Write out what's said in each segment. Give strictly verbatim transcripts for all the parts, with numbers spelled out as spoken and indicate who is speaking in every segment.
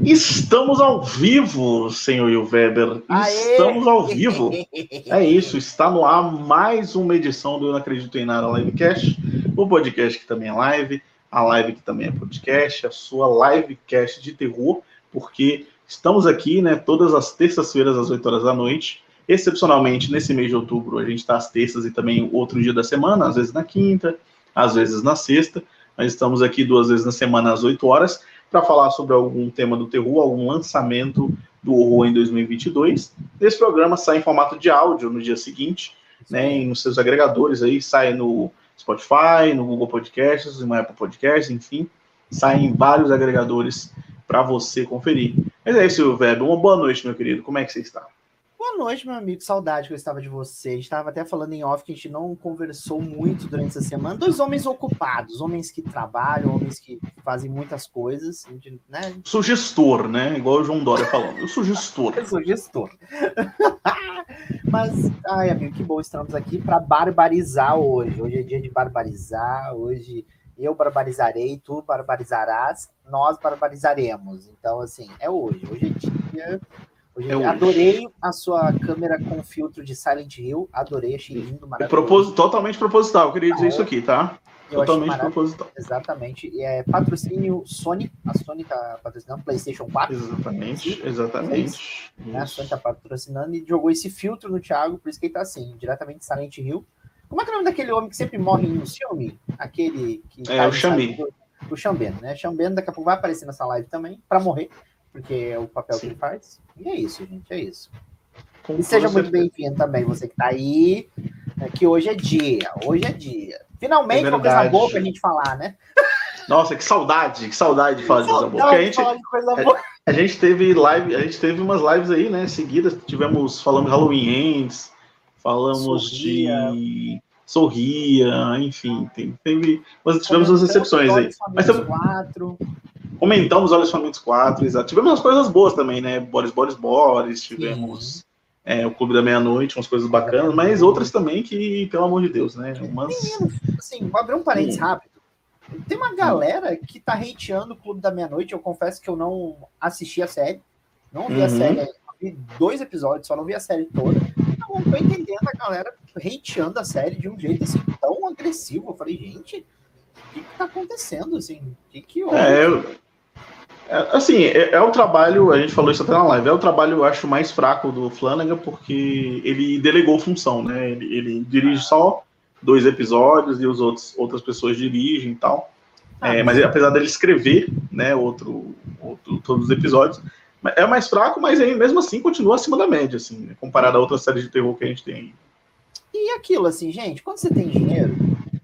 Speaker 1: Estamos ao vivo, senhor Will Weber.
Speaker 2: Aê!
Speaker 1: Estamos ao vivo. É isso, está no ar mais uma edição do Eu Não Acredito em Nada Livecast, o podcast que também é live, a live que também é podcast, a sua livecast de terror, porque estamos aqui, né, todas as terças-feiras às oito horas da noite. Excepcionalmente, nesse mês de outubro, a gente está às terças e também outro dia da semana, às vezes na quinta, às vezes na sexta. Nós estamos aqui duas vezes na semana às oito horas para falar sobre algum tema do terror, algum lançamento do horror em dois mil e vinte e dois. Esse programa sai em formato de áudio no dia seguinte, né, e nos seus agregadores aí, sai no Spotify, no Google Podcasts, no Apple Podcasts, enfim, sai em vários agregadores para você conferir. Mas é isso, Weber. Uma boa noite, meu querido. Como é que você está?
Speaker 2: Boa noite, meu amigo. Saudade que eu estava de você. A gente estava até falando em off que a gente não conversou muito durante essa semana. Dois homens ocupados, homens que trabalham, homens que fazem muitas coisas, né?
Speaker 1: Sou gestor, né? Igual o João Dória falando. Eu sou gestor.
Speaker 2: Eu sou gestor. Mas, ai, amigo, que bom estamos aqui para barbarizar hoje. Hoje é dia de barbarizar. Hoje eu barbarizarei, tu barbarizarás, nós barbarizaremos. Então, assim, é hoje. Hoje é dia... Hoje, é adorei a sua câmera com filtro de Silent Hill, adorei, achei lindo, maravilhoso.
Speaker 1: Propos... Totalmente proposital, eu queria dizer ah, isso aqui, tá? Totalmente proposital.
Speaker 2: Exatamente, e é patrocínio Sony, a Sony está patrocinando PlayStation quatro.
Speaker 1: Exatamente, exatamente.
Speaker 2: Né? A Sony está patrocinando e jogou esse filtro no Thiago, por isso que ele tá assim, diretamente de Silent Hill. Como é que é o nome daquele homem que sempre morre no filme? Aquele que...
Speaker 1: É, tá o Xambin.
Speaker 2: O Xambin, né? Xambin daqui a pouco vai aparecer nessa live também, para morrer. Porque é o papel Sim. que ele faz. E é isso, gente, é isso. Com e seja muito bem-vindo também, você que tá aí, né, que hoje é dia, hoje é dia. Finalmente, é uma coisa boa pra gente falar, né?
Speaker 1: Nossa, que saudade, que saudade de falar de coisa boa. Porque a gente, a, a gente teve live, a gente teve umas lives aí, né, seguidas, tivemos, falamos Halloween Ends, falamos Sorria. de... Sorria, enfim, tem, teve, mas tivemos umas exceções aí. Mas teve... quatro... Comentamos Olhos Famintos quatro, exato. Tivemos umas coisas boas também, né? Boris, Boris, Boris, tivemos é, o Clube da Meia-Noite, umas coisas bacanas, mas outras também que, pelo amor de Deus, né? Umas...
Speaker 2: Menino, assim, vou abrir um parênteses rápido. Tem uma galera que tá hateando o Clube da Meia-Noite, eu confesso que eu não assisti a série, não vi uhum. a série, vi dois episódios, só não vi a série toda. Então, não tô entendendo a galera hateando a série de um jeito assim, tão agressivo. Eu falei, gente, o que que tá acontecendo, assim? O que que houve?
Speaker 1: É, eu... É, assim, é, é o trabalho, a gente falou isso até na live, é o trabalho, eu acho, mais fraco do Flanagan, porque ele delegou função, né? Ele, ele dirige só dois episódios e os outros, outras pessoas dirigem e tal. Ah, é, mas apesar dele escrever, né, outro, outro, todos os episódios, é mais fraco, mas aí, mesmo assim continua acima da média, assim, né, comparado a outras séries de terror que a gente tem aí.
Speaker 2: E aquilo, assim, gente, quando você tem dinheiro,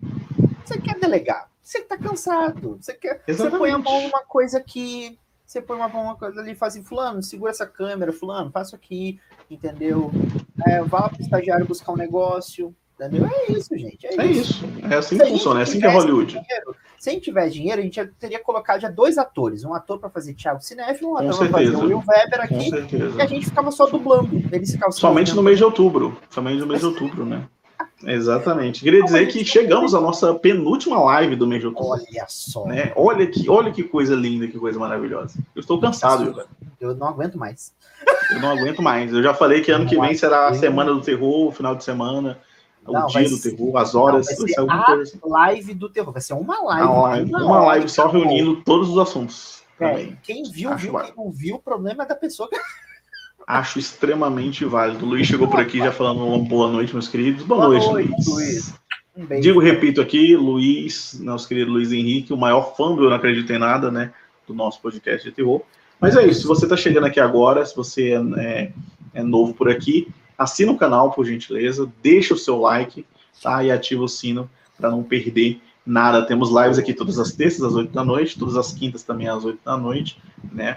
Speaker 2: você quer delegar. Você tá cansado, você quer, você põe a mão numa coisa aqui, você põe uma mão numa coisa ali e faz assim, fulano, segura essa câmera, fulano, faça aqui, entendeu? É, vá pro estagiário buscar um negócio, entendeu? É isso, gente, é,
Speaker 1: é
Speaker 2: isso.
Speaker 1: isso. É assim que funciona, é assim que é Hollywood.
Speaker 2: Dinheiro, se a gente tivesse dinheiro, a gente já teria colocado já dois atores, um ator para fazer Thiago Cinéfilo, um ator para fazer o Will Weber aqui, e a gente ficava só dublando. Eles ficavam
Speaker 1: somente no mês de outubro, somente no mês de outubro, né? Exatamente. Queria dizer que chegamos à nossa penúltima live do mês de outubro.
Speaker 2: Olha só.
Speaker 1: Né? Olha, que, olha que coisa linda, que coisa maravilhosa. Eu estou cansado, velho.
Speaker 2: Eu não aguento mais.
Speaker 1: Eu não aguento mais. Eu já falei que ano que vem será a semana do terror, o final de semana, o não, dia do ser... terror, as horas.
Speaker 2: Não, vai ser vai ser a assim. live do terror. Vai ser uma live.
Speaker 1: Uma live, uma uma live só reunindo todos os assuntos.
Speaker 2: É, quem viu, Acho viu. Válido. Quem não viu, o problema é da pessoa que...
Speaker 1: Acho extremamente válido. O Luiz chegou por aqui já falando uma boa noite, meus queridos. Boa, boa noite, noite, Luiz. Luiz. Um beijo, Digo, cara. repito aqui, Luiz, nosso querido Luiz Henrique, o maior fã do Eu Não Acredito em Nada, né, do nosso podcast de terror. Mas é isso, se você está chegando aqui agora, se você é, é novo por aqui, assina o canal, por gentileza, deixa o seu like, tá, e ativa o sino para não perder nada. Temos lives aqui todas as terças, às oito da noite, todas as quintas também às oito da noite, né,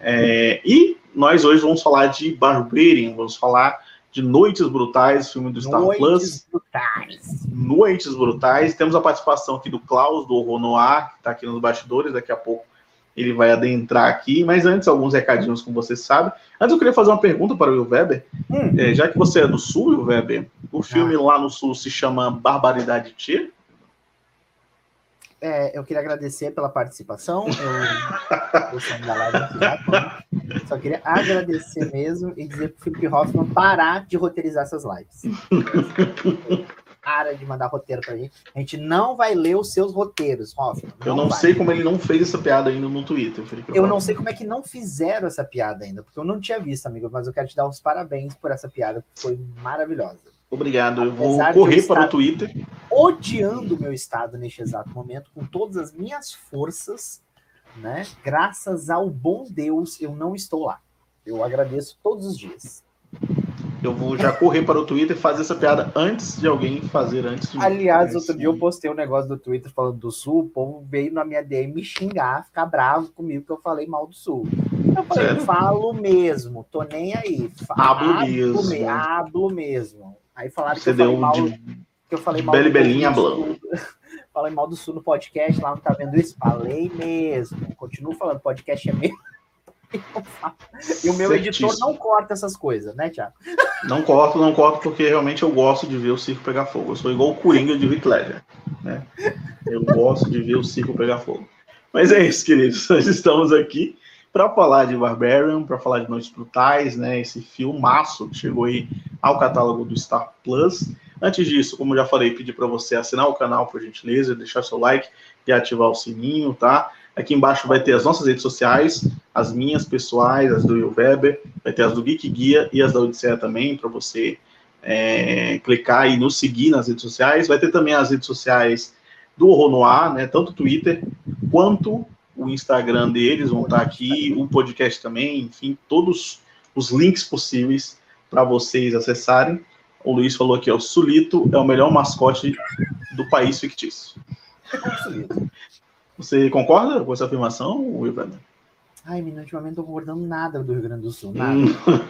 Speaker 1: é, e nós hoje vamos falar de Barbarian, vamos falar de Noites Brutais, filme do Star
Speaker 2: Noites
Speaker 1: Plus.
Speaker 2: Noites Brutais.
Speaker 1: Noites Brutais. Temos a participação aqui do Klaus, do Horror Noir, que está aqui nos bastidores, daqui a pouco ele vai adentrar aqui. Mas antes, alguns recadinhos, como você sabe. Antes eu queria fazer uma pergunta para o Will Weber. Hum. É, já que você é do Sul, Will Weber, o filme ah. lá no Sul se chama Barbaridade Tia?
Speaker 2: é, eu queria agradecer pela participação. Eu, eu sou da live, já, só queria agradecer mesmo e dizer pro Felipe Hoffman parar de roteirizar essas lives. Para de mandar roteiro pra gente. A gente não vai ler os seus roteiros, Hoffman.
Speaker 1: Eu não
Speaker 2: vai.
Speaker 1: sei como ele não fez essa piada ainda no Twitter, Felipe.
Speaker 2: Eu não sei como é que não fizeram essa piada ainda, porque eu não tinha visto, amigo, mas eu quero te dar os parabéns por essa piada, que foi maravilhosa.
Speaker 1: Obrigado. Eu vou correr para o Twitter.
Speaker 2: Odiando o meu estado neste exato momento, com todas as minhas forças, né? Graças ao bom Deus, eu não estou lá. Eu agradeço todos os dias.
Speaker 1: Eu vou já correr para o Twitter e fazer essa piada antes de alguém fazer antes de mim.
Speaker 2: Aliás, outro dia eu postei um negócio do Twitter falando do Sul, o povo veio na minha D M me xingar, ficar bravo comigo que eu falei mal do Sul. Eu falei, certo. Falo mesmo, tô nem aí.
Speaker 1: Hablo mesmo.
Speaker 2: Me, hablo mesmo. Aí falaram
Speaker 1: Você
Speaker 2: que eu falei
Speaker 1: deu
Speaker 2: mal,
Speaker 1: de...
Speaker 2: que eu falei mal
Speaker 1: Beli
Speaker 2: do
Speaker 1: Belinha
Speaker 2: Sul. Falei mal do Sul no podcast, lá não tá vendo isso? Falei mesmo. Continuo falando, podcast é meu. E o meu editor não corta essas coisas, né, Thiago?
Speaker 1: Não corto, não corto, porque realmente eu gosto de ver o circo pegar fogo. Eu sou igual o Coringa de Heath Ledger, né? Eu gosto de ver o circo pegar fogo. Mas é isso, queridos. Nós estamos aqui para falar de Barbarian, para falar de Noites Brutais, né? Esse filmaço que chegou aí ao catálogo do Star Plus. Antes disso, como eu já falei, pedir para você assinar o canal, por gentileza, deixar seu like e ativar o sininho, tá? Aqui embaixo vai ter as nossas redes sociais, as minhas pessoais, as do Will Weber, vai ter as do Geek Guia e as da Odisseia também, para você é, clicar e nos seguir nas redes sociais. Vai ter também as redes sociais do Horror Noir, né, tanto o Twitter quanto o Instagram deles vão estar aqui, o podcast também, enfim, todos os links possíveis para vocês acessarem. O Luiz falou aqui, ó, o Sulito é o melhor mascote do país fictício. Você concorda com essa afirmação, Ivan?
Speaker 2: Ai, menino, ultimamente não tô concordando nada do Rio Grande do Sul, nada.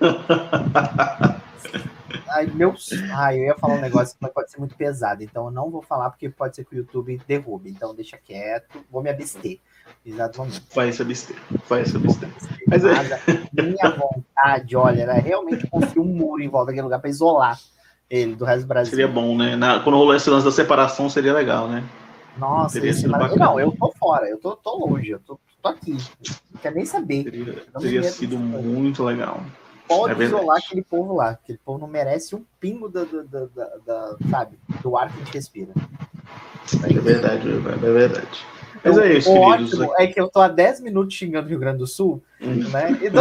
Speaker 2: Ai, meu... Ai, eu ia falar um negócio que pode ser muito pesado, então eu não vou falar porque pode ser que o YouTube derrube, então deixa quieto, vou me abster. Exatamente.
Speaker 1: Vai se abster, vai se abster. Mas é...
Speaker 2: Minha vontade, olha, era realmente construir um muro em volta daquele lugar para isolar ele do resto do Brasil.
Speaker 1: Seria bom, né? Na... Quando rolou esse lance da separação, seria legal, né?
Speaker 2: Nossa, esse mar... não, eu tô fora, eu tô, tô longe, eu tô, tô aqui, não quero nem saber.
Speaker 1: Teria, teria sido muito legal.
Speaker 2: Pode é isolar aquele povo lá, aquele povo não merece um pingo da, da, da, da, da, sabe, do ar que a gente respira.
Speaker 1: É verdade, é verdade. Mas
Speaker 2: então,
Speaker 1: é isso,
Speaker 2: o
Speaker 1: queridos.
Speaker 2: Ótimo é que eu tô há dez minutos xingando o Rio Grande do Sul, hum. né? E do...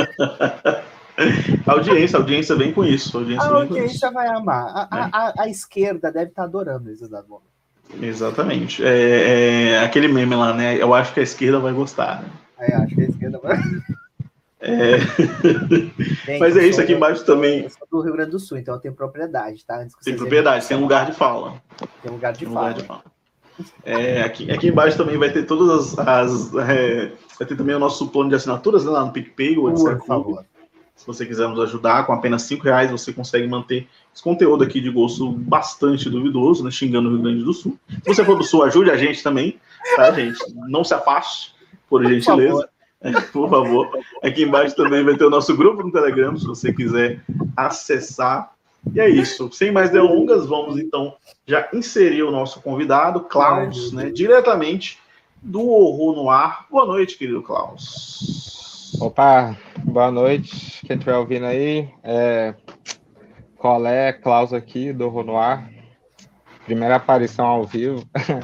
Speaker 1: A audiência, a audiência vem com isso. A audiência,
Speaker 2: a
Speaker 1: vem
Speaker 2: audiência
Speaker 1: com
Speaker 2: vai amar. A, é. a, a, a esquerda deve estar adorando isso da bomba.
Speaker 1: Exatamente. É, é aquele meme lá, né? Eu acho que a esquerda vai gostar. Né?
Speaker 2: É, acho que a esquerda vai.
Speaker 1: É... Bem, mas é isso, aqui embaixo
Speaker 2: eu,
Speaker 1: também.
Speaker 2: Eu sou do Rio Grande do Sul, então eu tenho propriedade, tá? Antes que
Speaker 1: tem propriedade, tem um lugar de fala.
Speaker 2: Tem um lugar de,
Speaker 1: tem um
Speaker 2: fala.
Speaker 1: Lugar de fala. É, aqui, aqui embaixo também vai ter todas as. as é, vai ter também o nosso plano de assinaturas, né, lá no PicPay, o Odisseia Clube. Se você quiser nos ajudar, com apenas cinco reais você consegue manter esse conteúdo aqui de gosto bastante duvidoso, né, xingando o Rio Grande do Sul. Se você for do Sul, ajude a gente também, tá, gente? Não se afaste, por gentileza. Por favor. Por favor. Aqui embaixo também vai ter o nosso grupo no Telegram, se você quiser acessar. E é isso. Sem mais delongas, vamos então já inserir o nosso convidado, Klaus, né, diretamente do Horror Noir. Boa noite, querido Klaus.
Speaker 3: Opa, boa noite. Quem estiver ouvindo aí, é... qual é? Klaus aqui, do Horror Noir. Primeira aparição ao vivo.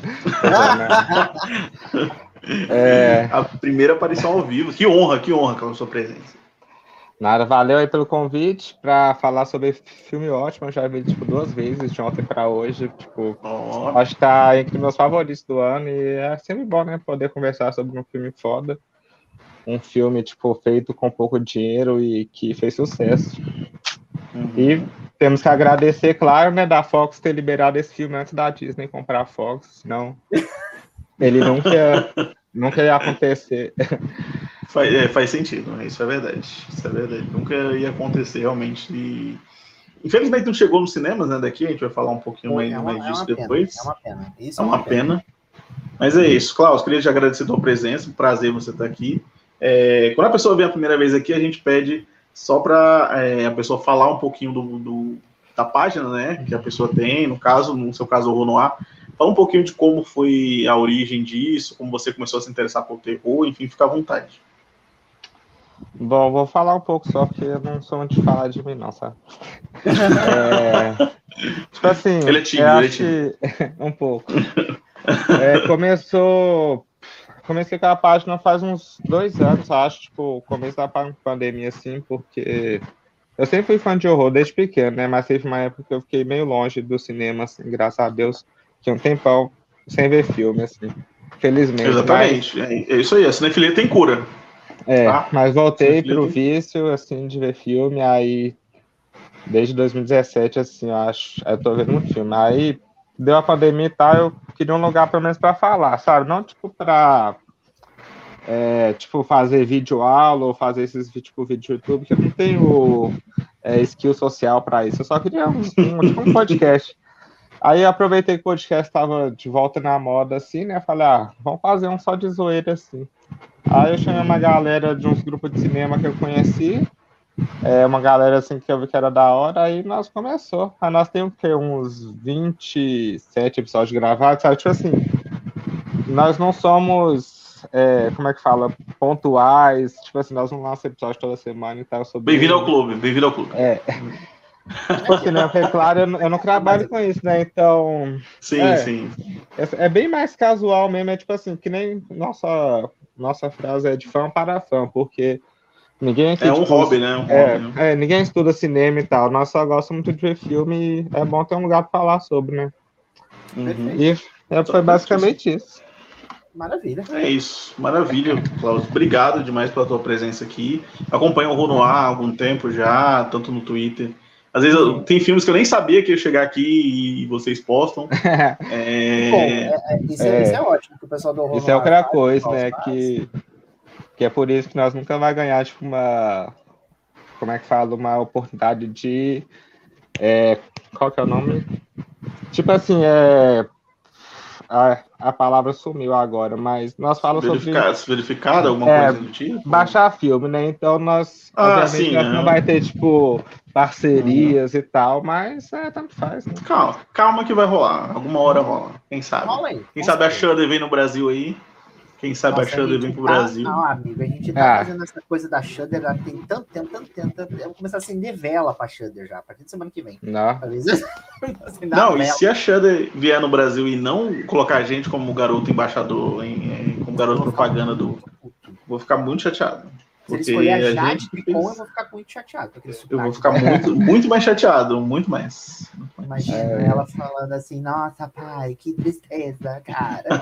Speaker 1: É... A primeira aparição ao vivo. Que honra, que honra com a sua presença.
Speaker 3: Nada, valeu aí pelo convite para falar sobre filme ótimo. Eu já vi tipo duas vezes, de ontem para hoje. Tipo, oh. Acho que tá entre meus favoritos do ano e é sempre bom, né, poder conversar sobre um filme foda. Um filme, tipo, feito com pouco dinheiro e que fez sucesso. Uhum. E temos que agradecer, claro, né, da Fox ter liberado esse filme antes da Disney comprar a Fox, senão ele nunca ia, nunca ia acontecer.
Speaker 1: Faz, é, faz sentido, né? Isso é verdade. Isso é verdade. Nunca ia acontecer, realmente. E... Infelizmente não chegou nos cinemas, né, daqui, a gente vai falar um pouquinho Pô, mais,
Speaker 2: é uma,
Speaker 1: mais disso
Speaker 2: é
Speaker 1: depois.
Speaker 2: Pena, é uma pena. Isso
Speaker 1: é uma, é uma pena. pena. Mas é isso. Klaus, queria te agradecer a tua presença, um prazer você estar aqui. É, quando a pessoa vem a primeira vez aqui, a gente pede só para é, a pessoa falar um pouquinho do, do, da página, né, que a pessoa tem, no caso, no seu caso, o Horror Noir, Fala um pouquinho de como foi a origem disso, como você começou a se interessar por terror, enfim, fica à vontade.
Speaker 3: Bom, vou falar um pouco só, porque eu não sou muito de falar de mim, não, sabe? É, tipo assim,
Speaker 1: ele é tímido,
Speaker 3: eu
Speaker 1: ele é
Speaker 3: acho
Speaker 1: tímido.
Speaker 3: que um pouco. É, começou, comecei com a página faz uns dois anos, acho, tipo, começo da pandemia, assim, porque eu sempre fui fã de horror desde pequeno, né? Mas teve uma época que eu fiquei meio longe do cinema, assim, graças a Deus, tinha um tempão sem ver filme, assim, felizmente.
Speaker 1: Exatamente,
Speaker 3: mas,
Speaker 1: é, é isso aí, a cinefilia tem cura.
Speaker 3: É,
Speaker 1: tá?
Speaker 3: mas voltei pro
Speaker 1: tem...
Speaker 3: vício, assim, de ver filme, aí, desde dois mil e dezessete, assim, eu acho, eu tô vendo muito filme. Aí, deu a pandemia e tal, eu queria um lugar, pelo menos, pra falar, sabe? Não, tipo, pra, é, tipo, fazer vídeo aula ou fazer esses, tipo, vídeo YouTube, que eu não tenho é, skill social pra isso. Eu só queria um, um, tipo, um podcast. Aí, eu aproveitei que o podcast tava de volta na moda, assim, né? Falei, ah, vamos fazer um só de zoeira, assim. Aí eu chamei uma galera de uns grupos de cinema que eu conheci, é, uma galera assim que eu vi que era da hora, aí nós começou. Aí nós temos que uns vinte e sete episódios gravados, sabe? Tipo assim, nós não somos, é, como é que fala, pontuais, tipo assim, nós não lançamos episódio toda semana e tal.
Speaker 1: Bem-vindo ao clube, bem-vindo ao clube.
Speaker 3: É. Tipo assim, né? Porque, claro, eu não, eu não trabalho com isso, né? Então.
Speaker 1: Sim,
Speaker 3: é,
Speaker 1: sim.
Speaker 3: É, é bem mais casual mesmo, é tipo assim, que nem nossa, nossa frase é de fã para fã, porque ninguém aqui,
Speaker 1: É um
Speaker 3: tipo,
Speaker 1: hobby, né? Um
Speaker 3: é,
Speaker 1: hobby, né?
Speaker 3: é, ninguém estuda cinema e tal, nós só gostamos muito de ver filme e é bom ter um lugar para falar sobre, né?
Speaker 1: Uhum.
Speaker 3: E é, foi basicamente isso.
Speaker 2: Maravilha.
Speaker 1: É isso, maravilha, Klaus. Obrigado demais pela tua presença aqui. Acompanho o Horror no Ar há algum tempo já, tanto no Twitter. Às vezes eu, tem filmes que eu nem sabia que ia chegar aqui e vocês postam.
Speaker 2: é... Bom, é, é, isso, é, é. isso é ótimo que o pessoal do Horror
Speaker 3: Isso é outra coisa, né? Que, que é por isso que nós nunca vai ganhar tipo, uma. Como é que fala? Uma oportunidade de. É, qual que é o nome? Tipo assim, é. A, a palavra sumiu agora, mas nós falamos
Speaker 1: Verificar,
Speaker 3: sobre...
Speaker 1: Verificado, alguma
Speaker 3: é,
Speaker 1: coisa do tipo?
Speaker 3: Baixar filme, né? Então nós,
Speaker 1: ah,
Speaker 3: obviamente,
Speaker 1: sim,
Speaker 3: nós
Speaker 1: é.
Speaker 3: não vai ter, tipo, parcerias uhum. e tal, mas é, tanto faz. Né?
Speaker 1: Calma, calma que vai rolar. Alguma hora rola. Quem sabe?
Speaker 2: Rola aí,
Speaker 1: Quem sabe a Shudder vem no Brasil aí. Quem sabe
Speaker 2: Nossa,
Speaker 1: a Shudder vem pro
Speaker 2: tá,
Speaker 1: Brasil.
Speaker 2: Não, amigo, a gente tá
Speaker 3: ah.
Speaker 2: fazendo essa coisa da Shudder já tem tanto tempo, tanto tempo, tanto tempo. Eu vou começar a acender vela pra Shudder já, a partir de semana que vem.
Speaker 3: Não,
Speaker 1: não e se a Shudder vier no Brasil e não colocar a gente como garoto embaixador, em, como garoto propaganda do... Vou ficar muito chateado.
Speaker 2: Se ele escolher a Jade Picon, fez... eu vou ficar muito chateado.
Speaker 1: Eu vou ficar muito, muito mais chateado, muito mais.
Speaker 2: Imagina é... ela falando assim, nossa, pai, que tristeza, cara.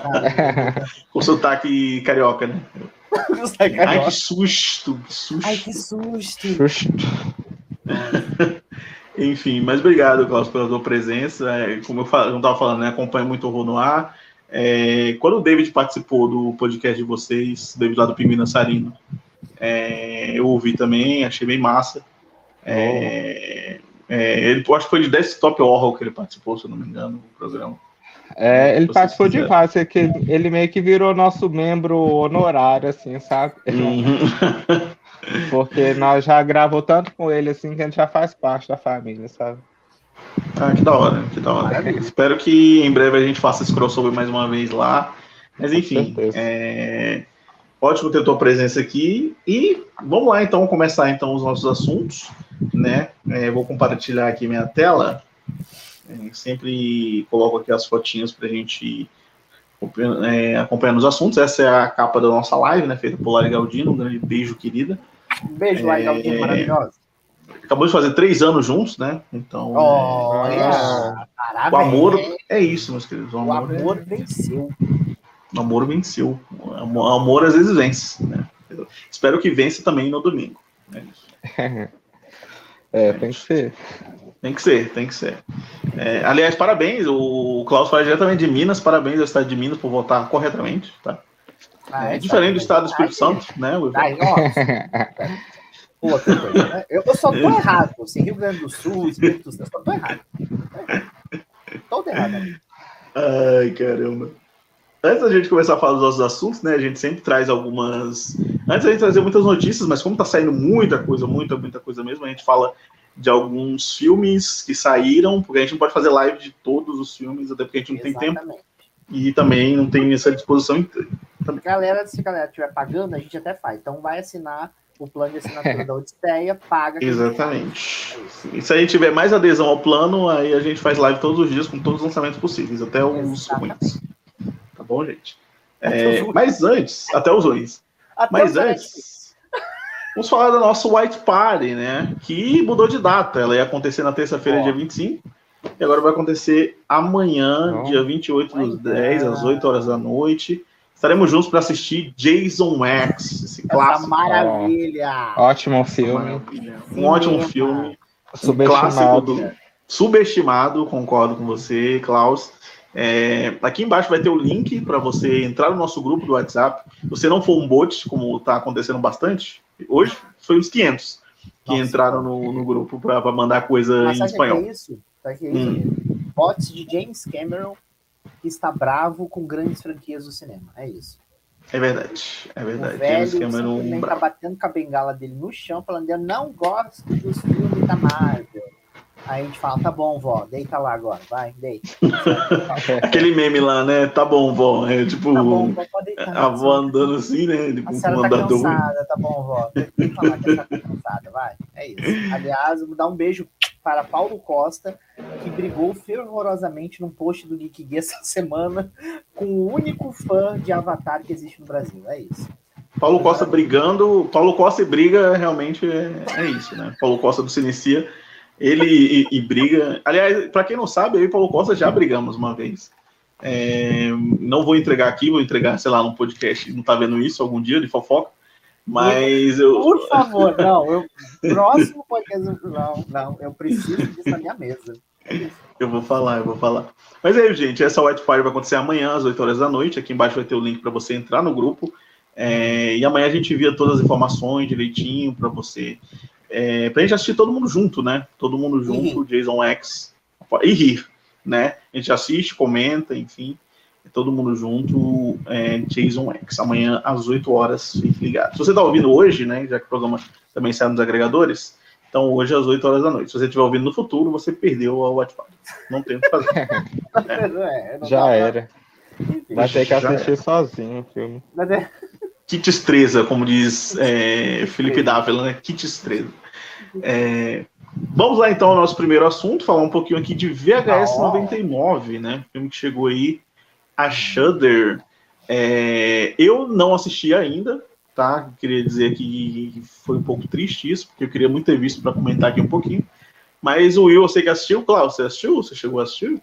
Speaker 1: Com sotaque carioca, né?
Speaker 2: carioca.
Speaker 1: Ai, que susto, que susto.
Speaker 2: Ai, que susto.
Speaker 3: Susto.
Speaker 1: Enfim, mas obrigado, Klaus, pela tua presença. É, como eu estava falando, né, acompanho muito o Horror no Ar. É, quando o David participou do podcast de vocês, o David lá do Pimina Sarino, é, eu ouvi também, achei bem massa. É, é, ele, eu acho que foi de Desktop Horror que ele participou, se eu não me engano, no programa.
Speaker 3: É, ele participou de vários, é que ele meio que virou nosso membro honorário, assim, sabe?
Speaker 1: Uhum.
Speaker 3: Porque nós já gravou tanto com ele, assim, que a gente já faz parte da família, sabe?
Speaker 1: Ah, que da hora, que da hora. Espero que em breve a gente faça esse crossover mais uma vez lá. Mas enfim, é... ótimo ter tua presença aqui. E vamos lá então começar então os nossos assuntos, né? É, vou compartilhar aqui minha tela. É, sempre coloco aqui as fotinhas pra gente é, acompanhar os assuntos. Essa é a capa da nossa live, né? Feita por Lari Galdino. Um grande beijo, querida.
Speaker 2: Um beijo, Lari Galdino,
Speaker 1: é...
Speaker 2: maravilhosa.
Speaker 1: Acabou de fazer três anos juntos, né? Então.
Speaker 2: Oh,
Speaker 1: é...
Speaker 2: é...
Speaker 1: O amor é isso, meus queridos. O
Speaker 2: amor,
Speaker 1: o
Speaker 2: amor
Speaker 1: é...
Speaker 2: venceu.
Speaker 1: O amor venceu. O amor, o amor às vezes vence, né? Eu espero que vença também no domingo. É, isso.
Speaker 3: é tem que ser.
Speaker 1: Tem que ser, tem que ser. É, aliás, parabéns. O Klaus fala diretamente de Minas. Parabéns ao estado de Minas por votar corretamente, tá? Ah, é, é diferente do estado do Espírito Santo, né?
Speaker 2: Ai, nossa. Outra coisa, né? Eu, eu só tô errado. Assim, Rio Grande do Sul, Espírito Santo, eu só tô errado. Todo errado. Amigo.
Speaker 1: Ai, caramba. Antes da gente começar a falar dos nossos assuntos, né? A gente sempre traz algumas... Antes a gente trazer muitas notícias, mas como tá saindo muita coisa, muita, muita coisa mesmo, a gente fala de alguns filmes que saíram, porque a gente não pode fazer live de todos os filmes, até porque a gente não Exatamente. tem tempo. E também não tem essa disposição inteira.
Speaker 2: Galera, se a galera estiver pagando, a gente até faz. Então vai assinar o plano de assinatura da Odisseia, paga.
Speaker 1: Exatamente. E se a gente tiver mais adesão ao plano, aí a gente faz live todos os dias com todos os lançamentos possíveis, até os ruins. Tá bom, gente? É, mas antes, até os ruins. Até mas antes, vamos falar da nossa White Party, né? Que mudou de data. Ela ia acontecer na terça-feira, oh. dia vinte e cinco. E agora vai acontecer amanhã, oh. dia vinte e oito dos dez, às oito horas da noite. Estaremos juntos para assistir Jason X, esse clássico.
Speaker 2: Maravilha!
Speaker 3: Oh, ótimo filme.
Speaker 1: Um Sim, ótimo é, filme. Um clássico do... Subestimado, concordo com você, Klaus. É, aqui embaixo vai ter o link para você entrar no nosso grupo do WhatsApp. Se você não for um bot, como está acontecendo bastante, hoje foi uns quinhentos que Nossa, entraram no, no grupo para mandar coisa Mas em espanhol.
Speaker 2: Que é isso? Sabe que é isso? Hum. Bots de James Cameron que está bravo com grandes franquias do cinema. É isso.
Speaker 1: É verdade, é verdade.
Speaker 2: O velho simplesmente tá batendo com a bengala dele no chão, falando, eu não gosto dos filmes da Marvel. Aí a gente fala, tá bom, vó, deita lá agora, vai, deita.
Speaker 1: Aquele meme lá, né? Tá bom, vó. É tipo, tá bom, vó, pode deitar, a vó andando assim, né? Tipo,
Speaker 2: a senhora tá cansada, tá bom, vó. Deita lá, que a senhora tá cansada, vai. É isso. Aliás, vou dar um beijo para Paulo Costa, que brigou fervorosamente num post do Geek Gui essa semana com o único fã de Avatar que existe no Brasil. É isso.
Speaker 1: Paulo Costa brigando, Paulo Costa e briga realmente é, é isso, né? Paulo Costa do Cinecia, ele e, e briga. Aliás, para quem não sabe, eu e Paulo Costa já brigamos uma vez. É, não vou entregar aqui, vou entregar, sei lá, num podcast, não tá vendo isso algum dia de fofoca. Mas eu.
Speaker 2: Por favor, não. Eu, próximo podcast. Não, não. Eu preciso disso na minha mesa.
Speaker 1: Eu vou falar, eu vou falar. Mas aí, gente, essa White Party vai acontecer amanhã, às oito horas da noite. Aqui embaixo vai ter o link para você entrar no grupo. É, e amanhã a gente envia todas as informações direitinho para você. É, pra gente assistir todo mundo junto, né? Todo mundo junto, Jason X. E rir, né? A gente assiste, comenta, enfim. Todo mundo junto, é, Jason X. Amanhã, às oito horas, fique ligado. Se você está ouvindo hoje, né, já que o programa também sai nos agregadores, então hoje às oito horas da noite. Se você estiver ouvindo no futuro, você perdeu a White Party. Não tem o que fazer.
Speaker 3: é. Já era. Vai ter que assistir sozinho o filme.
Speaker 1: Kit Estreza, como diz é, Felipe Dávila, né? Kit Estreza. É, vamos lá, então, ao nosso primeiro assunto, falar um pouquinho aqui de V H S noventa e nove, né? Filme que chegou aí a Shudder. É, eu não assisti ainda, tá? Queria dizer que foi um pouco triste isso, porque eu queria muito ter visto para comentar aqui um pouquinho. Mas o Will, eu sei que assistiu. Klaus, você assistiu? Você chegou a assistir?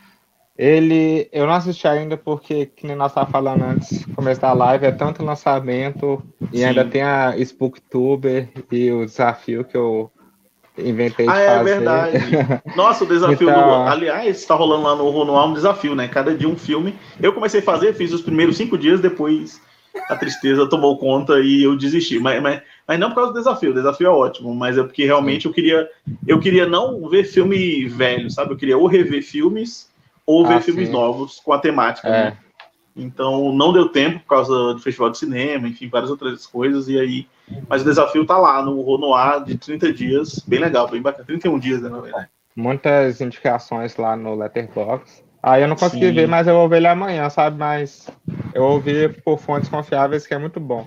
Speaker 3: Ele, eu não assisti ainda porque, que nem nós estávamos falando antes, no começo da live, é tanto lançamento e Sim. ainda tem a Spooktuber e o desafio que eu inventei de
Speaker 1: ah,
Speaker 3: fazer.
Speaker 1: Ah, é verdade. Nossa, o desafio
Speaker 3: então...
Speaker 1: do... Aliás, está rolando lá no Ronoir um desafio, né? Cada dia um filme. Eu comecei a fazer, fiz os primeiros cinco dias, depois a tristeza tomou conta e eu desisti. Mas, mas, mas não por causa do desafio, o desafio é ótimo, mas é porque realmente eu queria, eu queria não ver filme velho, sabe? Eu queria ou rever filmes ou ver ah, filmes sim. novos com a temática. É. Né? Então, não deu tempo por causa do festival de cinema, enfim, várias outras coisas, e aí... Mas o desafio tá lá, no Ronoir, de trinta dias, bem legal, bem bacana. trinta e um dias, né, na verdade.
Speaker 3: Muitas indicações lá no Letterboxd. Ah, eu não consegui Sim. ver, mas eu vou ver ele amanhã, sabe? Mas eu ouvi por fontes confiáveis que é muito bom.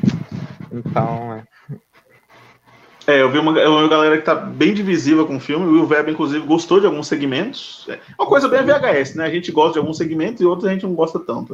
Speaker 3: Então, é...
Speaker 1: É, eu vi uma, uma galera que tá bem divisiva com o filme. O Will Webb, inclusive, gostou de alguns segmentos. É uma coisa bem V H S, né? A gente gosta de alguns segmentos e outros a gente não gosta tanto.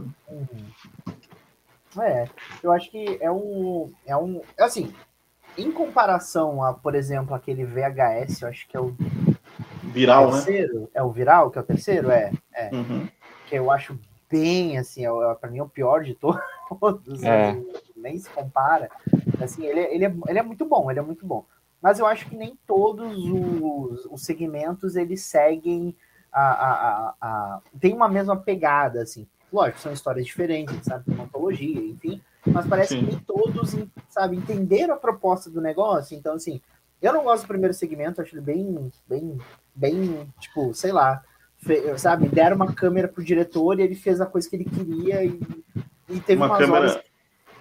Speaker 2: Uhum. É, eu acho que é um... É um assim, em comparação a, por exemplo, aquele V H S, eu acho que é o...
Speaker 1: Viral,
Speaker 2: terceiro,
Speaker 1: né?
Speaker 2: É o Viral, que é o terceiro? É. é.
Speaker 1: Uhum.
Speaker 2: Que eu acho bem, assim, é, pra mim é o pior de todos.
Speaker 3: É.
Speaker 2: Assim, nem se compara. Assim, ele, ele, é, ele é muito bom, ele é muito bom. Mas eu acho que nem todos os, os segmentos, eles seguem a, a, a, a... Tem uma mesma pegada, assim. Lógico, são histórias diferentes, sabe? Tem uma antologia, enfim. Mas parece Sim. que nem todos, sabe, entenderam a proposta do negócio. Então, assim, eu não gosto do primeiro segmento, acho ele bem, bem, bem, tipo, sei lá, fe, sabe? Deram uma câmera pro diretor e ele fez a coisa que ele queria e, e teve
Speaker 1: uma
Speaker 2: umas
Speaker 1: câmera...
Speaker 2: horas...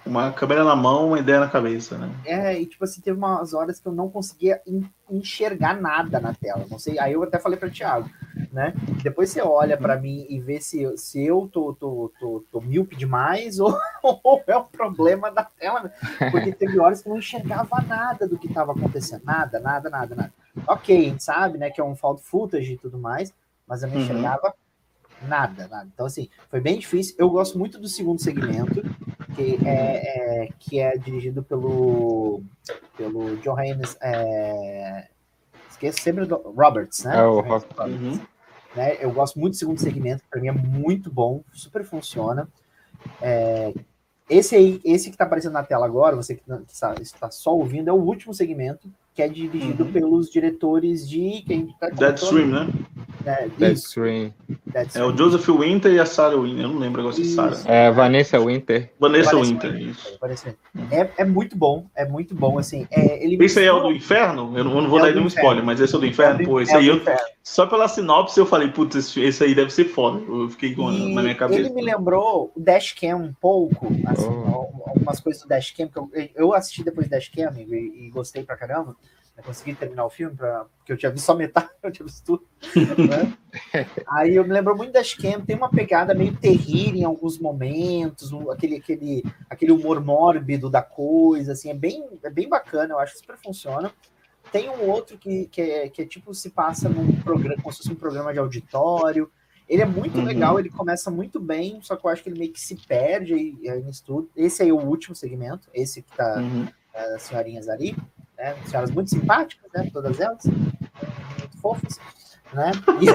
Speaker 1: Uma câmera na mão, uma ideia na cabeça, né?
Speaker 2: É, e tipo assim, teve umas horas que eu não conseguia enxergar nada na tela. Não sei, aí eu até falei para o Thiago, né? Depois você olha para mim e vê se, se eu tô, tô, tô, tô míope demais ou, ou é um problema da tela. Porque teve horas que eu não enxergava nada do que estava acontecendo. Nada, nada, nada, nada. Ok, a gente sabe, né, que é um found footage e tudo mais, mas eu não enxergava uhum. nada, nada. Então, assim, foi bem difícil. Eu gosto muito do segundo segmento, que é, é, que é dirigido pelo, pelo Johannes, é, esqueço sempre do Roberts, né?
Speaker 3: É o
Speaker 2: Roberts,
Speaker 1: uhum.
Speaker 2: né? Eu gosto muito do segundo segmento, para mim é muito bom, super funciona. É, esse aí, esse que está aparecendo na tela agora, você que está, está só ouvindo, é o último segmento, que é dirigido uhum. pelos diretores de... Quem tá
Speaker 1: Deadstream, né?
Speaker 2: É,
Speaker 3: Deadstream.
Speaker 2: Deadstream.
Speaker 1: É o Joseph Winter e a Sarah Winter, eu não lembro agora se Sarah.
Speaker 3: É, Vanessa Winter.
Speaker 1: Vanessa, Vanessa Winter, Winter, isso.
Speaker 2: Vanessa. É, é muito bom, é muito bom, assim. É, ele
Speaker 1: esse aí é o do Inferno? Eu não, eu não vou é dar nenhum spoiler, mas esse é o do Inferno? É do, Pô, esse é aí eu, só pela sinopse eu falei, putz, esse, esse aí deve ser foda. Eu fiquei com, na minha cabeça.
Speaker 2: Ele me lembrou o Dashcam um pouco, assim, oh. algumas coisas do Dashcam, que eu, eu assisti depois do Dashcam e, e gostei pra caramba. Eu consegui terminar o filme, pra, porque eu tinha visto só metade, eu tinha visto tudo. Né? Aí eu me lembro muito da Dashcam, tem uma pegada meio terrível em alguns momentos, um, aquele, aquele, aquele humor mórbido da coisa, assim, é bem, é bem bacana, eu acho que super funciona. Tem um outro que, que, é, que é tipo, se passa num programa, como se fosse um programa de auditório. Ele é muito uhum. legal, ele começa muito bem, só que eu acho que ele meio que se perde aí, aí nisso tudo. Esse aí é o último segmento, esse que tá uhum. as senhorinhas ali. Né, senhoras muito simpáticas, né, todas elas, muito fofas, né,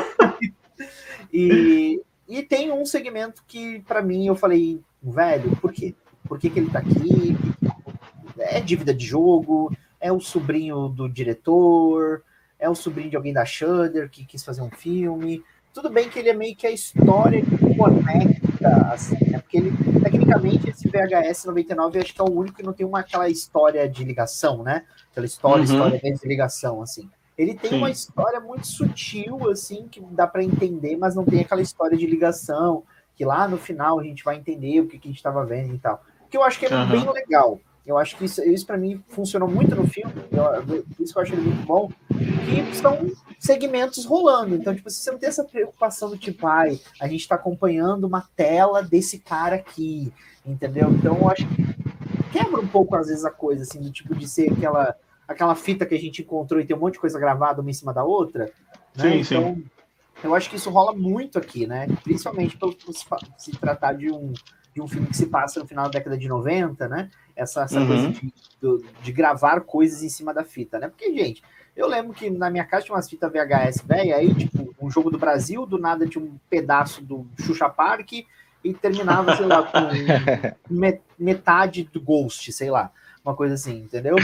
Speaker 2: e, e, e tem um segmento que, para mim, eu falei, velho, por quê? Por que que ele tá aqui? É dívida de jogo, é o sobrinho do diretor, é o sobrinho de alguém da Shudder que quis fazer um filme. Tudo bem que ele é meio que a história que conecta, assim, né? Porque ele, tecnicamente, esse V H S noventa e nove acho que é o único que não tem uma, aquela história de ligação, né? Aquela história, uhum. história de ligação, assim. Ele tem Sim. uma história muito sutil, assim, que dá para entender, mas não tem aquela história de ligação, que lá no final a gente vai entender o que, que a gente estava vendo e tal. Que eu acho que é uhum. bem legal. Eu acho que isso, isso para mim funcionou muito no filme, eu, por isso que eu acho ele muito bom, que são segmentos rolando. Então, tipo, você não tem essa preocupação do tipo, ai, a gente tá acompanhando uma tela desse cara aqui, entendeu? Então, eu acho que quebra um pouco, às vezes, a coisa, assim, do tipo de ser aquela, aquela fita que a gente encontrou e tem um monte de coisa gravada uma em cima da outra. Né?
Speaker 1: Sim,
Speaker 2: então,
Speaker 1: sim.
Speaker 2: eu acho que isso rola muito aqui, né? Principalmente por, por se tratar de um, de um filme que se passa no final da década de noventa, né? Essa, essa uhum. coisa de, de, de gravar coisas em cima da fita, né? Porque, gente, eu lembro que na minha casa tinha umas fitas V H S velha, aí, tipo, um jogo do Brasil, do nada tinha um pedaço do Xuxa Park e terminava, sei lá, com metade do Ghost, sei lá, uma coisa assim, entendeu?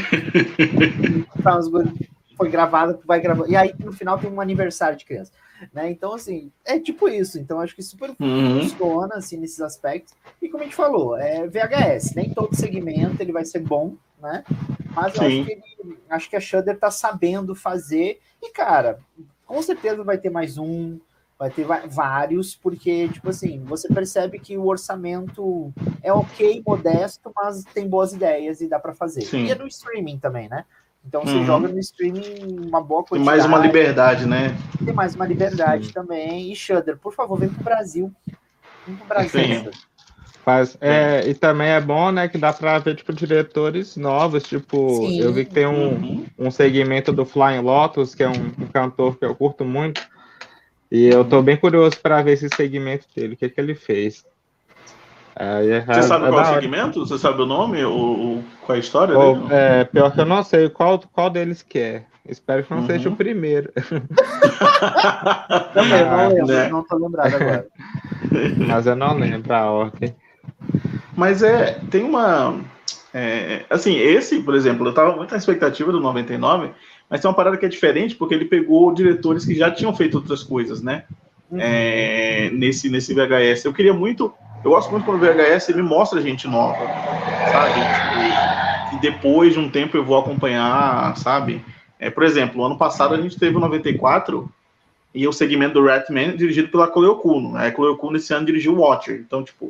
Speaker 2: Foi gravado, vai gravar, e aí no final tem um aniversário de criança. Né? Então, assim, é tipo isso. Então, acho que super uhum. funciona, assim, nesses aspectos. E como a gente falou, é V H S. Nem todo segmento ele vai ser bom, né? Mas eu acho que, ele, acho que a Shudder tá sabendo fazer. E, cara, com certeza vai ter mais um, vai ter vários, porque, tipo assim, você percebe que o orçamento é ok, modesto, mas tem boas ideias e dá para fazer. Sim. E é no streaming também, né? Então você uhum. joga no streaming uma boa quantidade.
Speaker 1: Tem mais uma liberdade, né?
Speaker 2: Tem mais uma liberdade Sim. também. E Shudder, por favor, vem pro Brasil. Vem pro Brasil.
Speaker 3: Faz, é, e também é bom, né, que dá pra ver, tipo, diretores novos, tipo, Sim. eu vi que tem um, uhum. um segmento do Flying Lotus, que é um, um cantor que eu curto muito, e eu tô bem curioso para ver esse segmento dele, o que que ele fez.
Speaker 1: É, Você é, sabe é qual é o segmento? Você sabe o nome? Ou, ou qual é a história
Speaker 3: oh,
Speaker 1: dele?
Speaker 3: É, pior que eu não sei qual, qual deles que é. Espero que não uhum. seja o primeiro.
Speaker 2: Também, eu não lembro, né? Não tô lembrado agora.
Speaker 3: Mas eu não lembro a ordem.
Speaker 1: Mas é, tem uma... É, assim, esse, por exemplo, eu tava muito na expectativa do noventa e nove, mas tem uma parada que é diferente, porque ele pegou diretores que já tinham feito outras coisas, né? Uhum. É, nesse, nesse V H S. Eu queria muito... Eu gosto muito quando o V H S ele mostra gente nova, sabe? Tipo, e depois de um tempo eu vou acompanhar, sabe? É, por exemplo, ano passado a gente teve o noventa e quatro e o segmento do Ratman dirigido pela Chloe Okuno. A Chloe Okuno esse ano dirigiu o Watcher. Então, tipo,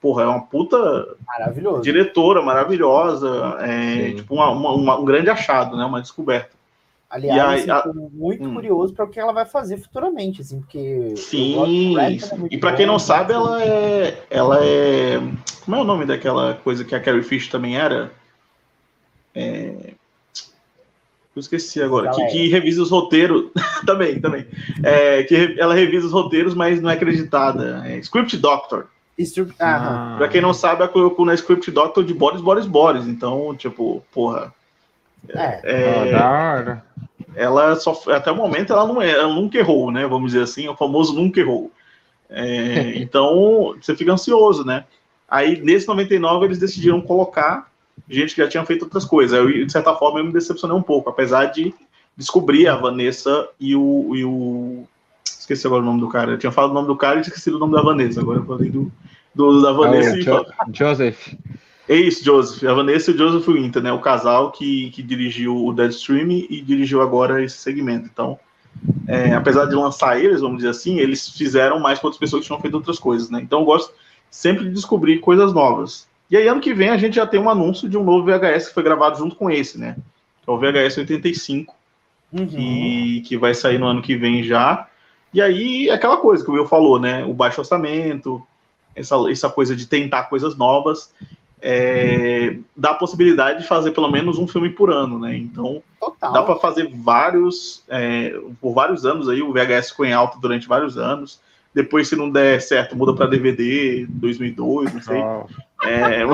Speaker 1: porra, é uma puta
Speaker 2: Maravilhoso.
Speaker 1: diretora maravilhosa, é, tipo uma, uma, uma, um grande achado, né? Uma descoberta.
Speaker 2: Aliás,
Speaker 1: E aí,
Speaker 2: assim,
Speaker 1: a...
Speaker 2: tô muito hum. curioso para o que ela vai fazer futuramente, assim, porque...
Speaker 1: Sim, é e para quem não sabe, ela é, ela é... Como é o nome daquela coisa que a Carrie Fisher também era? É... Eu esqueci agora. Que, que revisa os roteiros... também, também. É, que ela revisa os roteiros, mas não é acreditada. É Script Doctor.
Speaker 2: Script... Ah,
Speaker 1: pra quem não sabe, ela colocou na Script Doctor de Boris, Boris, Boris. Então, tipo, porra...
Speaker 2: É,
Speaker 1: é...
Speaker 3: Oh, da hora.
Speaker 1: Ela só, até o momento ela, não é, ela nunca errou, né? Vamos dizer assim, o famoso nunca errou. É, então você fica ansioso, né? Aí nesse noventa e nove eles decidiram colocar gente que já tinha feito outras coisas. Eu, de certa forma eu me decepcionei um pouco, apesar de descobrir a Vanessa e o, e o... esqueci agora o nome do cara. Eu tinha falado o nome do cara e esqueci o nome da Vanessa. Agora eu falei do, do da Vanessa.
Speaker 3: Oh,
Speaker 1: e
Speaker 3: jo Joseph.
Speaker 1: É isso, Joseph. A Vanessa e o Joseph Winter, né? O casal que, que dirigiu o Deadstream e dirigiu agora esse segmento. Então, é, apesar de lançar eles, vamos dizer assim, eles fizeram mais com outras pessoas que tinham feito outras coisas, né? Então, eu gosto sempre de descobrir coisas novas. E aí, ano que vem, a gente já tem um anúncio de um novo V H S que foi gravado junto com esse, né? Que é o V H S oitenta e cinco, uhum. que, que vai sair no ano que vem já. E aí, é aquela coisa que o Will falou, né? O baixo orçamento, essa, essa coisa de tentar coisas novas. É, dá a possibilidade de fazer pelo menos um filme por ano, né? Então, Total. Dá para fazer vários, é, por vários anos aí, o V H S ficou em alta durante vários anos. Depois, se não der certo, muda para D V D, dois mil e dois, não sei. Oh. É...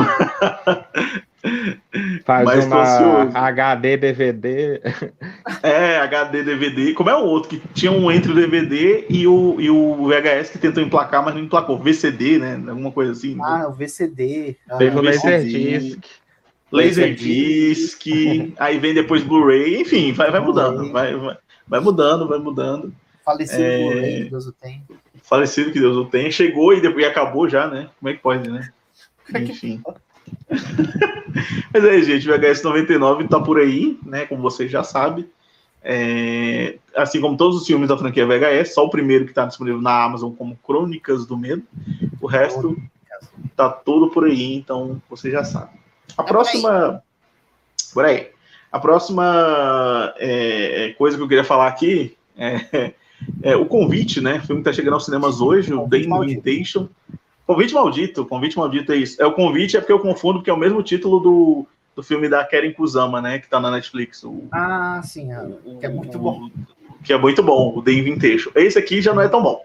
Speaker 3: Faz Mas uma H D D V D.
Speaker 1: É, H D D V D. Como é o outro, que tinha um entre o D V D e o, e o V H S que tentou emplacar, mas não emplacou. V C D, né? Alguma coisa assim.
Speaker 2: Ah, o V C D.
Speaker 3: Teve o Laserdisc.
Speaker 1: Laserdisc. Aí vem depois Blu-ray. Enfim, vai, vai mudando. Vai, vai, vai mudando, vai mudando.
Speaker 2: Falecido é... Blu-ray, que Deus o tem.
Speaker 1: Falecido, que Deus o tem. Chegou e depois acabou já, né? Como é que pode, né? Enfim. Mas aí, gente, o V H S noventa e nove tá por aí, né? Como vocês já sabem. É... Assim como todos os filmes da franquia V H S, só o primeiro que tá disponível na Amazon como Crônicas do Medo. O resto tá todo por aí, então vocês já sabem. A próxima... Por aí. A próxima é... coisa que eu queria falar aqui é, é o Convite, né? O filme que tá chegando aos cinemas hoje, o The Invitation. Convite Maldito, Convite Maldito é isso. É o Convite, é porque eu confundo, porque é o mesmo título do, do filme da Karen Kusama, né? Que tá na Netflix. O,
Speaker 2: ah, sim, é, que é muito
Speaker 1: o,
Speaker 2: bom.
Speaker 1: Que é muito bom, o The Invitation. Esse aqui já não é tão bom,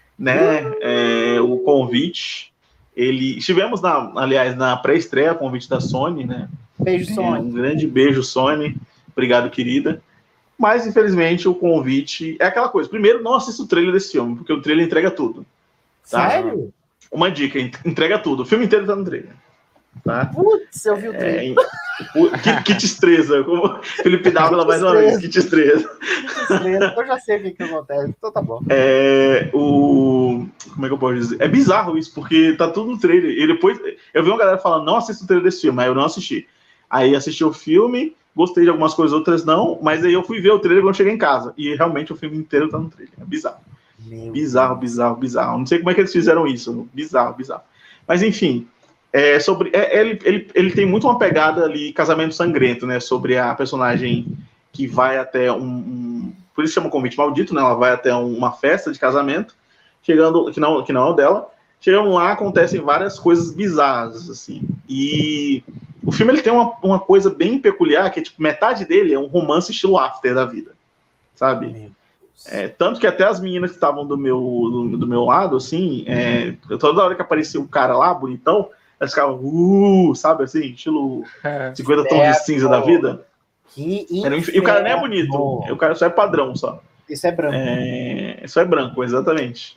Speaker 1: né? É, o Convite, ele... Estivemos, na, aliás, na pré-estreia, Convite da Sony, né?
Speaker 2: Beijo, Sony.
Speaker 1: É, um grande beijo, Sony. Obrigado, querida. Mas, infelizmente, o Convite... É aquela coisa. Primeiro, não assista o trailer desse filme, porque o trailer entrega tudo. Tá?
Speaker 2: Sério?
Speaker 1: Uma dica, entrega tudo. O filme inteiro tá no trailer. Tá?
Speaker 2: Putz, eu vi o trailer.
Speaker 1: É, que, que te estresa. Como Felipe Dávila mais uma vez, que te estresa.
Speaker 2: Que te estresa. Eu já sei o que, que acontece, então tá bom.
Speaker 1: É, o... Como é que eu posso dizer? É bizarro isso, porque tá tudo no trailer. E depois, eu vi uma galera falando, não assista o trailer desse filme, aí eu não assisti. Aí assisti o filme, gostei de algumas coisas, outras não, mas aí eu fui ver o trailer quando cheguei em casa. E realmente o filme inteiro tá no trailer. É bizarro. Meu bizarro, Deus. bizarro, bizarro. Não sei como é que eles fizeram isso. Bizarro, bizarro. Mas, enfim, é sobre, é, ele, ele, ele tem muito uma pegada ali, Casamento Sangrento, né? Sobre a personagem que vai até um... um por isso chama Convite Maldito, né? Ela vai até um, uma festa de casamento, chegando, que não, que não é o dela. Chegando lá, acontecem várias coisas bizarras, assim. E o filme ele tem uma, uma coisa bem peculiar, que é, tipo, metade dele é um romance estilo After da vida, sabe? Meu. É, tanto que até as meninas que estavam do meu, do, do meu lado, assim, é, toda hora que aparecia um cara lá, bonitão, elas ficavam, uh, sabe assim, estilo cinquenta tons de cinza da vida.
Speaker 2: Que
Speaker 1: e o cara nem é bonito, o cara só é padrão, só.
Speaker 2: Isso é branco.
Speaker 1: É, só é branco, exatamente.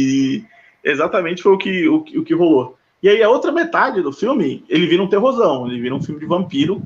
Speaker 1: E exatamente foi o que, o, o que rolou. E aí a outra metade do filme, ele vira um terrorzão, ele vira um filme de vampiro.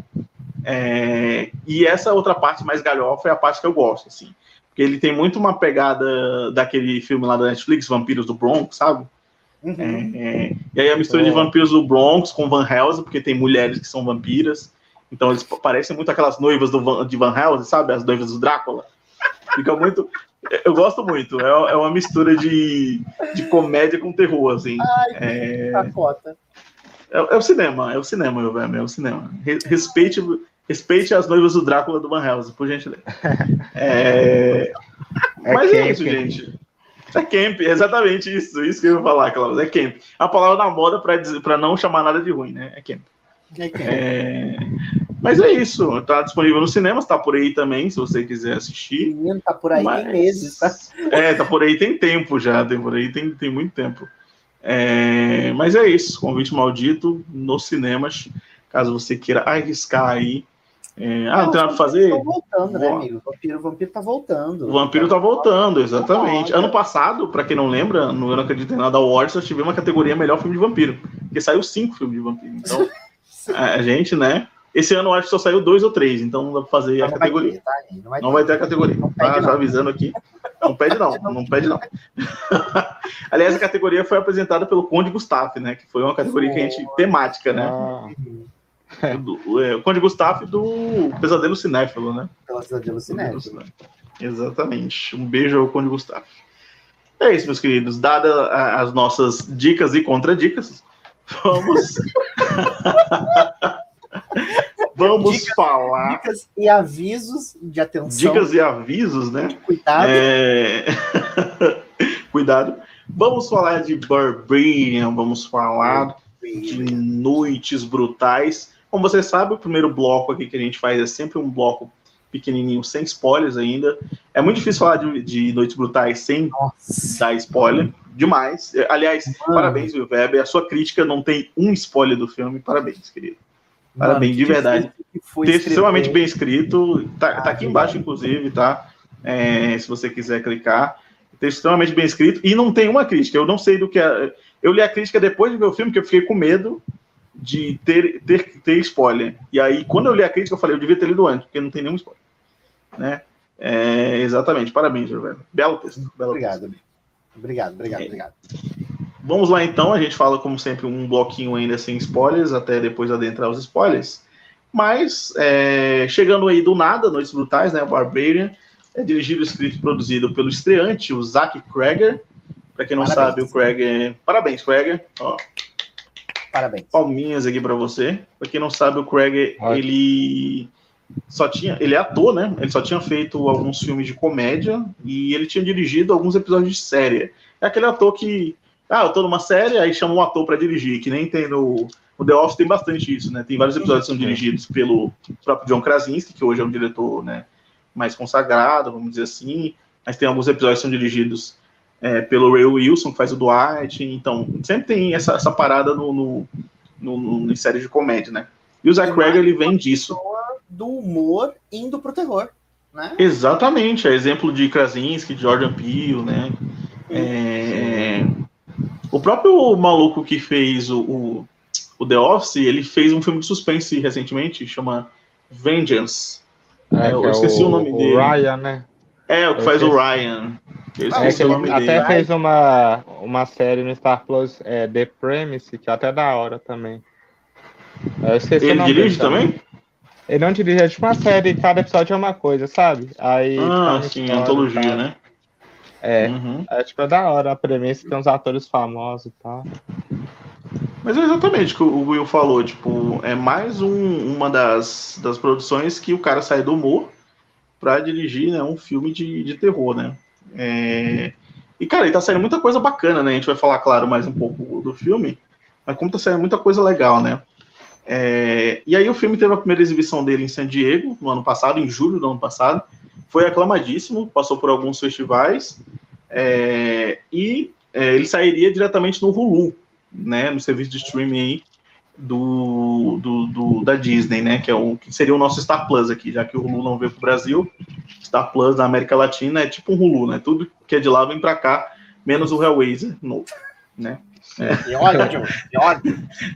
Speaker 1: É, e essa outra parte mais galhofa é a parte que eu gosto, assim. Porque ele tem muito uma pegada daquele filme lá da Netflix, Vampiros do Bronx, sabe? Uhum. É, é, e aí a mistura é. de Vampiros do Bronx com Van Helsing, porque tem mulheres que são vampiras. Então eles parecem muito aquelas noivas do Van, de Van Helsing, sabe? As noivas do Drácula. Fica muito, Eu gosto muito. É, é uma mistura de, de comédia com terror, assim.
Speaker 2: Ai,
Speaker 1: é...
Speaker 2: cacota.
Speaker 1: É, é o cinema, é o cinema, meu velho, é o cinema. Respeite, respeite as noivas do Drácula do Van Helsing, por gentileza. É...
Speaker 3: É
Speaker 1: Mas
Speaker 3: camp.
Speaker 1: é isso, gente. É camp, exatamente isso. Isso que eu ia falar, Cláudio. É camp. A palavra da moda para não chamar nada de ruim, né? É camp.
Speaker 2: É camp.
Speaker 1: É... Mas é isso. Tá disponível nos cinemas, tá por aí também, se você quiser assistir.
Speaker 2: Menino, tá por aí
Speaker 1: Mas...
Speaker 2: tem meses, tá?
Speaker 1: É, tá por aí tem tempo já. Tem por aí tem, tem muito tempo. É... Mas é isso. Convite Maldito nos cinemas. Caso você queira arriscar aí. É... Ah, não, não tem nada pra fazer?
Speaker 2: Tá voltando, né, amigo? O vampiro, o vampiro tá voltando.
Speaker 1: O vampiro tá voltando, exatamente. Ano passado, pra quem não lembra, no Eu Não Acredito em Nada Awards, nós tivemos uma categoria melhor filme de vampiro. Porque saiu cinco filmes de vampiro. Então, a gente, né? Esse ano eu acho que só saiu dois ou três, então não dá pra fazer não a categoria. Ter, tá? Não, vai, não vai ter a categoria. Não tá, já avisando aqui. Não pede não, não pede não. Aliás, a categoria foi apresentada pelo Conde Gustaf, né? Que foi uma categoria que a gente, temática, né? Ah. Do, é, o Conde Gustaf do Pesadelo Cinéfilo, né?
Speaker 2: Pesadelo Cinéfilo.
Speaker 1: Exatamente. Um beijo ao Conde Gustaf. É isso, meus queridos. Dadas as nossas dicas e contradicas, vamos... Vamos
Speaker 2: dicas,
Speaker 1: falar...
Speaker 2: Dicas e avisos de atenção.
Speaker 1: Dicas e avisos, né?
Speaker 2: Cuidado.
Speaker 1: É... Cuidado. Vamos falar de Barbarian, vamos falar Barbarian. de Noites Brutais. Como você sabe, o primeiro bloco aqui que a gente faz é sempre um bloco pequenininho, sem spoilers ainda. É muito difícil falar de, de Noites Brutais sem Nossa. dar spoiler. Demais. Aliás, Mano. parabéns, Will Weber. A sua crítica não tem um spoiler do filme. Parabéns, querido. Parabéns, Mano, de verdade. Texto extremamente bem escrito. Tá, ah, tá aqui embaixo, inclusive, tá? É, se você quiser clicar. Texto extremamente bem escrito. E não tem uma crítica. Eu não sei do que é. Eu li a crítica depois de ver o filme, que eu fiquei com medo de ter, ter, ter spoiler. E aí, quando eu li a crítica, eu falei, eu devia ter lido antes, porque não tem nenhum spoiler. Né? É, exatamente. Parabéns, Gilberto. Belo texto. Belo
Speaker 2: obrigado,
Speaker 1: texto.
Speaker 2: Obrigado, obrigado,
Speaker 1: é.
Speaker 2: obrigado.
Speaker 1: Vamos lá, então. A gente fala, como sempre, um bloquinho ainda sem spoilers, até depois adentrar os spoilers. Mas, é, chegando aí do nada, Noites Brutais, né? Barbarian. É dirigido, escrito e produzido pelo estreante, o Zach Cregger. Para quem não Parabéns. sabe, o Cregger... Parabéns, Cregger. Ó.
Speaker 2: Parabéns.
Speaker 1: Palminhas aqui para você. Para quem não sabe, o Cregger, ele... só tinha... Ele é ator, né? Ele só tinha feito alguns filmes de comédia e ele tinha dirigido alguns episódios de série. É aquele ator que... Ah, eu tô numa série, aí chama um ator para dirigir, que nem tem no... No The Office tem bastante isso, né? Tem vários episódios que são dirigidos pelo próprio John Krasinski, que hoje é um diretor, né, mais consagrado, vamos dizer assim. Mas tem alguns episódios que são dirigidos é, pelo Ray Wilson, que faz o Dwight. Então, sempre tem essa, essa parada no, no, no, no, em séries de comédia, né? E o Zach Cregger, ele vem disso.
Speaker 2: Do humor indo pro terror, né?
Speaker 1: Exatamente. É exemplo de Krasinski, de Jordan Peele, né? É, o próprio maluco que fez o, o, o The Office, ele fez um filme de suspense recentemente, chama Vengeance.
Speaker 3: É, é, eu esqueci é o, o nome o dele. Ryan, né?
Speaker 1: É, o que eu faz esqueci. o Ryan. Eu esqueci
Speaker 3: é,
Speaker 1: o nome
Speaker 3: até
Speaker 1: dele.
Speaker 3: Até fez uma, uma série no Star Plus, é, The Premise, que é até da hora também. Eu esqueci
Speaker 1: ele
Speaker 3: o nome
Speaker 1: dirige
Speaker 3: dele,
Speaker 1: também?
Speaker 3: Ele não dirige, é tipo uma série, cada episódio é uma coisa, sabe? Aí,
Speaker 1: ah, sim, antologia, né?
Speaker 3: É, uhum. é tipo é da hora a premissa, tem uns atores famosos e tal.
Speaker 1: Mas é exatamente o que o Will falou, tipo, é mais um, uma das, das produções que o cara sai do humor pra dirigir, né, um filme de, de terror, né? É... E, cara, ele tá saindo muita coisa bacana, né? A gente vai falar, claro, mais um pouco do filme, mas como tá saindo muita coisa legal, né? É... E aí o filme teve a primeira exibição dele em San Diego, no ano passado, em julho do ano passado. Foi aclamadíssimo, passou por alguns festivais, é... e é, ele sairia diretamente no Hulu, né, no serviço de streaming aí do, do, do, da Disney, né, que, é o, que seria o nosso Star Plus aqui, já que o Hulu não veio pro Brasil. Star Plus da América Latina é tipo um Hulu, né, tudo que é de lá vem pra cá, menos o Hellraiser novo, né. É.
Speaker 2: E olha, e olha.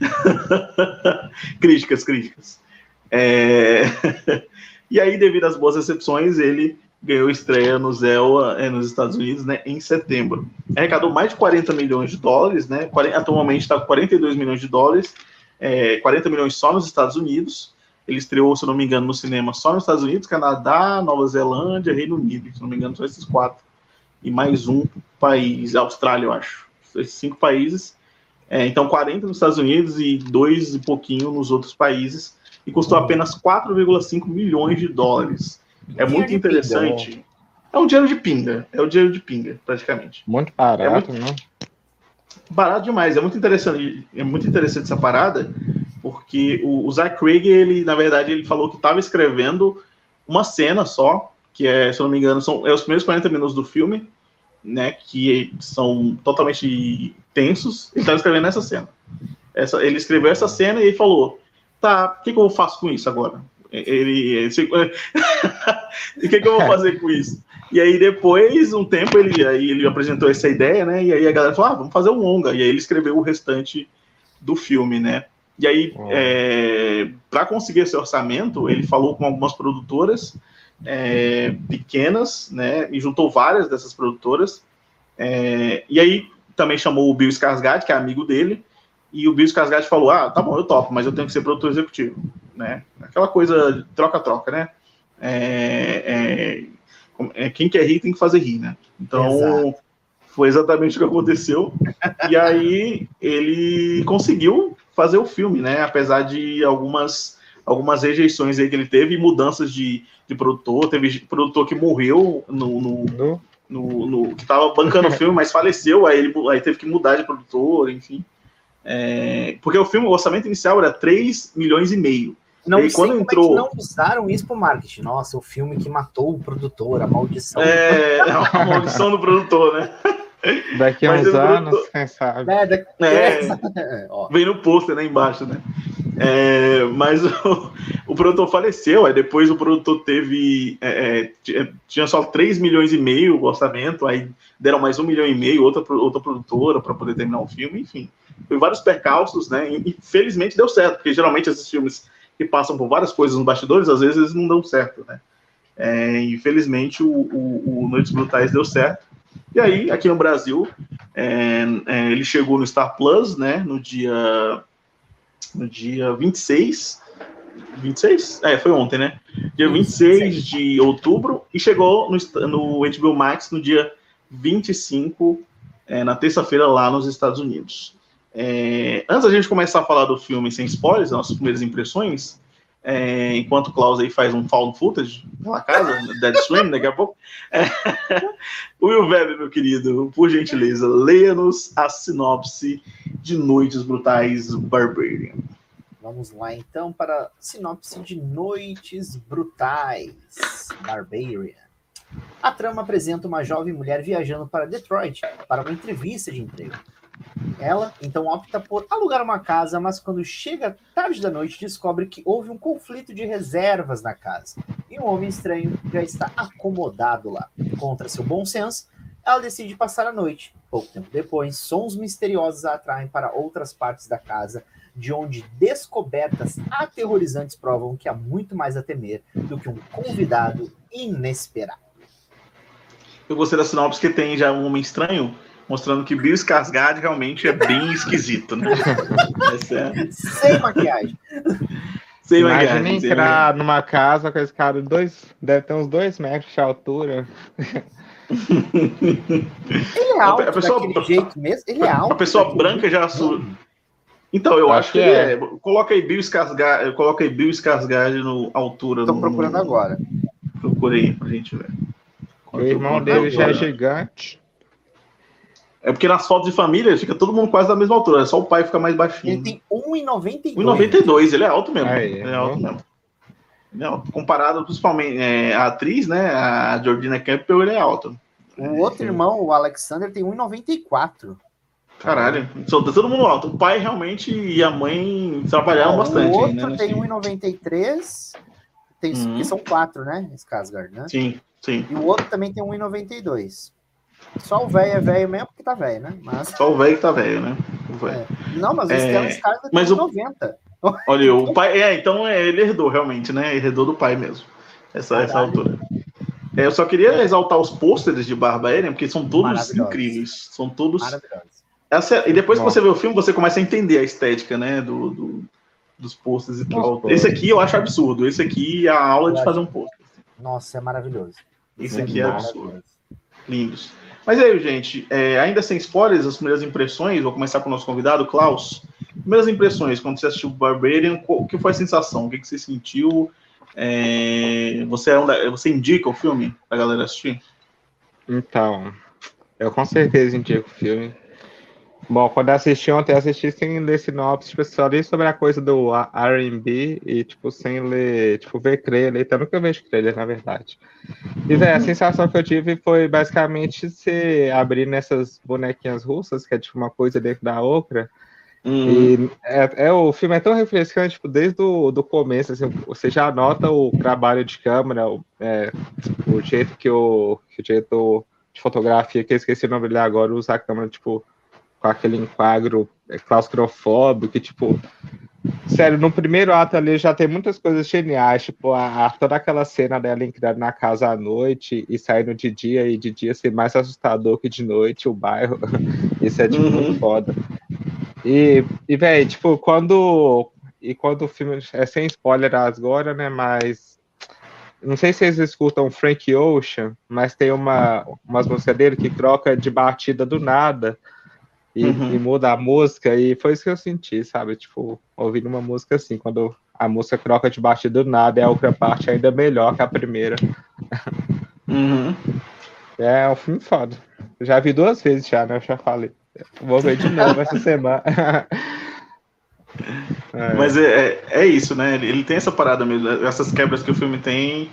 Speaker 1: Críticas, críticas. É... E aí, devido às boas recepções, ele ganhou estreia no Zéu é, nos Estados Unidos, né, em setembro. Arrecadou mais de quarenta milhões de dólares, né, atualmente está com quarenta e dois milhões de dólares, é, quarenta milhões só nos Estados Unidos. Ele estreou, se não me engano, no cinema só nos Estados Unidos, Canadá, Nova Zelândia, Reino Unido, se não me engano, são esses quatro e mais um país, Austrália, eu acho. Esses cinco países. É, então, quarenta nos Estados Unidos e dois e pouquinho nos outros países. E custou apenas quatro vírgula cinco milhões de dólares. É muito interessante. É um dinheiro de pinga. É o dinheiro de pinga, praticamente.
Speaker 3: Muito barato,
Speaker 1: é muito...
Speaker 3: né?
Speaker 1: Barato demais. É muito interessante, é muito interessante essa parada, porque o, o Zach Craig, ele, na verdade, ele falou que estava escrevendo uma cena só, que é, se eu não me engano, são é os primeiros quarenta minutos do filme, né, que são totalmente tensos. Ele estava escrevendo essa cena. Essa, ele escreveu essa cena e ele falou, tá, o que, que eu faço com isso agora? Ele, ele o que, que eu vou fazer com isso? E aí depois, um tempo, ele, aí ele apresentou essa ideia, né, e aí a galera falou, ah, vamos fazer um longa, e aí ele escreveu o restante do filme, né. E aí, oh. é, para conseguir esse orçamento, ele falou com algumas produtoras é, pequenas, né, e juntou várias dessas produtoras, é, e aí também chamou o Bill Skarsgård, que é amigo dele, e o Bill Skarsgård falou, ah, tá bom, eu topo, mas eu tenho que ser produtor executivo, né, aquela coisa troca-troca, né, é, é, é, quem quer rir tem que fazer rir, né, então Exato. Foi exatamente o que aconteceu, e aí ele conseguiu fazer o filme, né, apesar de algumas, algumas rejeições aí que ele teve, e mudanças de, de produtor, teve produtor que morreu no... no, no, no, no que estava bancando o filme, mas faleceu, aí, ele, aí teve que mudar de produtor, enfim. É, porque o filme, o orçamento inicial era três milhões e meio.
Speaker 2: Não
Speaker 1: e
Speaker 2: sei quando como entrou... é que não usaram isso pro marketing. Nossa, o filme que matou o produtor, a maldição.
Speaker 1: É, do... a maldição do produtor, né?
Speaker 3: Daqui a uns anos, produtor... quem sabe.
Speaker 2: É, daqui...
Speaker 1: é, vem no pôster, né, embaixo, né? É, mas o, o produtor faleceu, aí depois o produtor teve, é, é, tinha só três milhões e meio o orçamento, aí deram mais um milhão e meio, outra, outra produtora para poder terminar o filme, enfim. Foi vários percalços, né, e felizmente deu certo, porque geralmente esses filmes que passam por várias coisas nos bastidores, às vezes eles não dão certo, né. É, infelizmente o, o, o Noites Brutais deu certo. E aí, aqui no Brasil, é, é, ele chegou no Star Plus, né, no dia... no dia vinte e seis, vinte e seis? É, foi ontem, né? Dia vinte e seis de outubro, e chegou no, no H B O Max no dia vinte e cinco, é, na terça-feira, lá nos Estados Unidos. É, antes da gente começar a falar do filme sem spoilers, nossas primeiras impressões, é, enquanto o Klaus aí faz um found footage pela casa, Dead Swim, daqui a pouco, é, Will Weber, meu querido, por gentileza, leia-nos a sinopse de Noites Brutais Barbarian.
Speaker 2: Vamos lá, então, para a sinopse de Noites Brutais Barbarian. A trama apresenta uma jovem mulher viajando para Detroit para uma entrevista de emprego. Ela, então, opta por alugar uma casa, mas quando chega tarde da noite, descobre que houve um conflito de reservas na casa. E um homem estranho já está acomodado lá. Contra seu bom senso, ela decide passar a noite. Pouco tempo depois, sons misteriosos a atraem para outras partes da casa, de onde descobertas aterrorizantes provam que há muito mais a temer do que um convidado inesperado.
Speaker 1: Eu gostei da sinopse que tem já um homem estranho, mostrando que Bill Skarsgård realmente é bem esquisito, né?
Speaker 2: É... Sem maquiagem.
Speaker 1: Sem
Speaker 3: Imagina
Speaker 1: maquiagem.
Speaker 3: entrar sem numa casa com esse cara, dois, deve ter uns dois metros de altura.
Speaker 2: Ele é alto, a pessoa, daquele jeito mesmo? Ele é alto.
Speaker 1: A pessoa branca já... Su... Então, eu acho, acho que ele é. é. Coloca aí Bill Skarsgård, coloca aí Bill Skarsgård no altura.
Speaker 2: Tô no... procurando agora.
Speaker 1: Procurei pra gente ver.
Speaker 3: O irmão dele já é gigante.
Speaker 1: É porque nas fotos de família fica todo mundo quase da mesma altura, só o pai fica mais baixinho.
Speaker 2: Ele tem um e noventa e dois.
Speaker 1: um e noventa e dois, ele é alto mesmo.
Speaker 3: Aí,
Speaker 1: ele é alto mesmo. Ele é alto. Comparado principalmente é, a atriz, né, a Jordina Campbell, ele é alto.
Speaker 2: O outro irmão, o Alexander, tem um e noventa e quatro.
Speaker 1: Caralho, só tá todo mundo alto. O pai realmente e a mãe trabalharam Não, bastante.
Speaker 2: O outro
Speaker 1: né,
Speaker 2: tem um e noventa e três, tem, uhum. são quatro, né, Skarsgård, né?
Speaker 1: Sim, sim.
Speaker 2: E o outro também tem um e noventa e dois. Só o velho é velho mesmo porque tá velho, né? Mas...
Speaker 1: Só o velho que tá velho, né?
Speaker 2: É. Não, mas o é... Stellan Skarsgård tem um e noventa.
Speaker 1: O... Olha, o pai... É, então é, ele herdou, realmente, né? Ele herdou do pai mesmo. Essa, essa altura. É, eu só queria exaltar os pôsteres de Barbarian, porque são todos incríveis. São todos... Essa... E depois Nossa. que você vê o filme, você começa a entender a estética, né? Do, do... dos pôsteres e tal. Esse aqui eu acho absurdo. Esse aqui é a aula de fazer um pôster.
Speaker 2: Nossa, é maravilhoso.
Speaker 1: Esse aqui é, é absurdo. Lindos. Mas aí, gente, é, ainda sem spoilers, as primeiras impressões, vou começar com o nosso convidado, Klaus. Primeiras impressões, quando você assistiu Barbarian, o que foi a sensação? O que, que você sentiu? É, você, é um da, você indica o filme pra galera assistir?
Speaker 3: Então, eu com certeza indico o filme. Bom, quando eu assisti ontem, eu assisti sem ler sinopse, tipo, só li sobre a coisa do R and B e, tipo, sem ler, tipo, ver trailer, então eu nunca vejo trailer, na verdade. E, velho, a sensação que eu tive foi, basicamente, você abrir nessas bonequinhas russas, que é, tipo, uma coisa dentro da outra, uhum. E é, é, o filme é tão refrescante, tipo, desde o do começo, assim, você já nota o trabalho de câmera, o, é, o jeito que o, que o diretor de fotografia, que eu esqueci o nome dele agora, usa a câmera, tipo, com aquele enquadro claustrofóbico, que, tipo, sério, no primeiro ato ali já tem muitas coisas geniais, tipo, a, a, toda aquela cena dela entrando na casa à noite e saindo de dia, e de dia ser mais assustador que de noite, o bairro, isso é, tipo, uhum. muito foda. E, e velho, tipo, quando, e quando o filme, é sem spoiler agora, né, mas, não sei se vocês escutam Frank Ocean, mas tem uma, umas músicas dele que troca de batida do nada, E, uhum. e muda a música, e foi isso que eu senti, sabe? Tipo, ouvindo uma música assim, quando a música troca de batida do nada, é a outra parte ainda melhor que a primeira.
Speaker 1: Uhum.
Speaker 3: É um filme foda. Eu já vi duas vezes já, né? Eu já falei. Vou ver de novo essa semana.
Speaker 1: é. Mas é, é isso, né? Ele tem essa parada mesmo, essas quebras que o filme tem.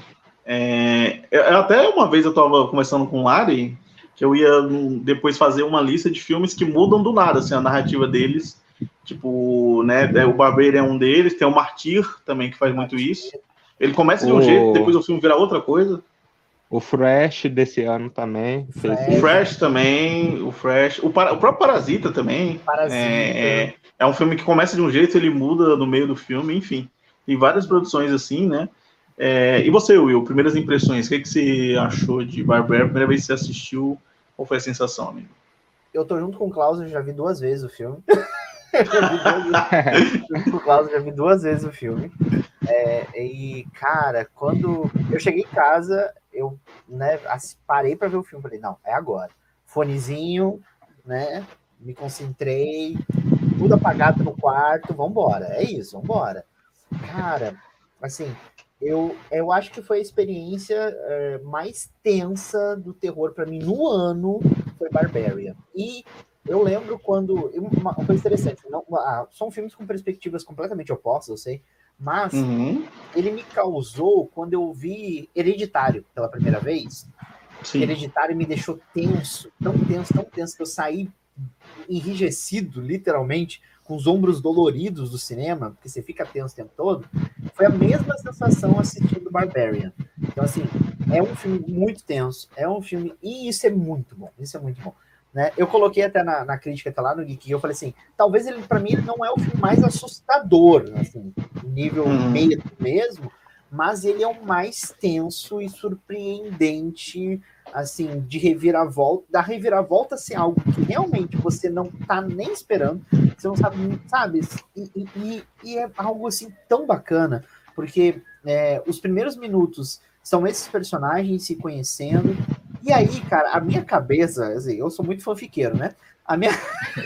Speaker 1: É... Eu, até uma vez eu tava conversando com o Lari, que eu ia depois fazer uma lista de filmes que mudam do nada, assim, a narrativa deles. Tipo, né, o Barbarian é um deles, tem o Martyr também, que faz muito isso. Ele começa de um o... jeito, depois o filme vira outra coisa.
Speaker 3: O Fresh desse ano também.
Speaker 1: Fresh. O Fresh também, o Fresh. O, para... o próprio Parasita também.
Speaker 2: Parasita.
Speaker 1: É... é um filme que começa de um jeito, ele muda no meio do filme, enfim. Tem várias produções assim, né? É, e você, Will, primeiras impressões, o que, que você achou de Barbarian? Primeira vez que você assistiu, qual foi a sensação, amigo?
Speaker 2: Eu tô junto com o Klaus, eu já vi duas vezes o filme. eu já vi duas vezes. Junto com o Klaus, eu já vi duas vezes o filme. É, e, cara, quando eu cheguei em casa, eu né, parei pra ver o filme, falei, não, é agora. Fonezinho, né, me concentrei, tudo apagado no quarto, vambora, é isso, vambora. Cara, assim... Eu, eu acho que foi a experiência é, mais tensa do terror para mim no ano, foi Barbarian. E eu lembro quando... Uma, uma coisa interessante, não, ah, são filmes com perspectivas completamente opostas, eu sei, mas uhum. ele me causou, quando eu vi Hereditário pela primeira vez, Sim. Hereditário me deixou tenso, tão tenso, tão tenso, que eu saí enrijecido, literalmente, com os ombros doloridos do cinema, porque você fica tenso o tempo todo. Foi a mesma sensação assistindo Barbarian. Então, assim, é um filme muito tenso, é um filme, e isso é muito bom, isso é muito bom. Né? Eu coloquei até na, na crítica, até lá no Geek, eu falei assim, talvez ele, pra mim, ele não é o filme mais assustador, assim, nível uhum. meio mesmo, mas ele é o mais tenso e surpreendente, assim, de reviravolta, da reviravolta ser algo que realmente você não tá nem esperando, você não sabe, sabe? E, e, e é algo, assim, tão bacana, porque é, os primeiros minutos são esses personagens se conhecendo, e aí, cara, a minha cabeça, assim, eu sou muito fanfiqueiro, né? A minha...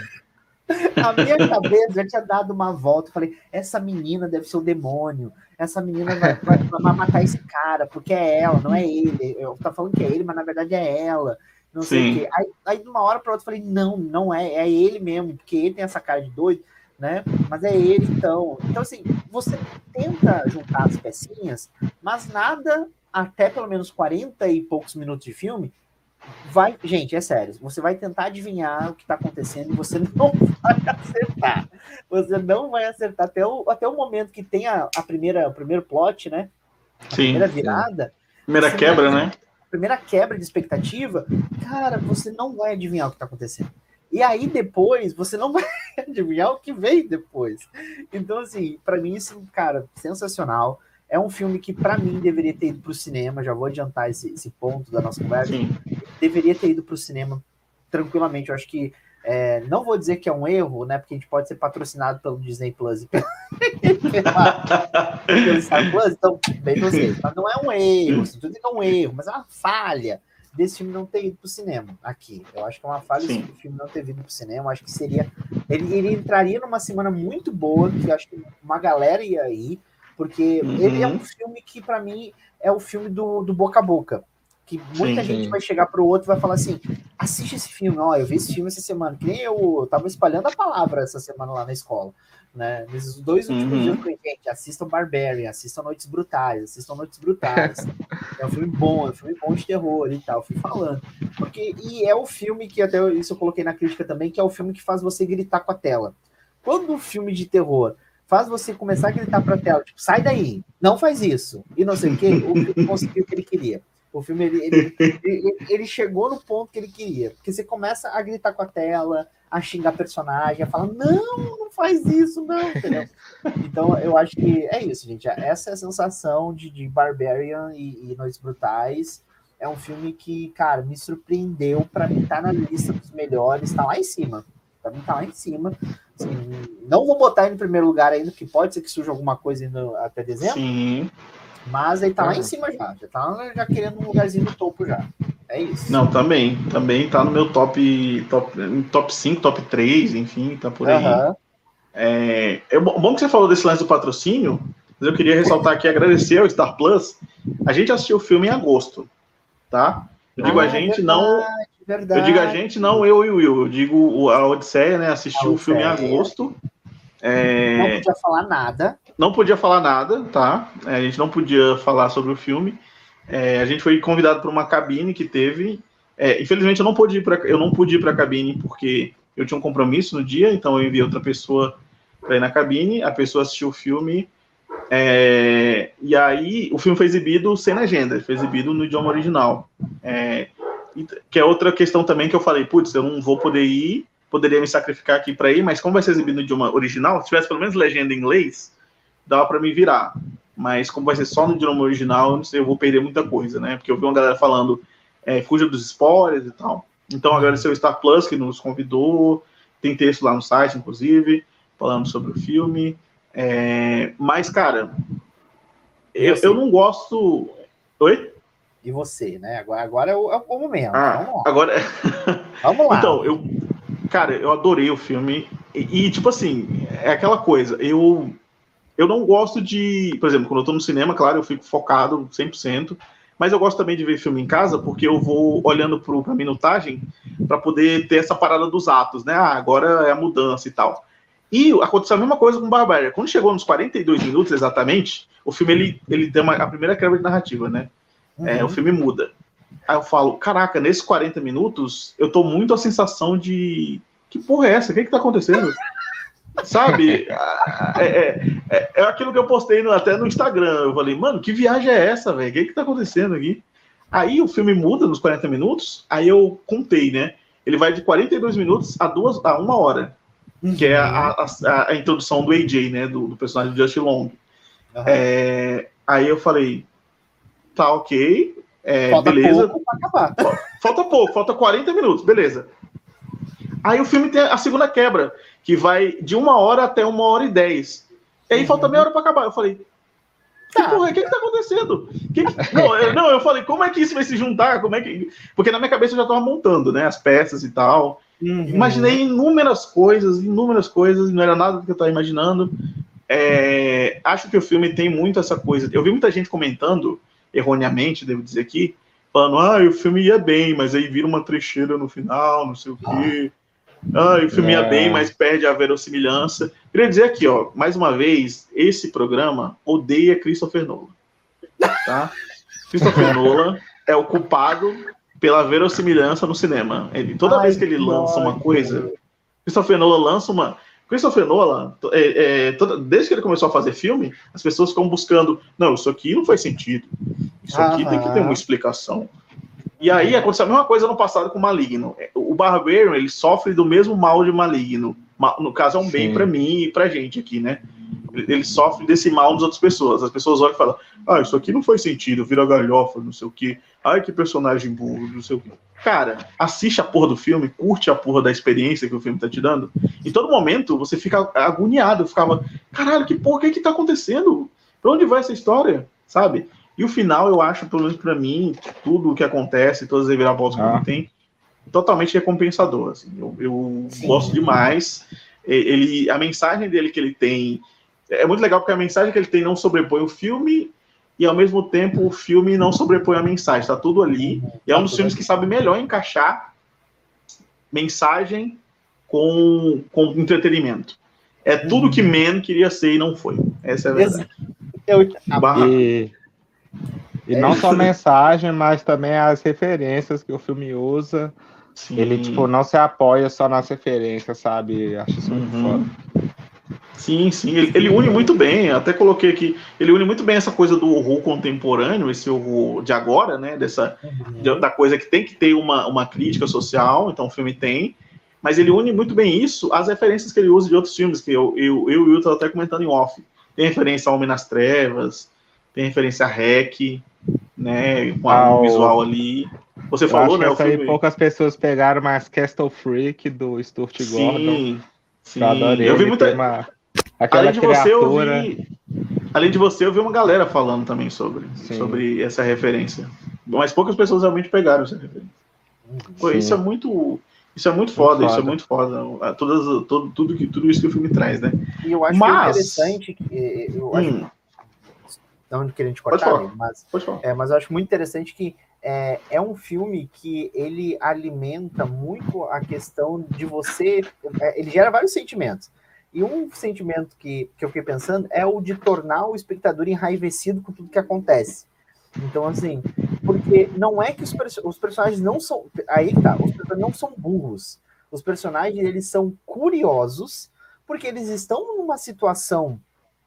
Speaker 2: A minha cabeça já tinha dado uma volta. Eu falei, essa menina deve ser o demônio. Essa menina vai, vai, vai matar esse cara, porque é ela, não é ele. Eu tava falando que é ele, mas na verdade é ela. Não sei Sim. o quê. Aí, aí, de uma hora para outra, eu falei, não, não é. É ele mesmo, porque ele tem essa cara de doido, né? Mas é ele, então. Então, assim, você tenta juntar as pecinhas, mas nada, até pelo menos quarenta e poucos minutos de filme, vai, gente, é sério, você vai tentar adivinhar o que está acontecendo e você não vai acertar. Você não vai acertar até o, até o momento que tem a, a primeira, o primeiro plot, né? A
Speaker 1: sim,
Speaker 2: primeira virada.
Speaker 1: Sim. Primeira quebra,
Speaker 2: vai,
Speaker 1: né?
Speaker 2: Primeira quebra de expectativa, cara, você não vai adivinhar o que está acontecendo. E aí depois, você não vai adivinhar o que vem depois. Então, assim, para mim isso, cara, sensacional. É um filme que, para mim, deveria ter ido para o cinema. Já vou adiantar esse, esse ponto da nossa conversa. Sim. Deveria ter ido para o cinema tranquilamente. Eu acho que, é, não vou dizer que é um erro, né? Porque a gente pode ser patrocinado pelo Disney Plus e pelo, pelo Star Plus, então, bem vocês. Mas não é um erro, assim, tudo é um erro, mas é uma falha. desse filme não ter ido pro cinema aqui. Eu acho que é uma falha esse filme não ter vindo pro cinema. Eu acho que seria... Ele, ele entraria numa semana muito boa, que eu acho que uma galera ia ir, porque uhum. ele é um filme que, para mim, é o filme do, do boca a boca. Que muita sim, gente sim. vai chegar pro outro e vai falar assim, assiste esse filme, ó, eu vi esse filme essa semana, que nem eu, eu tava espalhando a palavra essa semana lá na escola, né, nesses dois últimos uhum. dias eu falei, gente, assistam Barbarian, assistam Noites Brutais, assistam Noites Brutais, é um filme bom, é um filme bom de terror e tal, fui falando, porque, e é o filme que, até isso eu coloquei na crítica também, que é o filme que faz você gritar com a tela. Quando um filme de terror faz você começar a gritar pra tela, tipo, sai daí, não faz isso, e não sei o quê, o filme conseguiu o que ele queria. O filme, ele, ele, ele, ele chegou no ponto que ele queria. Porque você começa a gritar com a tela, a xingar personagem, a falar, não, não faz isso, não, entendeu? Então, eu acho que é isso, gente. Essa é a sensação de, de Barbarian e, e Noites Brutais. É um filme que, cara, me surpreendeu. Pra mim, tá na lista dos melhores, tá lá em cima. Pra mim, tá lá em cima. Assim, não vou botar ele em primeiro lugar ainda, porque pode ser que surja alguma coisa indo até dezembro.
Speaker 1: Sim.
Speaker 2: Mas aí tá lá em cima já, já tá já querendo um lugarzinho no topo já. É isso.
Speaker 1: Não, também, também tá no meu top, top, top cinco, top três, enfim, tá por aí. Uhum. É, é bom que você falou desse lance do patrocínio, mas eu queria ressaltar aqui, agradecer ao Star Plus. A gente assistiu o filme em agosto, tá? Eu digo ah, a gente, verdade, não... Verdade. Eu digo a gente, não eu e o Will, eu digo a Odisseia, né, assistiu o filme em agosto. É...
Speaker 2: Não podia falar nada.
Speaker 1: Não podia falar nada, tá? A gente não podia falar sobre o filme. É, a gente foi convidado para uma cabine que teve. É, infelizmente, eu não pude ir para eu não pude ir para a cabine porque eu tinha um compromisso no dia, então eu enviei outra pessoa para ir na cabine. A pessoa assistiu o filme. É, e aí, o filme foi exibido sem legenda, foi exibido no idioma original. É, que é outra questão também que eu falei, putz, eu não vou poder ir, poderia me sacrificar aqui para ir, mas como vai ser exibido no idioma original, se tivesse pelo menos legenda em inglês, dava para me virar. Mas como vai ser só no idioma original, eu não sei, eu vou perder muita coisa, né? Porque eu vi uma galera falando, é, fuja dos spoilers e tal. Então, agradecer ao Star Plus, que nos convidou, tem texto lá no site, inclusive, falando sobre o filme. É, mas, cara, eu, eu não gosto... Oi?
Speaker 2: E você, né? Agora, agora é, o, é o momento.
Speaker 1: Ah,
Speaker 2: Vamos lá.
Speaker 1: Agora...
Speaker 2: Vamos lá.
Speaker 1: Então, eu... Cara, eu adorei o filme. E, e, tipo assim, é aquela coisa. Eu, eu não gosto de... Por exemplo, quando eu tô no cinema, claro, eu fico focado cem por cento. Mas eu gosto também de ver filme em casa, porque eu vou olhando pro, pra minutagem para poder ter essa parada dos atos, né? Ah, agora é a mudança e tal. E aconteceu a mesma coisa com Barbarian. Quando chegou nos quarenta e dois minutos, exatamente, o filme, ele, ele tem uma, a primeira quebra de narrativa, né? Uhum. É, o filme muda. Aí eu falo, caraca, nesses quarenta minutos, eu tô muito a sensação de... Que porra é essa? O que que tá acontecendo? Sabe? É, é, é, é aquilo que eu postei no, até no Instagram. Eu falei, mano, que viagem é essa, velho? O que que tá acontecendo aqui? Aí o filme muda nos quarenta minutos, aí eu contei, né? Ele vai de quarenta e dois minutos a, duas, a uma hora. Uhum. Que é a, a, a introdução do A J, né? Do, do personagem do Justin Long. Uhum. É, aí eu falei, tá ok... É,
Speaker 2: falta
Speaker 1: beleza.
Speaker 2: pouco pra acabar.
Speaker 1: Falta pouco, falta quarenta minutos, beleza. Aí o filme tem a segunda quebra, que vai de uma hora até uma hora e dez. E aí uhum. falta meia hora pra acabar. Eu falei, que tá. porra, o que que tá acontecendo? Que que... Não, eu, não, eu falei, como é que isso vai se juntar? Como é que... Porque na minha cabeça eu já tava montando, né, as peças e tal. Uhum. Imaginei inúmeras coisas, inúmeras coisas, não era nada do que eu tava imaginando. É... Acho que o filme tem muito essa coisa. Eu vi muita gente comentando, erroneamente, devo dizer aqui, falando, ah, o filme ia bem, mas aí vira uma trecheira no final, não sei o quê. Ah, o filme é. ia bem, mas perde a verossimilhança. Queria dizer aqui, ó, mais uma vez, esse programa odeia Christopher Nolan. Tá? Christopher Nolan é o culpado pela verossimilhança no cinema. Ele, toda Ai, vez que ele lança uma coisa, Christopher Nolan lança uma... Christopher Nolan, é, é, toda, desde que ele começou a fazer filme, as pessoas ficam buscando, não, isso aqui não faz sentido, isso aqui ah, tem que ter uma explicação. E aí aconteceu a mesma coisa no passado com Maligno. O Barbarian, ele sofre do mesmo mal de Maligno. No caso, é um bem para mim e pra gente aqui, né? Ele sofre desse mal nas outras pessoas. As pessoas olham e falam, ah, isso aqui não faz sentido, vira galhofa, não sei o quê. Ai, que personagem burro, não sei o quê. Cara, assiste a porra do filme, curte a porra da experiência que o filme tá te dando. Em todo momento, você fica agoniado. Eu ficava, caralho, que porra, o que que tá acontecendo? Pra onde vai essa história? Sabe? E o final, eu acho, pelo menos para mim, tudo o que acontece, todas as reviravoltas
Speaker 3: ah.
Speaker 1: que tem, totalmente recompensador. Assim. Eu, eu gosto demais. Ele, a mensagem dele que ele tem é muito legal, porque a mensagem que ele tem não sobrepõe o filme e, ao mesmo tempo, o filme não sobrepõe a mensagem. Está tudo ali. E é um dos filmes que sabe melhor encaixar mensagem com, com entretenimento. É tudo que Man queria ser e não foi. Essa é a verdade.
Speaker 2: Eu...
Speaker 3: E, e não só a mensagem, mas também as referências que o filme usa. Sim. Ele, tipo, não se apoia só nas referências, sabe? Acho isso muito
Speaker 1: uhum.
Speaker 3: foda.
Speaker 1: Sim, sim. Ele, ele une muito bem, até coloquei aqui, ele une muito bem essa coisa do horror contemporâneo, esse horror de agora, né? Dessa, uhum. de, da coisa que tem que ter uma, uma crítica social, então o filme tem, mas ele une muito bem isso às referências que ele usa de outros filmes, que eu, eu, eu e o Will estão até comentando em off. Tem referência a Homem nas Trevas, tem referência a Rec, né? Com
Speaker 3: ah,
Speaker 1: o visual ali. Você
Speaker 3: eu
Speaker 1: falou,
Speaker 3: acho
Speaker 1: né?
Speaker 3: Que
Speaker 1: o
Speaker 3: essa
Speaker 1: filme...
Speaker 3: aí poucas pessoas pegaram, mas Castle Freak do Stuart
Speaker 1: sim,
Speaker 3: Gordon.
Speaker 1: Sim,
Speaker 3: eu adorei.
Speaker 1: Eu vi muita...
Speaker 3: uma... Aquela
Speaker 1: além de
Speaker 3: criatura...
Speaker 1: você, eu vi... Além de você, eu vi uma galera falando também sobre, sobre essa referência. Mas poucas pessoas realmente pegaram essa referência. Pô, isso é muito... Isso é muito foda, muito isso foda. é muito foda. Todas, todo, tudo, que, tudo isso que o filme traz, né?
Speaker 2: E eu acho
Speaker 1: mas...
Speaker 2: interessante... Que, eu acho... Hum. Não querendo te cortar,
Speaker 1: Pode falar.
Speaker 2: mas,
Speaker 1: Pode falar.
Speaker 2: É, mas eu acho muito interessante que é, é um filme que ele alimenta muito a questão de você... É, ele gera vários sentimentos. E um sentimento que, que eu fiquei pensando é o de tornar o espectador enraivecido com tudo que acontece. Então, assim, porque não é que os, os personagens não são... Aí tá, os personagens não são burros. Os personagens, eles são curiosos, porque eles estão numa situação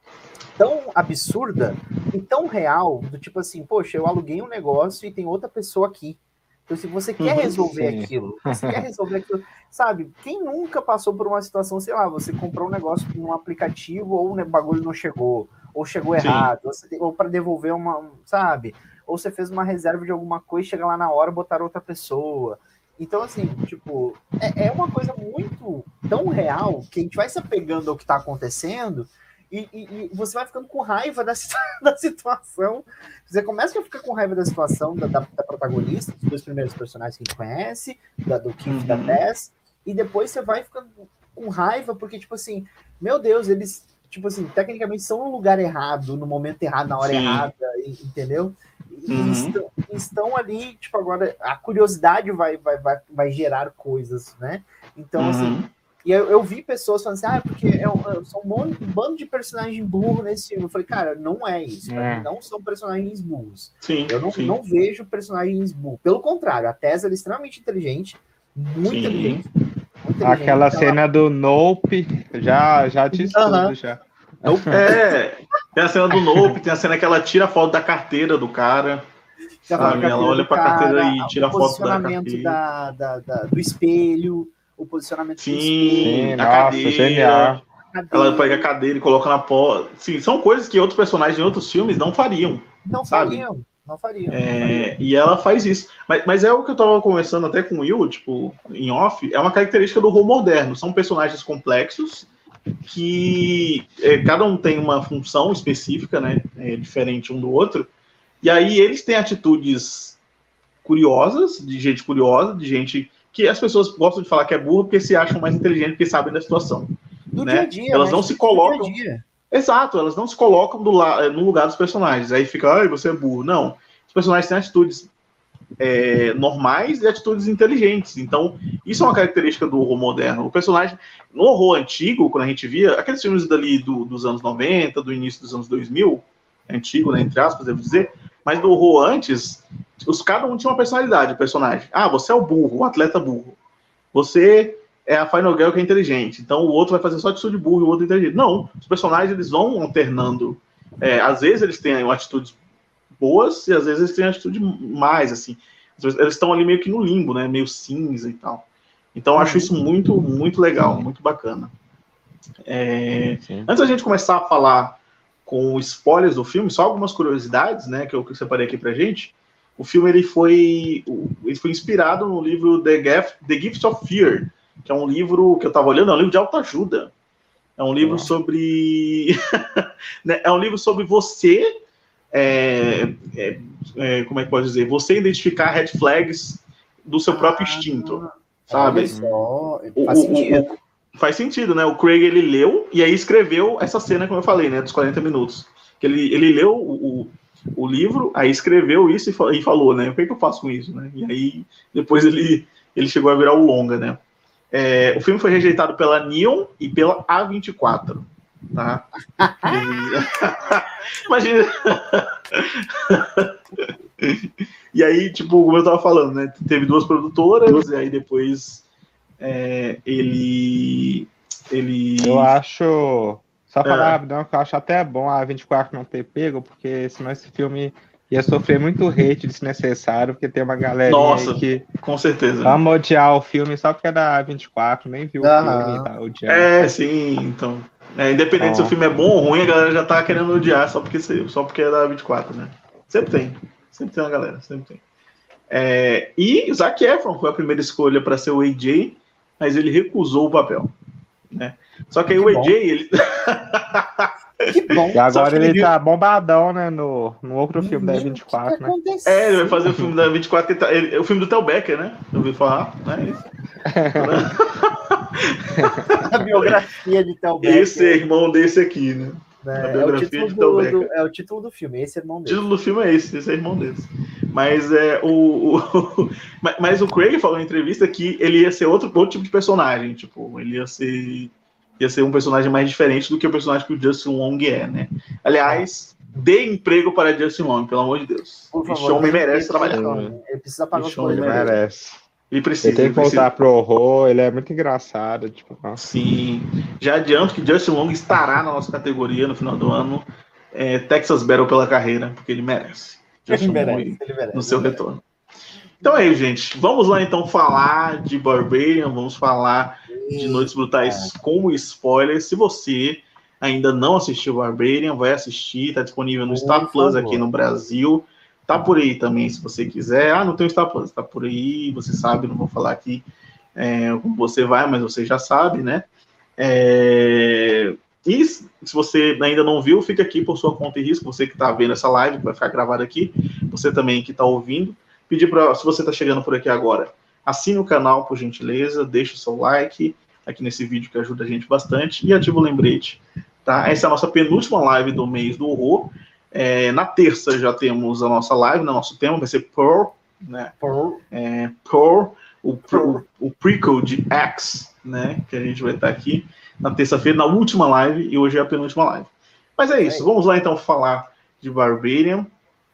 Speaker 2: tão absurda e tão real, do tipo assim, poxa, eu aluguei um negócio e tem outra pessoa aqui. Então, se você quer resolver Sim. aquilo, você quer resolver aquilo, sabe? Quem nunca passou por uma situação, sei lá, você comprou um negócio num aplicativo ou o bagulho não chegou, ou chegou Sim. errado, ou, ou para devolver uma, sabe? Ou você fez uma reserva de alguma coisa e chega lá na hora e botar outra pessoa. Então, assim, tipo, é, é uma coisa muito tão real que a gente vai se apegando ao que tá acontecendo e, e, e você vai ficando com raiva da, da situação. Você começa a ficar com raiva da situação da, da, da protagonista, dos dois primeiros personagens que a gente conhece, da, do Keith e da Tess, e depois você vai ficando com raiva porque, tipo assim, meu Deus, eles, tipo assim, tecnicamente são no lugar errado, no momento errado, na hora Sim. errada, entendeu? E uhum. estão, estão ali, tipo, agora a curiosidade vai, vai, vai, vai gerar coisas, né? Então, uhum. assim, e eu, eu vi pessoas falando assim, ah, porque eu, eu sou um, monte, um bando de personagens burros nesse filme. Eu falei, cara, não é isso. É. Não são personagens burros.
Speaker 1: Sim,
Speaker 2: eu não,
Speaker 1: sim.
Speaker 2: não vejo personagens burros. Pelo contrário, a Tessa é extremamente inteligente, muito sim. inteligente. Muito inteligente.
Speaker 3: Aquela então, cena ela... do Nope, já, já disse uhum. tudo, já.
Speaker 1: Nope. É, tem a cena do Nope, tem a cena que ela tira a foto da carteira do cara. Sabe? Ela olha pra cara, carteira e tira a foto da carteira.
Speaker 2: Da, da, da, do espelho, o posicionamento
Speaker 1: Sim,
Speaker 2: do espelho.
Speaker 1: a cadeira. Genial. Ela pega a cadeira e coloca na porta. Sim, são coisas que outros personagens em outros filmes não fariam.
Speaker 2: Não
Speaker 1: sabe?
Speaker 2: fariam, não fariam.
Speaker 1: É,
Speaker 2: não fariam.
Speaker 1: E ela faz isso. Mas, mas é o que eu tava conversando até com o Will, tipo, em off, é uma característica do horror moderno. São personagens complexos que é, cada um tem uma função específica, né? É, diferente um do outro. E aí eles têm atitudes curiosas, de gente curiosa, de gente que as pessoas gostam de falar que é burro porque se acham mais inteligentes porque sabem da situação.
Speaker 2: Do
Speaker 1: né?
Speaker 2: dia a dia.
Speaker 1: Elas
Speaker 2: né?
Speaker 1: não se colocam...
Speaker 2: Dia dia.
Speaker 1: Exato, elas não se colocam do la... no lugar dos personagens. Aí fica, ai, você é burro. Não. Os personagens têm atitudes é, normais e atitudes inteligentes. Então, isso é uma característica do horror moderno. O personagem, no horror antigo, quando a gente via, aqueles filmes dali do, dos anos noventa, do início dos anos dois mil, antigo, né, entre aspas, devo dizer, mas do horror antes, os, cada um tinha uma personalidade, o personagem. Ah, você é o burro, o atleta burro. Você é a Final Girl que é inteligente. Então, o outro vai fazer só atitude burro e o outro inteligente. Não, os personagens, eles vão alternando. É, às vezes, eles têm atitudes boas e às vezes eles têm atitude mais, assim. Eles estão ali meio que no limbo, né? Meio cinza e tal. Então, eu acho isso muito, muito legal, muito bacana. É, antes da gente começar a falar com spoilers do filme, só algumas curiosidades, né, que eu separei aqui pra gente. O filme ele foi, ele foi inspirado no livro The Gift, The Gift of Fear, que é um livro que eu tava olhando, é um livro de autoajuda. É um livro sobre... é um livro sobre você é, é, é, como é que pode dizer? Você identificar red flags do seu próprio instinto, sabe?
Speaker 2: Só,
Speaker 1: o,
Speaker 2: faz
Speaker 1: o,
Speaker 2: sentido.
Speaker 1: O, o, faz sentido, né? O Craig, ele leu e aí escreveu essa cena, como eu falei, né? Dos quarenta minutos. Que ele, ele leu o, o, o livro, aí escreveu isso e, e falou, né? O que, é que eu faço com isso, né? E aí, depois ele, ele chegou a virar o longa, né? É, o filme foi rejeitado pela Neon e pela A vinte e quatro, tá? E... Imagina... E aí, tipo, como eu tava falando, né? Teve duas produtoras, e aí depois é, ele. Ele.
Speaker 3: Eu acho. Só falar
Speaker 1: É.
Speaker 3: rapidão, que eu acho até bom a vinte e quatro não ter pego, porque senão esse filme ia sofrer muito hate desnecessário, porque tem uma galera
Speaker 1: Nossa,
Speaker 3: aí que
Speaker 1: com certeza.
Speaker 3: ama odiar o filme só porque é da vinte e quatro, nem viu
Speaker 2: Ah.
Speaker 3: o filme e tá odiando.
Speaker 1: É, sim, então. É, independente
Speaker 3: Bom.
Speaker 1: se o filme é bom ou ruim, a galera já tá querendo odiar só porque, só porque é da vinte e quatro, né? Sempre tem. Sempre tem uma galera, sempre tem. É, e o Zac Efron foi a primeira escolha para ser o A J, mas ele recusou o papel, né? Só que aí
Speaker 2: Que
Speaker 1: o
Speaker 2: bom.
Speaker 1: A J, ele...
Speaker 2: Que bom.
Speaker 3: E agora
Speaker 1: ele
Speaker 3: ele
Speaker 1: viu-
Speaker 3: tá bombadão, né, no, no outro filme da vinte e quatro, né?
Speaker 1: É, ele vai fazer o filme da vinte e quatro, que tá, ele, é o filme do Tel Becker, né? Eu ouvi falar, né?
Speaker 2: A biografia de Tel Becker.
Speaker 1: Esse é irmão desse aqui, né?
Speaker 2: né?
Speaker 1: a
Speaker 2: É o,
Speaker 1: biografia
Speaker 2: título
Speaker 1: de Tel
Speaker 2: do,
Speaker 1: Becker.
Speaker 2: do- é o título do filme, esse é irmão
Speaker 1: O
Speaker 2: dele.
Speaker 1: título do filme é esse, esse é irmão deles. Mas é o, o mas, mas o Craig falou em entrevista que ele ia ser outro, outro tipo de personagem, tipo, ele ia ser ia ser um personagem mais diferente do que o personagem que o Justin Long é, né? Aliás, dê emprego para Justin Long, pelo amor de Deus.
Speaker 2: Por favor,
Speaker 1: Esse homem
Speaker 2: ele-
Speaker 1: merece
Speaker 2: ele-
Speaker 1: trabalhar.
Speaker 2: Ele, ele precisa pagar os
Speaker 1: Esse homem
Speaker 3: Ele
Speaker 2: boletos.
Speaker 3: merece.
Speaker 1: Ele precisa.
Speaker 3: Ele tem
Speaker 1: ele
Speaker 3: que
Speaker 1: precisa.
Speaker 3: voltar pro horror, ele é muito engraçado, tipo, nossa.
Speaker 1: Sim. Já adianto que Justin Long estará na nossa categoria no final do ano. É, Texas Battle pela carreira, porque ele merece.
Speaker 2: Ele
Speaker 1: Justin Long
Speaker 2: merece, ele merece.
Speaker 1: no seu
Speaker 2: ele
Speaker 1: retorno. Então é isso, gente. Vamos lá então falar de Barbarian, vamos falar de Noites Brutais com spoilers. Se você ainda não assistiu Barbarian, vai assistir, tá disponível no
Speaker 2: Por
Speaker 1: Star Plus
Speaker 2: favor.
Speaker 1: aqui no Brasil. Tá por aí também, se você quiser. Ah, não tem o Star Plus, tá por aí, você sabe, não vou falar aqui é, como você vai, mas você já sabe, né? É... E se você ainda não viu, fica aqui por sua conta e risco, você que está vendo essa live, que vai ficar gravada aqui, você também que está ouvindo, pedir para, se você está chegando por aqui agora, assine o canal, por gentileza, deixe o seu like aqui nesse vídeo que ajuda a gente bastante, e ativa o lembrete, tá? Essa é a nossa penúltima live do mês do horror. É, na terça já temos a nossa live, né? Nosso tema vai ser Pearl, né?
Speaker 2: Pearl.
Speaker 1: É, Pearl, o, o, o prequel de X, né? Que a gente vai estar aqui na terça-feira, na última live, e hoje é a penúltima live. Mas é isso, vamos lá então falar de Barbarian.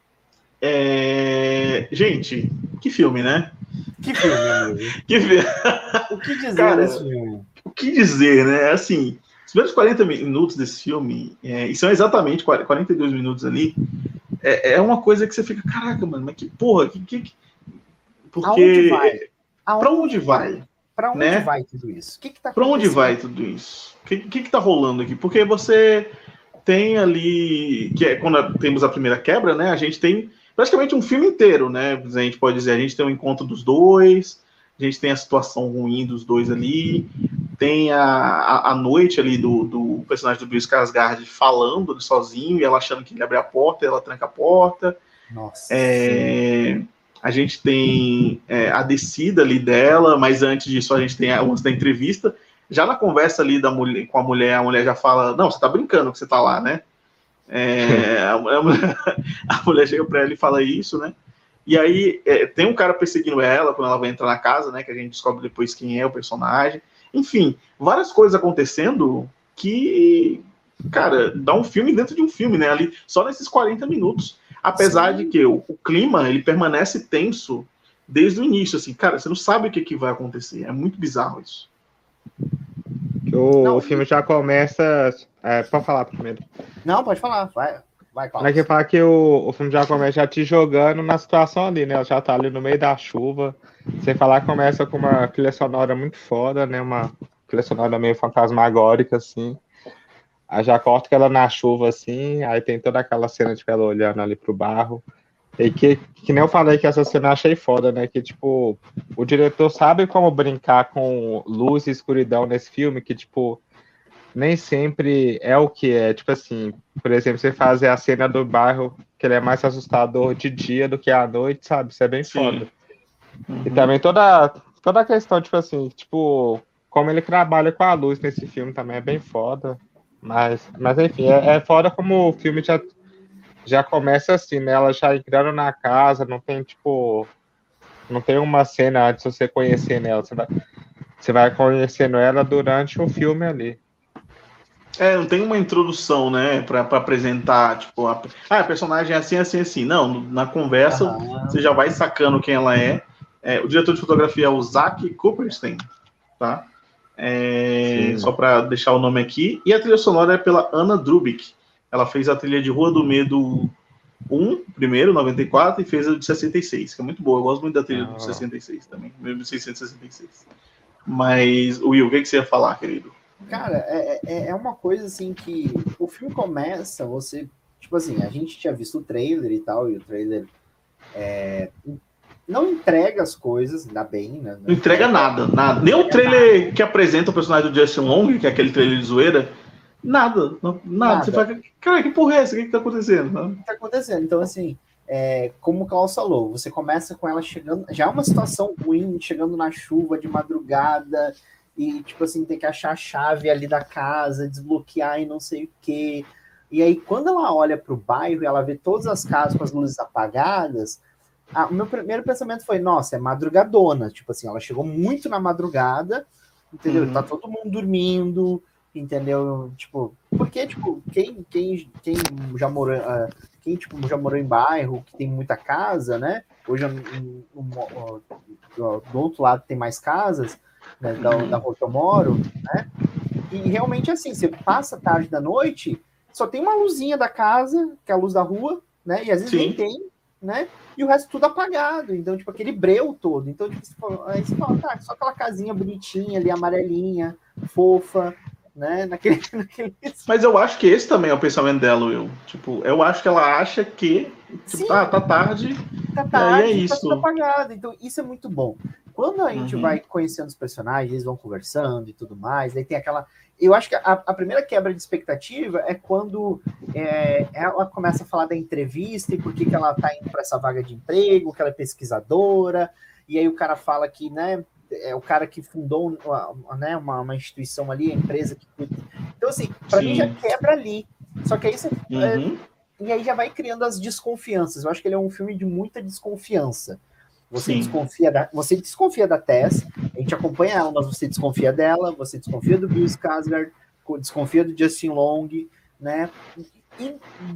Speaker 1: É... Gente, que filme, né?
Speaker 2: Que filme, amigo?
Speaker 1: Que fi-
Speaker 2: O que dizer
Speaker 1: Cara,
Speaker 2: desse filme?
Speaker 1: O que dizer, né? Assim, os primeiros quarenta minutos desse filme, é, e são exatamente quarenta e dois minutos ali, é, é uma coisa que você fica, caraca, mano, mas que porra, que... que... Porque...
Speaker 2: Aonde vai? Aonde
Speaker 1: Pra onde vai?
Speaker 2: Pra onde
Speaker 1: né?
Speaker 2: vai tudo isso? O que que tá
Speaker 1: Pra onde
Speaker 2: acontecendo?
Speaker 1: vai tudo isso? O que, que que tá rolando aqui? Porque você tem ali, que é quando temos a primeira quebra, né? A gente tem praticamente um filme inteiro, né? A gente pode dizer, a gente tem o encontro dos dois, a gente tem a situação ruim dos dois ali, tem a, a, a noite ali do, do personagem do Bill Skarsgård falando ele sozinho, e ela achando que ele abre a porta, e ela tranca a porta.
Speaker 2: Nossa.
Speaker 1: É, a gente tem é, a descida ali dela, mas antes disso a gente tem a, antes da entrevista. Já na conversa ali da mulher, com a mulher, a mulher já fala, não, você tá brincando que você tá lá, né? É, a, a, mulher, a mulher chega pra ela e fala isso, né? E aí é, tem um cara perseguindo ela quando ela vai entrar na casa, né? Que a gente descobre depois quem é o personagem. Enfim, várias coisas acontecendo que, cara, dá um filme dentro de um filme, né? Ali, só nesses quarenta minutos. Apesar
Speaker 2: Sim.
Speaker 1: de que o, o clima, ele permanece tenso desde o início, assim, cara, você não sabe o que, que vai acontecer. É muito bizarro isso.
Speaker 3: Que o,
Speaker 2: Não,
Speaker 3: o filme já começa. É, pode falar primeiro.
Speaker 2: Não, pode falar. Vai, vai, Paulo.
Speaker 3: Não é que falar que o, o filme já começa já te jogando na situação ali, né? Ela já tá ali no meio da chuva. Sem falar que começa com uma trilha sonora muito foda, né? Uma trilha sonora meio fantasmagórica, assim. Aí já corta ela na chuva, assim. Aí tem toda aquela cena de ela olhando ali pro barro. E que, que nem eu falei que essa cena eu achei foda, né? Que, tipo, o diretor sabe como brincar com luz e escuridão nesse filme, que, tipo, nem sempre é o que é. Tipo assim, por exemplo, você fazer a cena do bairro que ele é mais assustador de dia do que à noite, sabe? Isso é bem
Speaker 1: Sim.
Speaker 3: foda.
Speaker 1: Uhum.
Speaker 3: E também toda, toda a questão, tipo assim, tipo, como ele trabalha com a luz nesse filme também é bem foda. Mas, mas enfim, é, é foda como o filme já, já começa assim, né? Ela já entrando na casa, não tem, tipo, não tem uma cena antes de você conhecer ela. Você vai, você vai conhecendo ela durante o filme ali.
Speaker 1: É, não tem uma introdução, né, pra, pra apresentar, tipo, a, ah, a personagem é assim, assim, assim. Não, na conversa
Speaker 2: Aham.
Speaker 1: você já vai sacando quem ela é. É, o diretor de fotografia é o Zach Cooperstein, tá? É, só para deixar o nome aqui. E a trilha sonora é pela Anna Drubick. Ela fez a trilha de Rua do Medo um, primeiro, noventa e quatro, e fez a de sessenta e seis, que é muito boa. Eu gosto muito da trilha ah. do sessenta e seis também, mil seiscentos e sessenta e seis. Mas, Will, o que, que você ia falar, querido?
Speaker 2: Cara, é, é, é uma coisa assim que o filme começa, você, tipo assim, a gente tinha visto o trailer e tal, e o trailer é, não entrega as coisas, ainda bem, né? Não,
Speaker 1: não entrega, entrega nada, nada. Nem o trailer nada. Que apresenta o personagem do Justin Long, que é aquele trailer de zoeira, nada, não, nada. nada. Você fala, cara, que porra é essa? O que, que tá acontecendo?
Speaker 2: O que tá acontecendo? Então, assim, é, como o Klaus falou, você começa com ela chegando, já é uma situação ruim, chegando na chuva de madrugada, e, tipo assim, tem que achar a chave ali da casa, desbloquear e não sei o quê. E aí, quando ela olha pro bairro e ela vê todas as casas com as luzes apagadas, a, o meu primeiro pensamento foi, nossa, é madrugadona. Tipo assim, ela chegou muito na madrugada, entendeu? Uhum. Tá todo mundo dormindo, entendeu? Tipo, porque, tipo, quem, quem, quem já morou... Uh, quem, tipo, já morou em bairro, que tem muita casa, né? Hoje, um, um, um, um, do outro lado tem mais casas, né, da, da rua que eu moro, né? E realmente assim, você passa a tarde da noite, só tem uma luzinha da casa, que é a luz da rua, né? E às vezes Sim. nem tem, né? E o resto tudo apagado. Então, tipo, aquele breu todo. Então, tipo, você fala, aí você fala, tá, só aquela casinha bonitinha ali, amarelinha, fofa, né? Naquele, naquele...
Speaker 1: Mas eu acho que esse também é o pensamento dela, Will. Tipo, eu acho que ela acha que, tipo, ah, tá tarde,
Speaker 2: tá tarde,
Speaker 1: é
Speaker 2: tá
Speaker 1: isso.
Speaker 2: tudo apagado. Então, isso é muito bom. Quando a gente uhum. vai conhecendo os personagens, eles vão conversando e tudo mais, aí tem aquela... Eu acho que a, a primeira quebra de expectativa é quando é, ela começa a falar da entrevista e por que, que ela tá indo para essa vaga de emprego, que ela é pesquisadora, e aí o cara fala que, né, é o cara que fundou uma, né, uma, uma instituição ali, a empresa que... Então, assim, para mim já quebra ali. Só que aí você... Uhum. É, e aí já vai criando as desconfianças. Eu acho que ele é um filme de muita desconfiança. Você desconfia, da, você desconfia da Tess, a gente acompanha ela, mas você desconfia dela, você desconfia do Bill Skarsgård, desconfia do Justin Long, né? E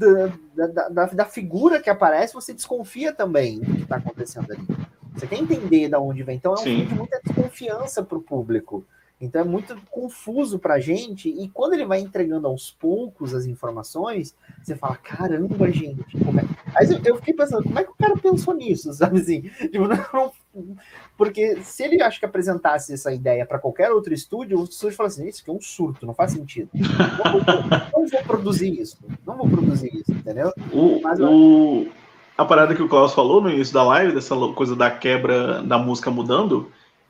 Speaker 2: da, da, da, da figura que aparece, você desconfia também do que está acontecendo ali. Você quer entender de onde vem. Então é um Sim. filme de muita desconfiança para o público. Então é muito confuso pra gente, e quando ele vai entregando aos poucos as informações, você fala, caramba, gente, como é... Aí eu, eu fiquei pensando, como é que o cara pensou nisso, sabe assim? Tipo, não... Porque se ele, acho que apresentasse essa ideia para qualquer outro estúdio, o estúdio fala assim, isso aqui é um surto, não faz sentido. Não vou, não vou produzir isso, não vou produzir isso, entendeu?
Speaker 1: O, Mas, o... A parada que o Klaus falou no início da live, dessa coisa da quebra da música mudando,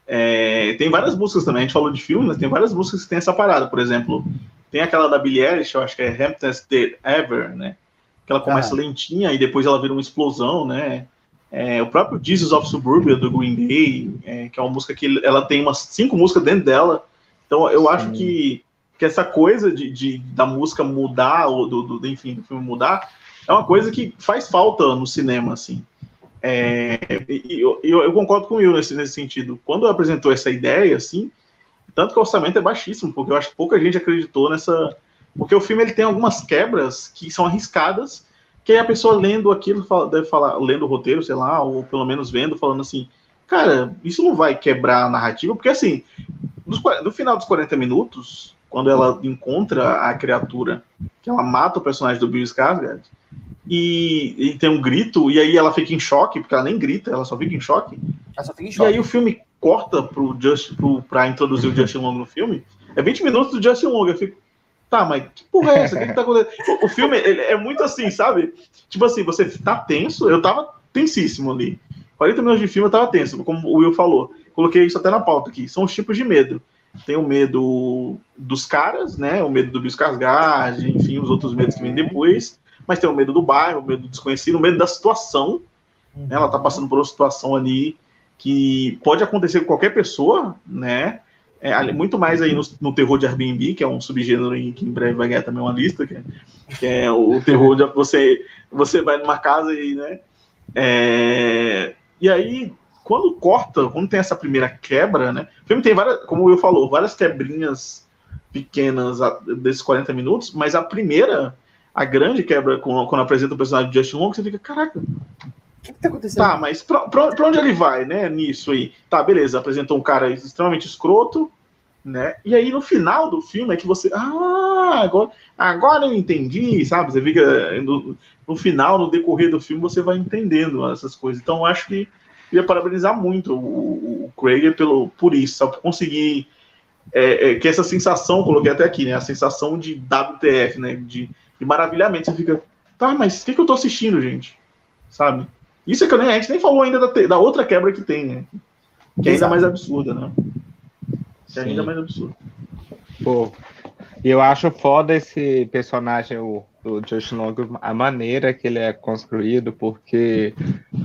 Speaker 1: É, tem várias músicas também, a gente falou de filme, mas tem várias músicas que tem essa parada. Por exemplo, tem aquela da Billie Eilish, eu acho que é Hampton's Did Ever, né? Que ela começa ah. lentinha e depois ela vira uma explosão, né? É, o próprio Jesus of Suburbia, do Green Day, é, que é uma música que ela tem umas cinco músicas dentro dela. Então eu Sim. acho que, que essa coisa de, de, da música mudar, ou do, do, enfim, do filme mudar, é uma coisa que faz falta no cinema, assim. É, e eu, eu, eu concordo com o Will nesse, nesse sentido. Quando apresentou essa ideia, assim, tanto que o orçamento é baixíssimo, porque eu acho que pouca gente acreditou nessa... Porque o filme ele tem algumas quebras que são arriscadas, que aí a pessoa lendo aquilo, deve falar, lendo o roteiro, sei lá, ou pelo menos vendo, falando assim, cara, isso não vai quebrar a narrativa, porque assim, no final dos quarenta minutos, quando ela encontra a criatura, que ela mata o personagem do Bill Skarsgård, E, e tem um grito, e aí ela fica em choque, porque ela nem grita, ela só fica em choque.
Speaker 2: Ela só fica em choque.
Speaker 1: E aí o filme corta pro Just, pro, pra introduzir o Justin Long no filme. É vinte minutos do Justin Long. Eu fico, tá, mas que porra é essa? O que, que tá acontecendo? O, o filme ele é muito assim, sabe? Tipo assim, você tá tenso, eu tava tensíssimo ali. quarenta minutos de filme eu tava tenso, como o Will falou. Coloquei isso até na pauta aqui. São os tipos de medo. Tem o medo dos caras, né? O medo do Bill Skarsgård, enfim, os outros medos que vêm depois. Mas tem o medo do bairro, o medo do desconhecido, o medo da situação. Uhum. Né? Ela tá passando por uma situação ali que pode acontecer com qualquer pessoa, né? É, muito mais aí no, no terror de Airbnb, que é um subgênero em, que em breve vai ganhar também uma lista, que é, que é o terror de você, você vai numa casa e, né? É, e aí, quando corta, quando tem essa primeira quebra, né? O filme tem várias, como eu falou, várias quebrinhas pequenas desses quarenta minutos, mas a primeira, a grande quebra, quando, quando apresenta o personagem de Justin Long, você fica, caraca,
Speaker 2: o que, que tá acontecendo?
Speaker 1: Tá, mas pra, pra, pra onde ele vai, né, nisso aí? Tá, beleza, apresentou um cara extremamente escroto, né, e aí no final do filme é que você, ah, agora, agora eu entendi, sabe, você fica, no, no final, no decorrer do filme, você vai entendendo essas coisas, então eu acho que queria parabenizar muito o, o Craig pelo, por isso, sabe, por conseguir, é, é, que essa sensação, coloquei até aqui, né, a sensação de W T F, né, de, de maravilhamento, você fica, tá, mas o que, que eu tô assistindo, gente, sabe? Isso é que eu nem, a gente nem falou ainda da, da outra quebra que tem, né? Que é ainda mais absurda, né? Que é ainda mais absurda.
Speaker 3: Pô, e eu acho foda esse personagem, o, o Justin Long, a maneira que ele é construído, porque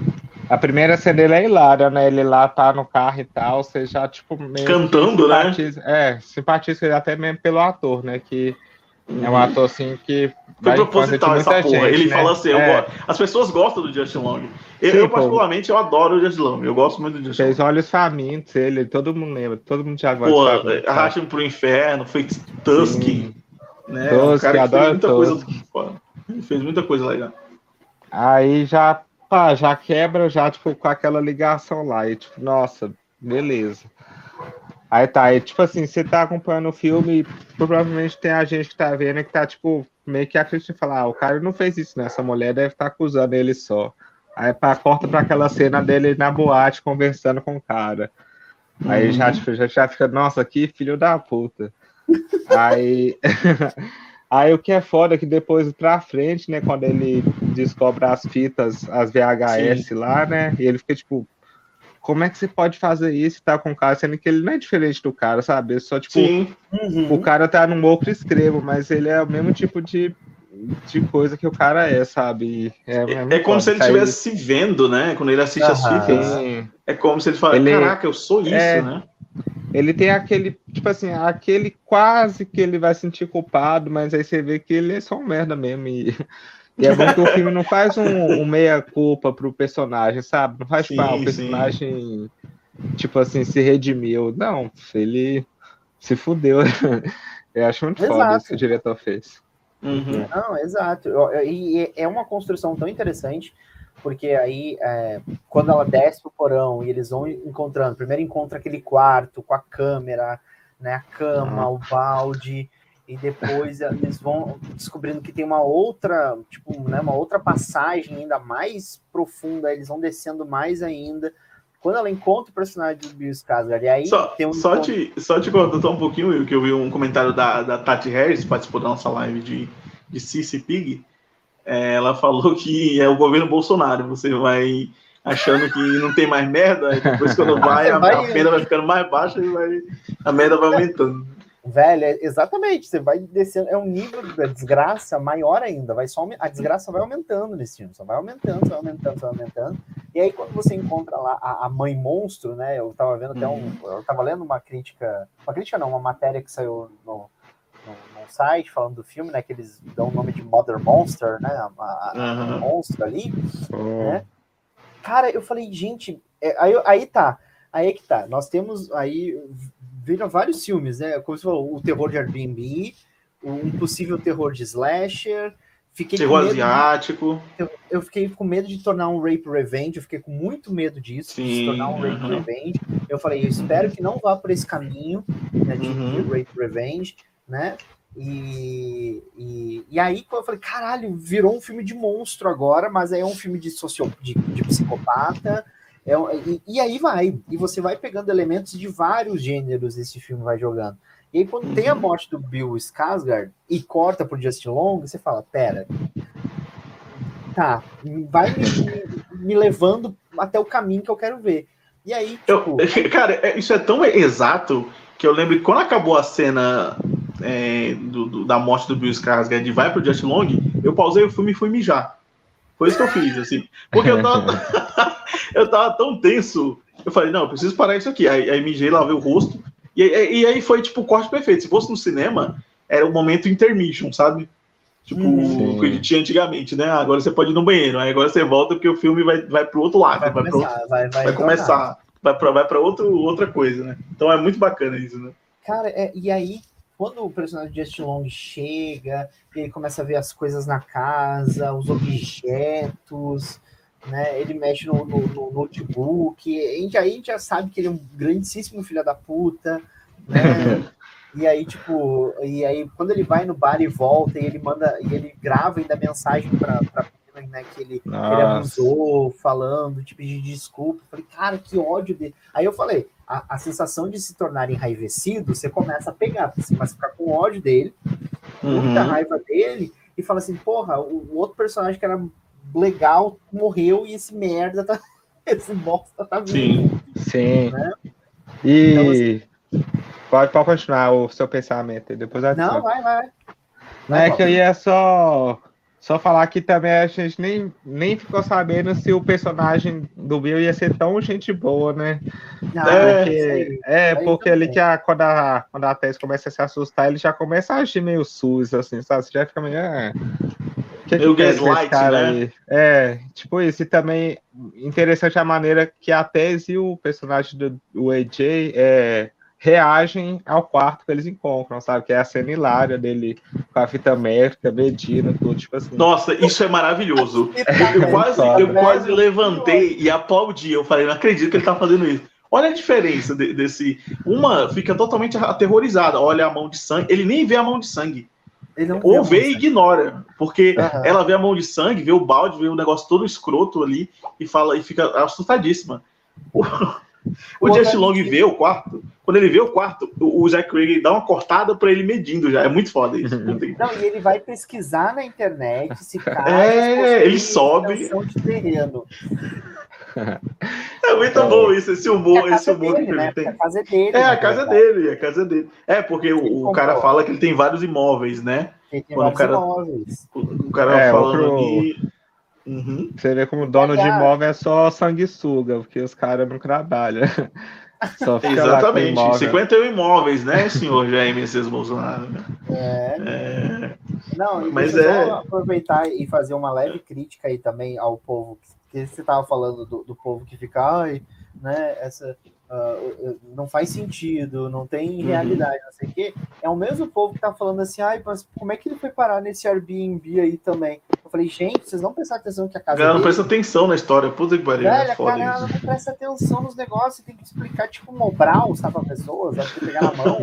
Speaker 3: a primeira cena dele é hilária, né? Ele lá tá no carro e tal, você já, tipo, meio
Speaker 1: cantando, né?
Speaker 3: É, simpatiza até mesmo pelo ator, né? Que é um ator, assim, que...
Speaker 1: Foi proposital essa porra. Ele
Speaker 3: né?
Speaker 1: fala assim, eu
Speaker 3: é.
Speaker 1: go... as pessoas gostam do Justin Long. Eu,
Speaker 3: Sim,
Speaker 1: eu particularmente, eu adoro o Justin Long. Eu gosto muito do Justin
Speaker 3: Fez
Speaker 1: Long.
Speaker 3: Olhos Famintos, ele, todo mundo lembra. Todo mundo já gosta.
Speaker 1: Pô, Arraste-me pro Inferno, fez Tusk.
Speaker 3: Sim.
Speaker 1: Né?
Speaker 3: Tusk,
Speaker 1: um cara que fez muita
Speaker 3: Tusk.
Speaker 1: coisa... Ele fez muita coisa legal.
Speaker 3: Aí já, pá, já quebra, já, tipo, com aquela ligação lá. E, tipo, nossa, beleza. Aí tá, aí, tipo assim, você tá acompanhando o filme e provavelmente tem a gente que tá vendo que tá, tipo, meio que acreditando, falar, ah, o cara não fez isso, né? Essa mulher deve estar tá acusando ele só. Aí pá, corta pra aquela cena dele na boate conversando com o cara. Aí uhum. já, tipo, já, já fica, nossa, que filho da puta. Aí, aí o que é foda é que depois pra frente, né, quando ele descobre as fitas, as V H S Sim. lá, né, e ele fica, tipo, como é que você pode fazer isso e tá com o cara, sendo que ele não é diferente do cara, sabe? É só, tipo, uhum. o cara tá num outro extremo, mas ele é o mesmo tipo de, de coisa que o cara é, sabe? É, é,
Speaker 1: é como se ele estivesse se vendo, né? Quando ele assiste uhum. as fitas. É como se ele falasse, ele... caraca, eu sou isso, é... né?
Speaker 3: Ele tem aquele, tipo assim, aquele quase que ele vai sentir culpado, mas aí você vê que ele é só um merda mesmo e... E é bom que o filme não faz um, um meia-culpa pro personagem, sabe? Não faz, sim, tipo, ah, o personagem, sim. tipo assim, se redimiu. Não, ele se fudeu. Eu acho muito exato. Foda isso que o diretor fez.
Speaker 2: Uhum. Não, exato. E é uma construção tão interessante, porque aí, é, quando ela desce pro porão e eles vão encontrando, primeiro encontra aquele quarto com a câmera, né, a cama, uhum. o balde... E depois eles vão descobrindo que tem uma outra, tipo, né, uma outra passagem ainda mais profunda, eles vão descendo mais ainda. Quando ela encontra o personagem do Bill Skarsgård, e aí
Speaker 1: só,
Speaker 2: tem um...
Speaker 1: Só te, só te cortar um pouquinho, Will, que eu vi um comentário da, da Tati Harris, que participou da nossa live de, de Cici Pig. É, ela falou que é o governo Bolsonaro, você vai achando que não tem mais merda, e depois quando vai, a, vai, a pena vai ficando mais baixa e vai, a merda vai aumentando.
Speaker 2: Velho, é, exatamente, você vai descendo, é um nível de desgraça maior ainda, vai só, a desgraça vai aumentando nesse filme, só vai aumentando, só vai aumentando, só vai aumentando, e aí quando você encontra lá a, a mãe monstro, né, eu tava vendo até um, eu tava lendo uma crítica, uma crítica não, uma matéria que saiu no, no, no site falando do filme, né, que eles dão o nome de Mother Monster, né, a, a, a uhum. monstro ali, uhum. né, cara, eu falei, gente, é, aí, aí tá, aí é que tá, nós temos aí... viram vários filmes, né? Como você falou, o terror de Airbnb, um possível terror de slasher. Fiquei
Speaker 1: terror asiático.
Speaker 2: De, eu, eu fiquei com medo de tornar um Rape Revenge, eu fiquei com muito medo disso, Sim, de se tornar um Rape uh-huh. Revenge. Eu falei, eu espero que não vá por esse caminho, né, de, uh-huh. de Rape Revenge, né? E, e, e aí eu falei, caralho, virou um filme de monstro agora, mas aí é um filme de, socio, de, de psicopata. É, e, e aí vai, e você vai pegando elementos de vários gêneros esse filme vai jogando. E aí quando uhum. tem a morte do Bill Skarsgård e corta pro Justin Long, você fala, pera, tá, vai me, me, me levando até o caminho que eu quero ver. E aí, tipo...
Speaker 1: Eu, cara, isso é tão exato que eu lembro que quando acabou a cena é, do, do, da morte do Bill Skarsgård e vai pro Justin Long, eu pausei o filme e fui mijar. Foi isso que eu fiz, assim. Porque eu tava, eu tava tão tenso, eu falei, não, eu preciso parar isso aqui. Aí, aí mijei, lavei o rosto, e, e, e aí foi, tipo, o corte perfeito. Se fosse no cinema, era o momento intermission, sabe? Tipo, o que a gente tinha antigamente, né? Agora você pode ir no banheiro, aí agora você volta porque o filme vai, vai pro outro lado.
Speaker 2: Vai,
Speaker 1: vai,
Speaker 2: começar,
Speaker 1: pro,
Speaker 2: vai, vai,
Speaker 1: vai começar, vai pra, vai pra outro, outra coisa, né? Então é muito bacana isso, né?
Speaker 2: Cara, é, e aí, quando o personagem de Justin Long chega, ele começa a ver as coisas na casa, os objetos, né? Ele mexe no, no, no notebook, a gente, aí a gente já sabe que ele é um grandíssimo filho da puta, né? E aí, tipo, e aí quando ele vai no bar e volta, e ele manda, e ele grava ainda mensagem pra, pra menina, né, que ele, que ele abusou, falando, tipo, de desculpa. Eu falei, cara, que ódio dele. Aí eu falei, a, a sensação de se tornar enraivecido, você começa a pegar, você começa a ficar com ódio dele, muita uhum. raiva dele, e fala assim, porra, o, o outro personagem que era legal morreu e esse merda tá, esse bosta tá vivo.
Speaker 3: Sim, sim.
Speaker 2: Né?
Speaker 3: E... Então, assim, Pode, pode continuar o seu pensamento aí, depois eu
Speaker 2: Não, vai, vai.
Speaker 3: Não é que eu ia só, só falar que também a gente nem, nem ficou sabendo se o personagem do Bill ia ser tão gente boa, né?
Speaker 2: Ah,
Speaker 3: porque, é, porque ali que a, quando, a, quando a Tess começa a se assustar, ele já começa a agir meio sus, assim, sabe? Você já fica meio... É, que
Speaker 1: meio
Speaker 3: que
Speaker 1: gaslight, né?
Speaker 3: Aí? É, tipo isso. E também interessante a maneira que a Tess e o personagem do, do A J... É, reagem ao quarto que eles encontram, sabe? Que é a cena hilária dele com a fita métrica, medindo, tudo, tipo assim.
Speaker 1: Nossa, isso é maravilhoso. Eu, eu quase, eu quase levantei e aplaudi. Eu falei, não acredito que ele tá fazendo isso. Olha a diferença de, desse... Uma fica totalmente aterrorizada. Olha a mão de sangue. Ele nem vê a mão de sangue. Ou vê e ignora. Porque uhum. ela vê a mão de sangue, vê o balde, vê o negócio todo escroto ali e fala e fica assustadíssima. O Justin Long vê o quarto, quando ele vê o quarto, o Zach Cregg dá uma cortada pra ele medindo já. É muito foda isso.
Speaker 2: Não, e ele vai pesquisar na internet se cara.
Speaker 1: É, ele sobe.
Speaker 2: De terreno.
Speaker 1: É muito é. bom isso, esse humor, esse humor
Speaker 2: dele,
Speaker 1: que ele
Speaker 2: né?
Speaker 1: tem.
Speaker 2: A casa é dele.
Speaker 1: É, a casa dele, a casa dele. É, porque o, o cara fala que ele tem vários imóveis, né?
Speaker 2: Ele tem
Speaker 1: quando
Speaker 2: vários
Speaker 1: o cara,
Speaker 2: imóveis.
Speaker 1: O, o cara
Speaker 3: é,
Speaker 1: falando
Speaker 3: outro...
Speaker 1: aqui. Uhum.
Speaker 3: Você vê como dono de imóvel é só sanguessuga, porque os caras não trabalham. Só fica
Speaker 1: exatamente,
Speaker 3: lá com
Speaker 1: cinquenta e um imóveis, né, senhor Jair Messias Bolsonaro?
Speaker 2: É.
Speaker 1: é.
Speaker 2: Não,
Speaker 1: mas
Speaker 2: deixa
Speaker 1: é.
Speaker 2: eu só aproveitar e fazer uma leve crítica aí também ao povo, que você estava falando do, do povo que fica, ai, né, essa. Uh, não faz sentido, não tem realidade, uhum. não sei o quê. É o mesmo povo que tá falando assim, ai, mas como é que ele foi parar nesse Airbnb aí também? Eu falei, gente, vocês não prestam atenção que a casa
Speaker 1: Galera,
Speaker 2: dele...
Speaker 1: não presta atenção na história, puta que pariu.
Speaker 2: Velho,
Speaker 1: é foda
Speaker 2: cara, não presta atenção nos negócios, tem que explicar, tipo, Mobral, sabe, pra pessoas, vai pegar na mão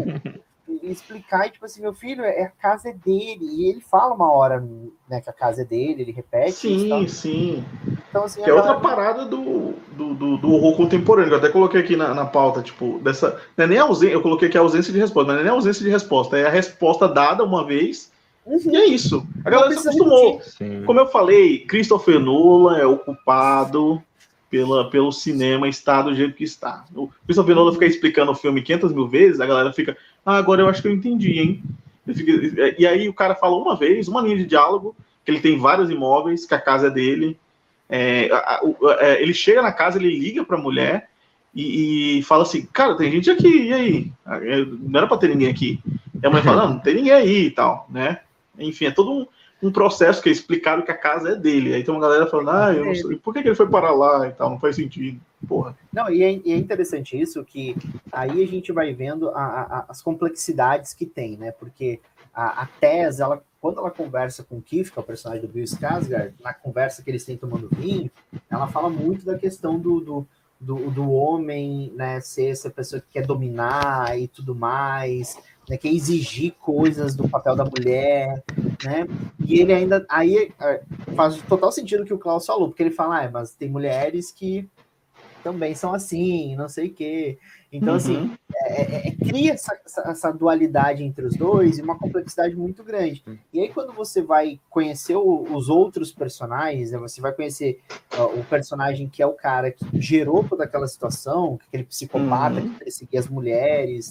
Speaker 2: e explicar, e, tipo assim, meu filho, é, a casa é dele, e ele fala uma hora, né, que a casa é dele, ele repete.
Speaker 1: Sim,
Speaker 2: isso,
Speaker 1: sim.
Speaker 2: Então, assim,
Speaker 1: que é outra parada do, do, do, do horror contemporâneo, que eu até coloquei aqui na, na pauta, tipo, dessa. Não é nem a ausência, eu coloquei aqui a ausência de resposta, mas não é nem a ausência de resposta, é a resposta dada uma vez, uhum. e é isso. A galera se acostumou. Como eu falei, Christopher Nolan é o culpado pela, pelo cinema estar do jeito que está. O Christopher Nolan fica explicando o filme quinhentas mil vezes, a galera fica, ah, agora eu acho que eu entendi, hein? Fica, e aí o cara fala uma vez, uma linha de diálogo, que ele tem vários imóveis, que a casa é dele. É, a, a, a, ele chega na casa, ele liga pra mulher e, e fala assim, cara, tem gente aqui, e aí? Não era pra ter ninguém aqui. E a mulher fala, não, não tem ninguém aí e tal, né? Enfim, é todo um, um processo que é explicado que a casa é dele. Aí tem uma galera falando, ah, eu não sei, por que, que ele foi parar lá e tal? Não faz sentido, porra.
Speaker 2: Não, e é, e é interessante isso, que aí a gente vai vendo a, a, as complexidades que tem, né? Porque a, a Tess, ela, quando ela conversa com o Keith, que é o personagem do Bill Skarsgård, na conversa que eles têm tomando vinho, ela fala muito da questão do, do, do, do homem, né, ser essa pessoa que quer dominar e tudo mais, né, quer exigir coisas do papel da mulher, né, e ele ainda, aí faz total sentido o que o Klaus falou, porque ele fala, ah, mas tem mulheres que também são assim, não sei o quê. Então, uhum. assim, é, é, é, cria essa, essa, essa dualidade entre os dois e uma complexidade muito grande. E aí, quando você vai conhecer o, os outros personagens, né, você vai conhecer uh, o personagem que é o cara que gerou toda aquela situação, aquele psicopata uhum. que perseguia as mulheres,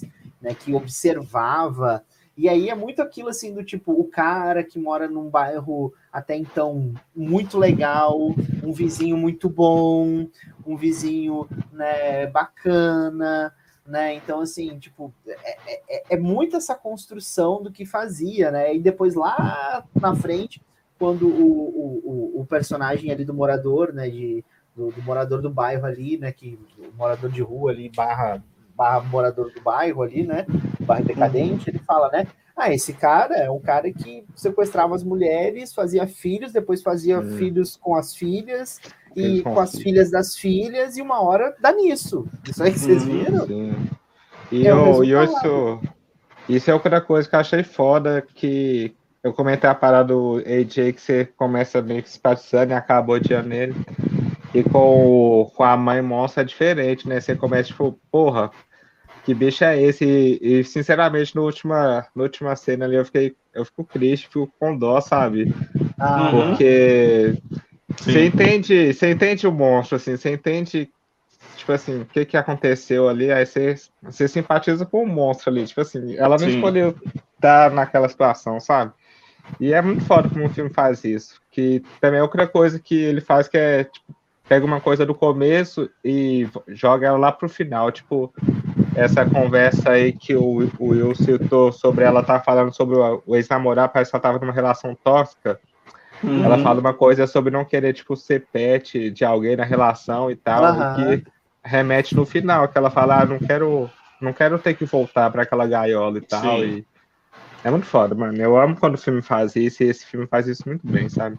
Speaker 2: né, que observava. E aí é muito aquilo assim do tipo, o cara que mora num bairro até então muito legal, um vizinho muito bom, um vizinho, né, bacana, né? Então, assim, tipo, é, é, é muito essa construção do que fazia, né? E depois lá na frente, quando o, o, o personagem ali do morador, né, de, do, do morador do bairro ali, né, que o morador de rua ali, barra, barra morador do bairro ali, né, bairro decadente, ele fala, né, ah, esse cara é um cara que sequestrava as mulheres, fazia filhos, depois fazia hum. filhos com as filhas, e com, com as filhas. filhas das filhas, e uma hora dá nisso. Isso aí que vocês viram?
Speaker 3: Sim. E, é eu, eu isso, isso é outra coisa que eu achei foda, que eu comentei a parada do A J, que você começa meio que simpatizando e acaba odiando ele. E com, com a mãe monstra é diferente, né? Você começa, tipo, porra, que bicho é esse? E, e sinceramente, no última, na última cena ali, eu fiquei, eu fico triste, fico com dó, sabe? Ah, porque você entende, você entende o monstro, assim, você entende, tipo assim, o que, que aconteceu ali, aí você, você simpatiza com o monstro ali, tipo assim, ela não Sim. escolheu estar naquela situação, sabe? E é muito foda como o filme faz isso, que também é outra coisa que ele faz, que é, tipo, pega uma coisa do começo e joga ela lá pro final, tipo, essa conversa aí que o, o Will citou sobre ela tá falando sobre o, o ex-namorado, parece que ela tava numa relação tóxica. Uhum. Ela fala uma coisa sobre não querer, tipo, ser pet de alguém na relação e tal, uhum. e que remete no final, que ela fala, ah, não quero, não quero ter que voltar para aquela gaiola e tal. Sim. E é muito foda, mano. Eu amo quando o filme faz isso, e esse filme faz isso muito bem, sabe?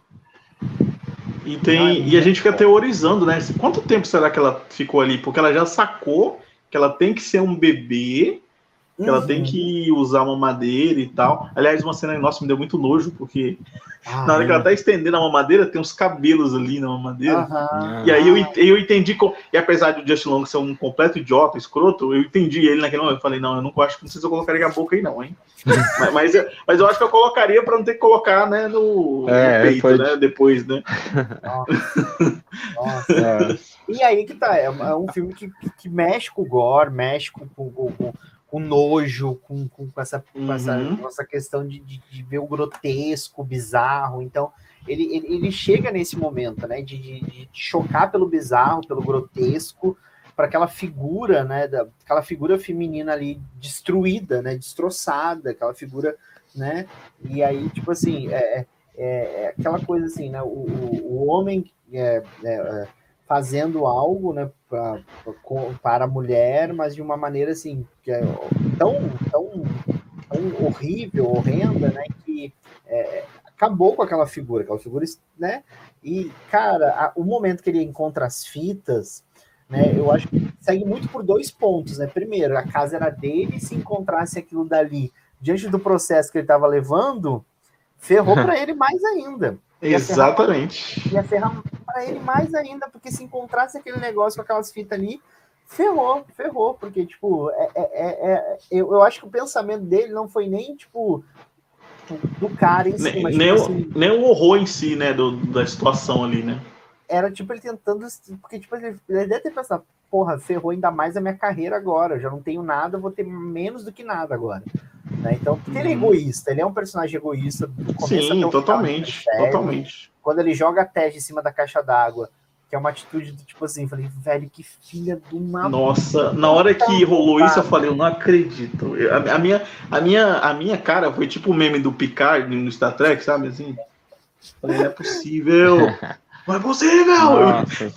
Speaker 1: E, tem, e a gente fica teorizando, né? Quanto tempo será que ela ficou ali? Porque ela já sacou que ela tem que ser um bebê, que uhum. ela tem que usar uma mamadeira e tal. Aliás, uma cena, nossa, me deu muito nojo, porque ah, na hora é. que ela tá estendendo a mamadeira, tem uns cabelos ali na mamadeira. Uhum. E aí eu, eu entendi, com, e apesar do Justin Long ser um completo idiota, escroto, eu entendi ele naquele momento. Eu falei, não, eu não acho que não sei se eu colocaria a boca aí não, hein? mas, mas, mas eu acho que eu colocaria pra não ter que colocar, né, no, é, no peito, foi... né, depois, né?
Speaker 2: Nossa. Nossa. É. E aí que tá, é um filme que, que mexe com o gore, mexe com, com, com, com nojo, com, com, essa, uhum. com essa, com essa questão de, de, de ver o grotesco, o bizarro. Então, ele, ele, ele chega nesse momento, né, de, de, de chocar pelo bizarro, pelo grotesco, para aquela figura, né, da, aquela figura feminina ali destruída, né, destroçada, aquela figura, né, e aí, tipo assim, é, é, é aquela coisa assim, né, o, o, o homem é, é, fazendo algo, né, pra, pra, para a mulher, mas de uma maneira assim, que é tão, tão, tão horrível, horrenda, né, que é, acabou com aquela figura, aquela figura, né, e, cara, a, o momento que ele encontra as fitas, né, eu acho que segue muito por dois pontos, né, primeiro, a casa era dele, se encontrasse aquilo dali, diante do processo que ele estava levando, ferrou para ele mais ainda. Ia
Speaker 1: Exatamente.
Speaker 2: Ferrar, ia ferrar para ele mais ainda, porque se encontrasse aquele negócio com aquelas fitas ali, ferrou, ferrou, porque, tipo, é, é, é, eu, eu acho que o pensamento dele não foi nem, tipo, do cara em si,
Speaker 1: nem,
Speaker 2: mas,
Speaker 1: nem,
Speaker 2: tipo,
Speaker 1: o,
Speaker 2: assim,
Speaker 1: nem o horror em si, né, do, da situação ali, né?
Speaker 2: Era, tipo, ele tentando, porque, tipo, ele, ele deve ter pensado, porra, ferrou ainda mais a minha carreira agora, eu já não tenho nada, eu vou ter menos do que nada agora. Né? Então, porque ele é egoísta, ele é um personagem egoísta do começo
Speaker 1: Sim,
Speaker 2: até o
Speaker 1: totalmente,
Speaker 2: final,
Speaker 1: totalmente.
Speaker 2: Quando ele joga a Tej em cima da caixa d'água, que é uma atitude do tipo assim, falei, velho, que filha de uma...
Speaker 1: Nossa, na hora que rolou isso, eu falei, eu não acredito. A, a, minha, a, minha, a minha cara foi tipo o meme do Picard no Star Trek, sabe, assim? Falei, não é possível... Não é possível!
Speaker 3: Nossa,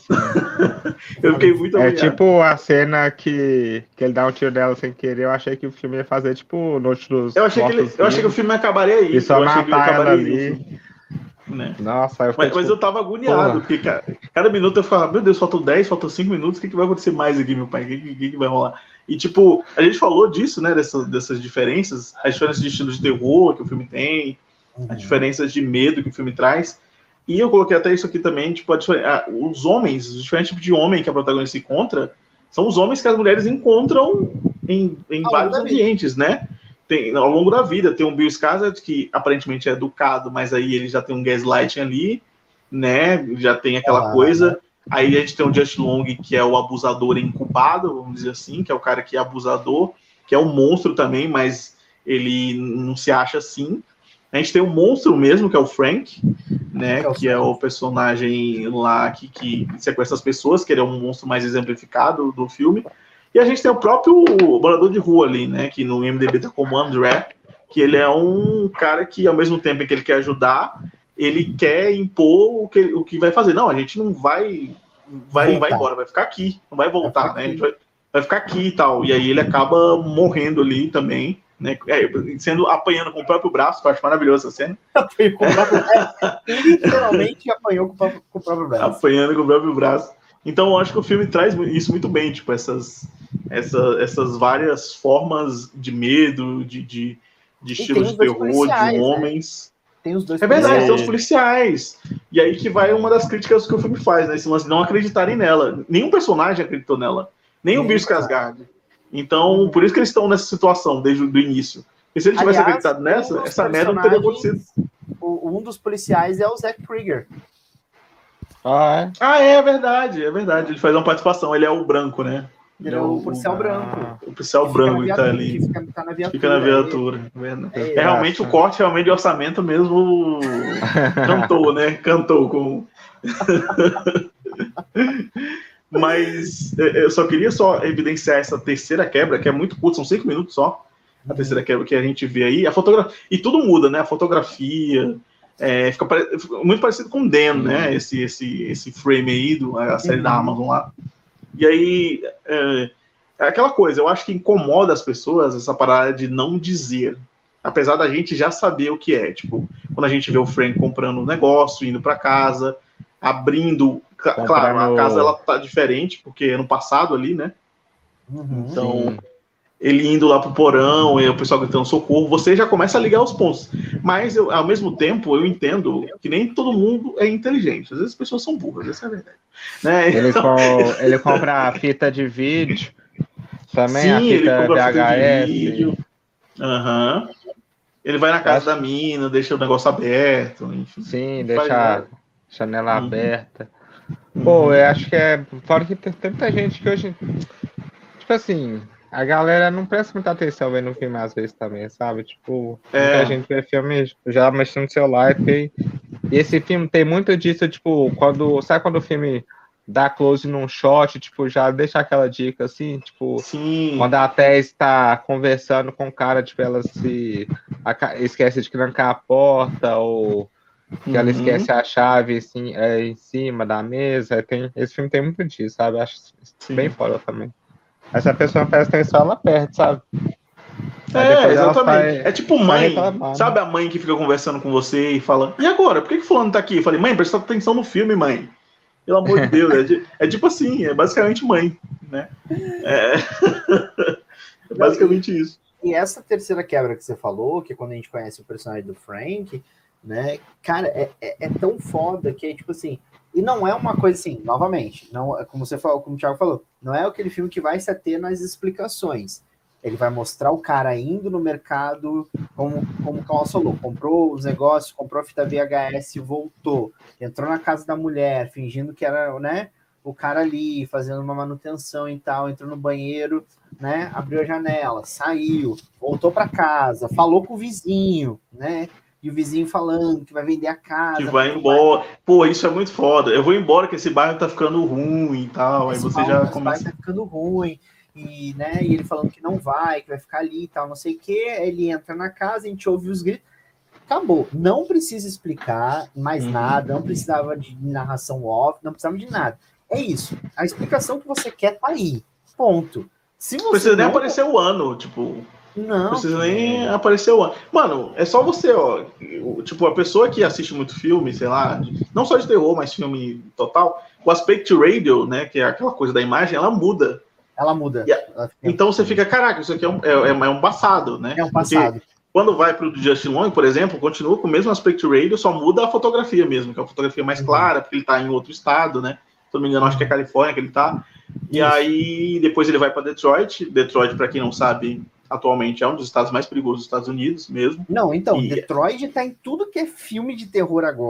Speaker 1: eu fiquei muito
Speaker 3: É
Speaker 1: humilhado.
Speaker 3: tipo a cena que, que ele dá um tiro nela sem querer. Eu achei que o filme ia fazer tipo Noite dos
Speaker 1: Eu achei, que, ele, eu achei que o filme acabaria aí.
Speaker 3: E só
Speaker 1: eu achei que ele
Speaker 3: matar ela
Speaker 1: acabaria
Speaker 3: ali.
Speaker 1: Aí, né?
Speaker 3: Nossa, eu
Speaker 1: mas,
Speaker 3: tipo,
Speaker 1: mas eu tava agoniado, porra. Porque cada, cada minuto eu falava, meu Deus, faltam dez, faltam cinco minutos, o que, que vai acontecer mais aqui, meu pai? O que, que, que vai rolar? E tipo, a gente falou disso, né? Dessa, dessas diferenças, as diferenças de estilo de terror que o filme tem, uhum. as diferenças de medo que o filme traz. E eu coloquei até isso aqui também, tipo, a, os homens, os diferentes tipos de homem que a protagonista encontra, são os homens que as mulheres encontram em, em vários ambientes, né? Tem, ao longo da vida, tem um Bill Skarsgård, que aparentemente é educado, mas aí ele já tem um gaslighting ali, né? Já tem aquela ah, coisa. Né? Aí a gente tem o Justin Long, que é o abusador incubado, vamos dizer assim, que é o cara que é abusador. que é um monstro também, mas ele não se acha assim. A gente tem um monstro mesmo, que é o Frank, né? Que é o, que é o personagem lá que, que sequestra as pessoas, que ele é um monstro mais exemplificado do filme. E a gente tem o próprio morador de rua ali, né? Que no I M D B tá como André, que ele é um cara que, ao mesmo tempo que ele quer ajudar, ele quer impor o que, o que vai fazer. Não, a gente não vai, vai, vai embora, vai ficar aqui, não vai voltar, vai né? A gente vai, vai ficar aqui e tal. E aí ele acaba morrendo ali também, né? É, sendo apanhando com o próprio braço, que eu acho maravilhosa essa cena.
Speaker 2: Apanhou com o próprio braço. Literalmente apanhou com o, próprio, com o próprio braço.
Speaker 1: Apanhando com o próprio braço. Então eu acho que o filme traz isso muito bem, tipo, essas, essa, essas várias formas de medo, de, de, de estilos de terror, de homens.
Speaker 2: Né? Tem os dois
Speaker 1: é verdade, são os policiais. E aí que vai uma das críticas que o filme faz, né? Esse lance de não acreditarem nela. Nenhum personagem acreditou nela. Nem o Bill Skarsgård. Então, por isso que eles estão nessa situação desde o início. E se ele tivesse Aliás, acreditado nessa, essa merda não teria acontecido.
Speaker 2: Um dos policiais é o Zack Krieger.
Speaker 1: Ah é? ah, é verdade, é verdade. Ele faz uma participação, ele é o branco, né?
Speaker 2: Ele é o policial branco.
Speaker 1: O policial branco que tá ali.
Speaker 2: Fica, tá na viatura.
Speaker 1: Fica na viatura. É, é, é realmente o corte, realmente de orçamento mesmo cantou, né? Cantou com. Mas eu só queria só evidenciar essa terceira quebra, que é muito curta, são cinco minutos só. A terceira quebra que a gente vê aí. A fotografia. E tudo muda, né? A fotografia. É, fica, pare... fica muito parecido com Dan, né? Esse, esse, esse frame aí, do, a série uhum. da Amazon lá. E aí, é, é aquela coisa, eu acho que incomoda as pessoas essa parada de não dizer. Apesar da gente já saber o que é. Tipo, quando a gente vê o Frank comprando um negócio, indo para casa, abrindo... Comprando... Claro, a casa ela tá diferente, porque é no passado ali, né?
Speaker 2: Uhum.
Speaker 1: Então... Sim. Ele indo lá pro porão, e o pessoal gritando socorro, você já começa a ligar os pontos. Mas, eu, ao mesmo tempo, eu entendo que nem todo mundo é inteligente. Às vezes as pessoas são burras, essa é a verdade. Né?
Speaker 3: Ele, então... com, ele compra a fita de vídeo, também
Speaker 1: Sim,
Speaker 3: a fita
Speaker 1: ele compra
Speaker 3: V H S.
Speaker 1: A fita de vídeo. Uhum. Ele vai na casa acho... da mina, deixa o negócio aberto. Enfim,
Speaker 3: Sim, deixa a janela
Speaker 1: uhum.
Speaker 3: aberta. Pô, uhum. eu acho que é... Fora que tem tanta gente que hoje... Tipo assim... A galera não presta muita atenção vendo o filme às vezes também, sabe? Tipo,
Speaker 1: é.
Speaker 3: muita gente vê filme já mexendo no celular e, e esse filme tem muito disso, tipo, quando. Sabe quando o filme dá close num shot, tipo, já deixa aquela dica assim, tipo,
Speaker 1: Sim.
Speaker 3: Quando a Tess está conversando com o cara, tipo, ela se a, esquece de trancar a porta, ou que uhum. ela esquece a chave assim, é, em cima da mesa. Tem, esse filme tem muito disso, sabe? Eu acho Sim. bem foda também. Essa pessoa presta atenção, ela perde, sabe?
Speaker 1: É, exatamente. Vai, é tipo mãe, sabe a mãe que fica conversando com você e fala, e agora, por que que fulano tá aqui? Eu falei, mãe, presta atenção no filme, mãe. Pelo amor de Deus, é, de, é tipo assim, é basicamente mãe, né? É, é basicamente isso.
Speaker 2: E essa terceira quebra que você falou, que é quando a gente conhece o personagem do Frank, né? Cara, é, é, é tão foda que é tipo assim... E não é uma coisa assim, novamente, não, como você falou, como o Thiago falou, não é aquele filme que vai se ater nas explicações. Ele vai mostrar o cara indo no mercado, como, como o Carlos falou, comprou os negócios, comprou a fita V H S, voltou, entrou na casa da mulher, fingindo que era, né, o cara ali, fazendo uma manutenção e tal, entrou no banheiro, né, abriu a janela, saiu, voltou para casa, falou com o vizinho, né, e o vizinho falando que vai vender a casa.
Speaker 1: Que vai embora. Vai... Pô, isso é muito foda. Eu vou embora que esse bairro tá ficando ruim e tal. Esse aí você já começa...
Speaker 2: bairro tá ficando ruim. E, né, e ele falando que não vai, que vai ficar ali e tal, não sei o quê. Ele entra na casa, a gente ouve os gritos. Acabou. Não precisa explicar mais uhum. nada, não precisava de narração off, não precisava de nada. É isso. A explicação que você quer tá aí. Ponto. Se você
Speaker 1: precisa
Speaker 2: não...
Speaker 1: nem aparecer o ano, tipo...
Speaker 2: Não.
Speaker 1: Não precisa nem aparecer o ano. Mano, é só você, ó. Tipo, a pessoa que assiste muito filme, sei lá, não só de terror, mas filme total, o aspect ratio, né, que é aquela coisa da imagem, ela muda.
Speaker 2: Ela muda.
Speaker 1: A... Ela então você fica, caraca, isso aqui é um, é, é um passado, né?
Speaker 2: É um passado.
Speaker 1: Porque quando vai pro Justin Long, por exemplo, continua com o mesmo aspect ratio, só muda a fotografia mesmo, que é uma fotografia mais clara, porque ele tá em outro estado, né? Se não me engano, acho que é Califórnia que ele tá. E isso. Aí, depois ele vai para Detroit. Detroit, para quem não sabe, atualmente é um dos estados mais perigosos dos Estados Unidos mesmo.
Speaker 2: Não, então,
Speaker 1: e...
Speaker 2: Detroit tá em tudo que é filme de terror agora,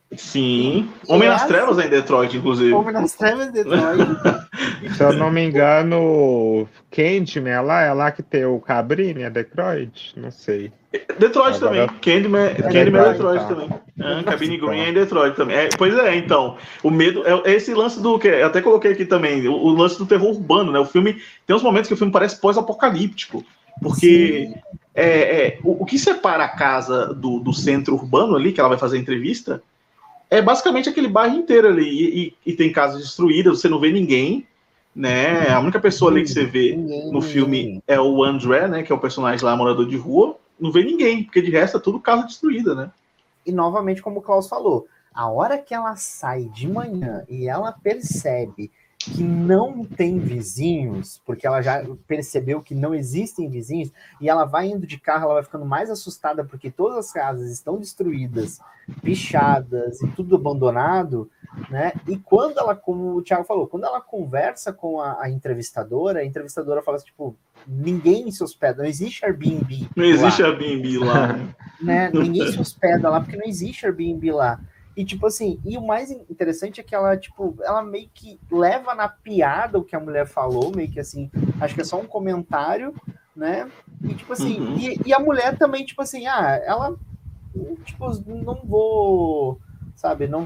Speaker 1: Sim. Homem nas Trevas é em Detroit, inclusive.
Speaker 2: Homem nas Trevas em Detroit.
Speaker 3: Se eu não me engano, Candyman é lá, é lá que tem o Cabrini, é Detroit? Não sei.
Speaker 1: Detroit
Speaker 3: Agora...
Speaker 1: também. Candyman é Candyman
Speaker 3: Detroit,
Speaker 1: Detroit
Speaker 3: então.
Speaker 1: também. É, Cabine Green é em Detroit também. É, pois é, então. O medo é esse lance do que eu até coloquei aqui também, o, o lance do terror urbano, né? O filme tem uns momentos que o filme parece pós-apocalíptico, porque é, é, o, o que separa a casa do, do centro urbano ali, que ela vai fazer a entrevista, é basicamente aquele bairro inteiro ali. E, e, e tem casas destruídas, você não vê ninguém, né? A única pessoa ali que você vê no filme é o André, né? Que é o personagem lá, morador de rua. Não vê ninguém, porque de resto é tudo casa destruída, né?
Speaker 2: E novamente, como o Klaus falou, a hora que ela sai de manhã e ela percebe que não tem vizinhos, porque ela já percebeu que não existem vizinhos, e ela vai indo de carro, ela vai ficando mais assustada porque todas as casas estão destruídas, pichadas e tudo abandonado, né? E quando ela, como o Thiago falou, quando ela conversa com a, a entrevistadora, a entrevistadora fala assim, tipo, ninguém se hospeda, não existe Airbnb.
Speaker 1: Não existe Airbnb lá, né?
Speaker 2: né? Ninguém se hospeda lá porque não existe Airbnb lá. E, tipo assim, e o mais interessante é que ela, tipo, ela meio que leva na piada o que a mulher falou, meio que assim, acho que é só um comentário, né? E, tipo assim, uhum. e, e a mulher também, tipo assim, ah, ela, tipo, não vou, sabe, não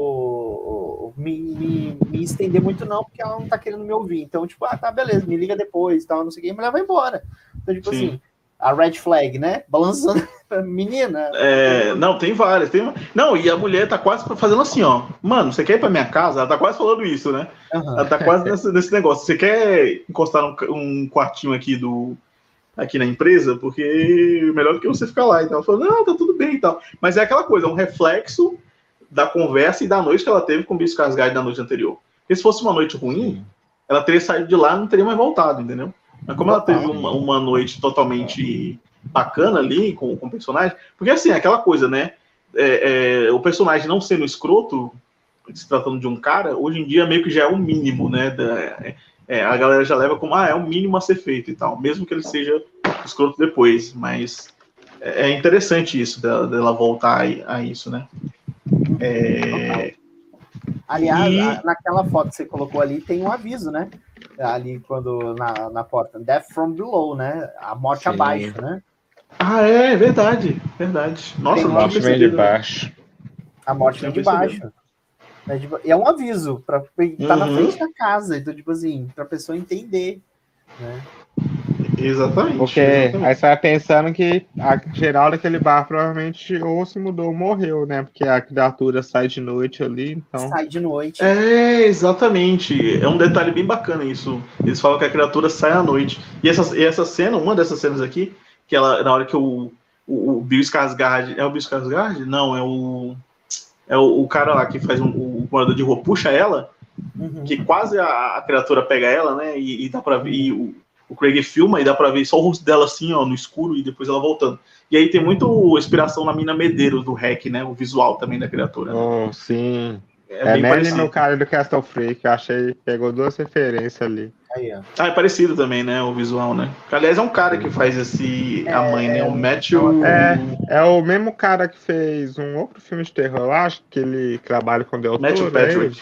Speaker 2: vou me, me, me estender muito não, porque ela não tá querendo me ouvir. Então, tipo, ah, tá, beleza, me liga depois, tal, não sei o que, e a mulher vai embora. Então, tipo Sim. assim, a red flag, né? Balançando. Menina.
Speaker 1: É, não, tem várias. Tem... Não, e a mulher tá quase fazendo assim, ó. Mano, você quer ir pra minha casa? Ela tá quase falando isso, né? Uhum. Ela tá quase nesse, nesse negócio. Você quer encostar um, um quartinho aqui do aqui na empresa? Porque melhor do que você ficar lá. Então ela falou, não, tá tudo bem e tal. Mas é aquela coisa, é um reflexo da conversa e da noite que ela teve com o Bill Skarsgård da noite anterior. Porque se fosse uma noite ruim, Sim. ela teria saído de lá e não teria mais voltado, entendeu? Mas como ela teve uma, uma noite totalmente bacana ali com, com o personagem, porque assim, aquela coisa, né? É, é, o personagem não sendo escroto, se tratando de um cara, hoje em dia meio que já é o mínimo, né? Da, é, a galera já leva como, ah, é o mínimo a ser feito e tal, mesmo que ele seja escroto depois, mas é interessante isso, dela, dela voltar a, a isso, né? É...
Speaker 2: Aliás, e... a, naquela foto que você colocou ali, tem um aviso, né? Ali quando na, na porta, Death from Below, né? A morte Sim. abaixo, né?
Speaker 1: Ah, é, verdade, verdade. Nossa,
Speaker 3: a morte vem de baixo.
Speaker 2: A morte vem de baixo. É um aviso para estar uhum. na frente da casa, então, tipo assim, para a pessoa entender, né?
Speaker 1: Exatamente.
Speaker 3: Porque
Speaker 1: exatamente.
Speaker 3: aí você vai pensando que a geral daquele bar provavelmente ou se mudou ou morreu, né? Porque a criatura sai de noite ali, então...
Speaker 2: Sai de noite.
Speaker 1: É, exatamente. É um detalhe bem bacana isso. Eles falam que a criatura sai à noite. E essa, e essa cena, uma dessas cenas aqui, que ela, na hora que o, o, o Bill Skarsgård... É o Bill Skarsgård? Não, é o... É o, o cara lá que faz um, o morador de rua, puxa ela, uhum. que quase a, a criatura pega ela, né? E, e dá pra ver... E o, o Craig filma e dá pra ver só o rosto dela assim, ó, no escuro, e depois ela voltando. E aí tem muito inspiração na Mina Medeiros, do Hack, né? O visual também da criatura.
Speaker 3: Oh, né? Sim.
Speaker 1: É,
Speaker 3: é bem no cara do Castle Freak, eu achei, pegou duas referências ali.
Speaker 2: Aí, ó.
Speaker 1: Ah, é parecido também, né? O visual, né? Aliás, é um cara que faz esse... É, a mãe, né? O Matthew...
Speaker 3: É, é o mesmo cara que fez um outro filme de terror, eu acho, que ele trabalha com Del Toro.
Speaker 1: Matthew Patrick.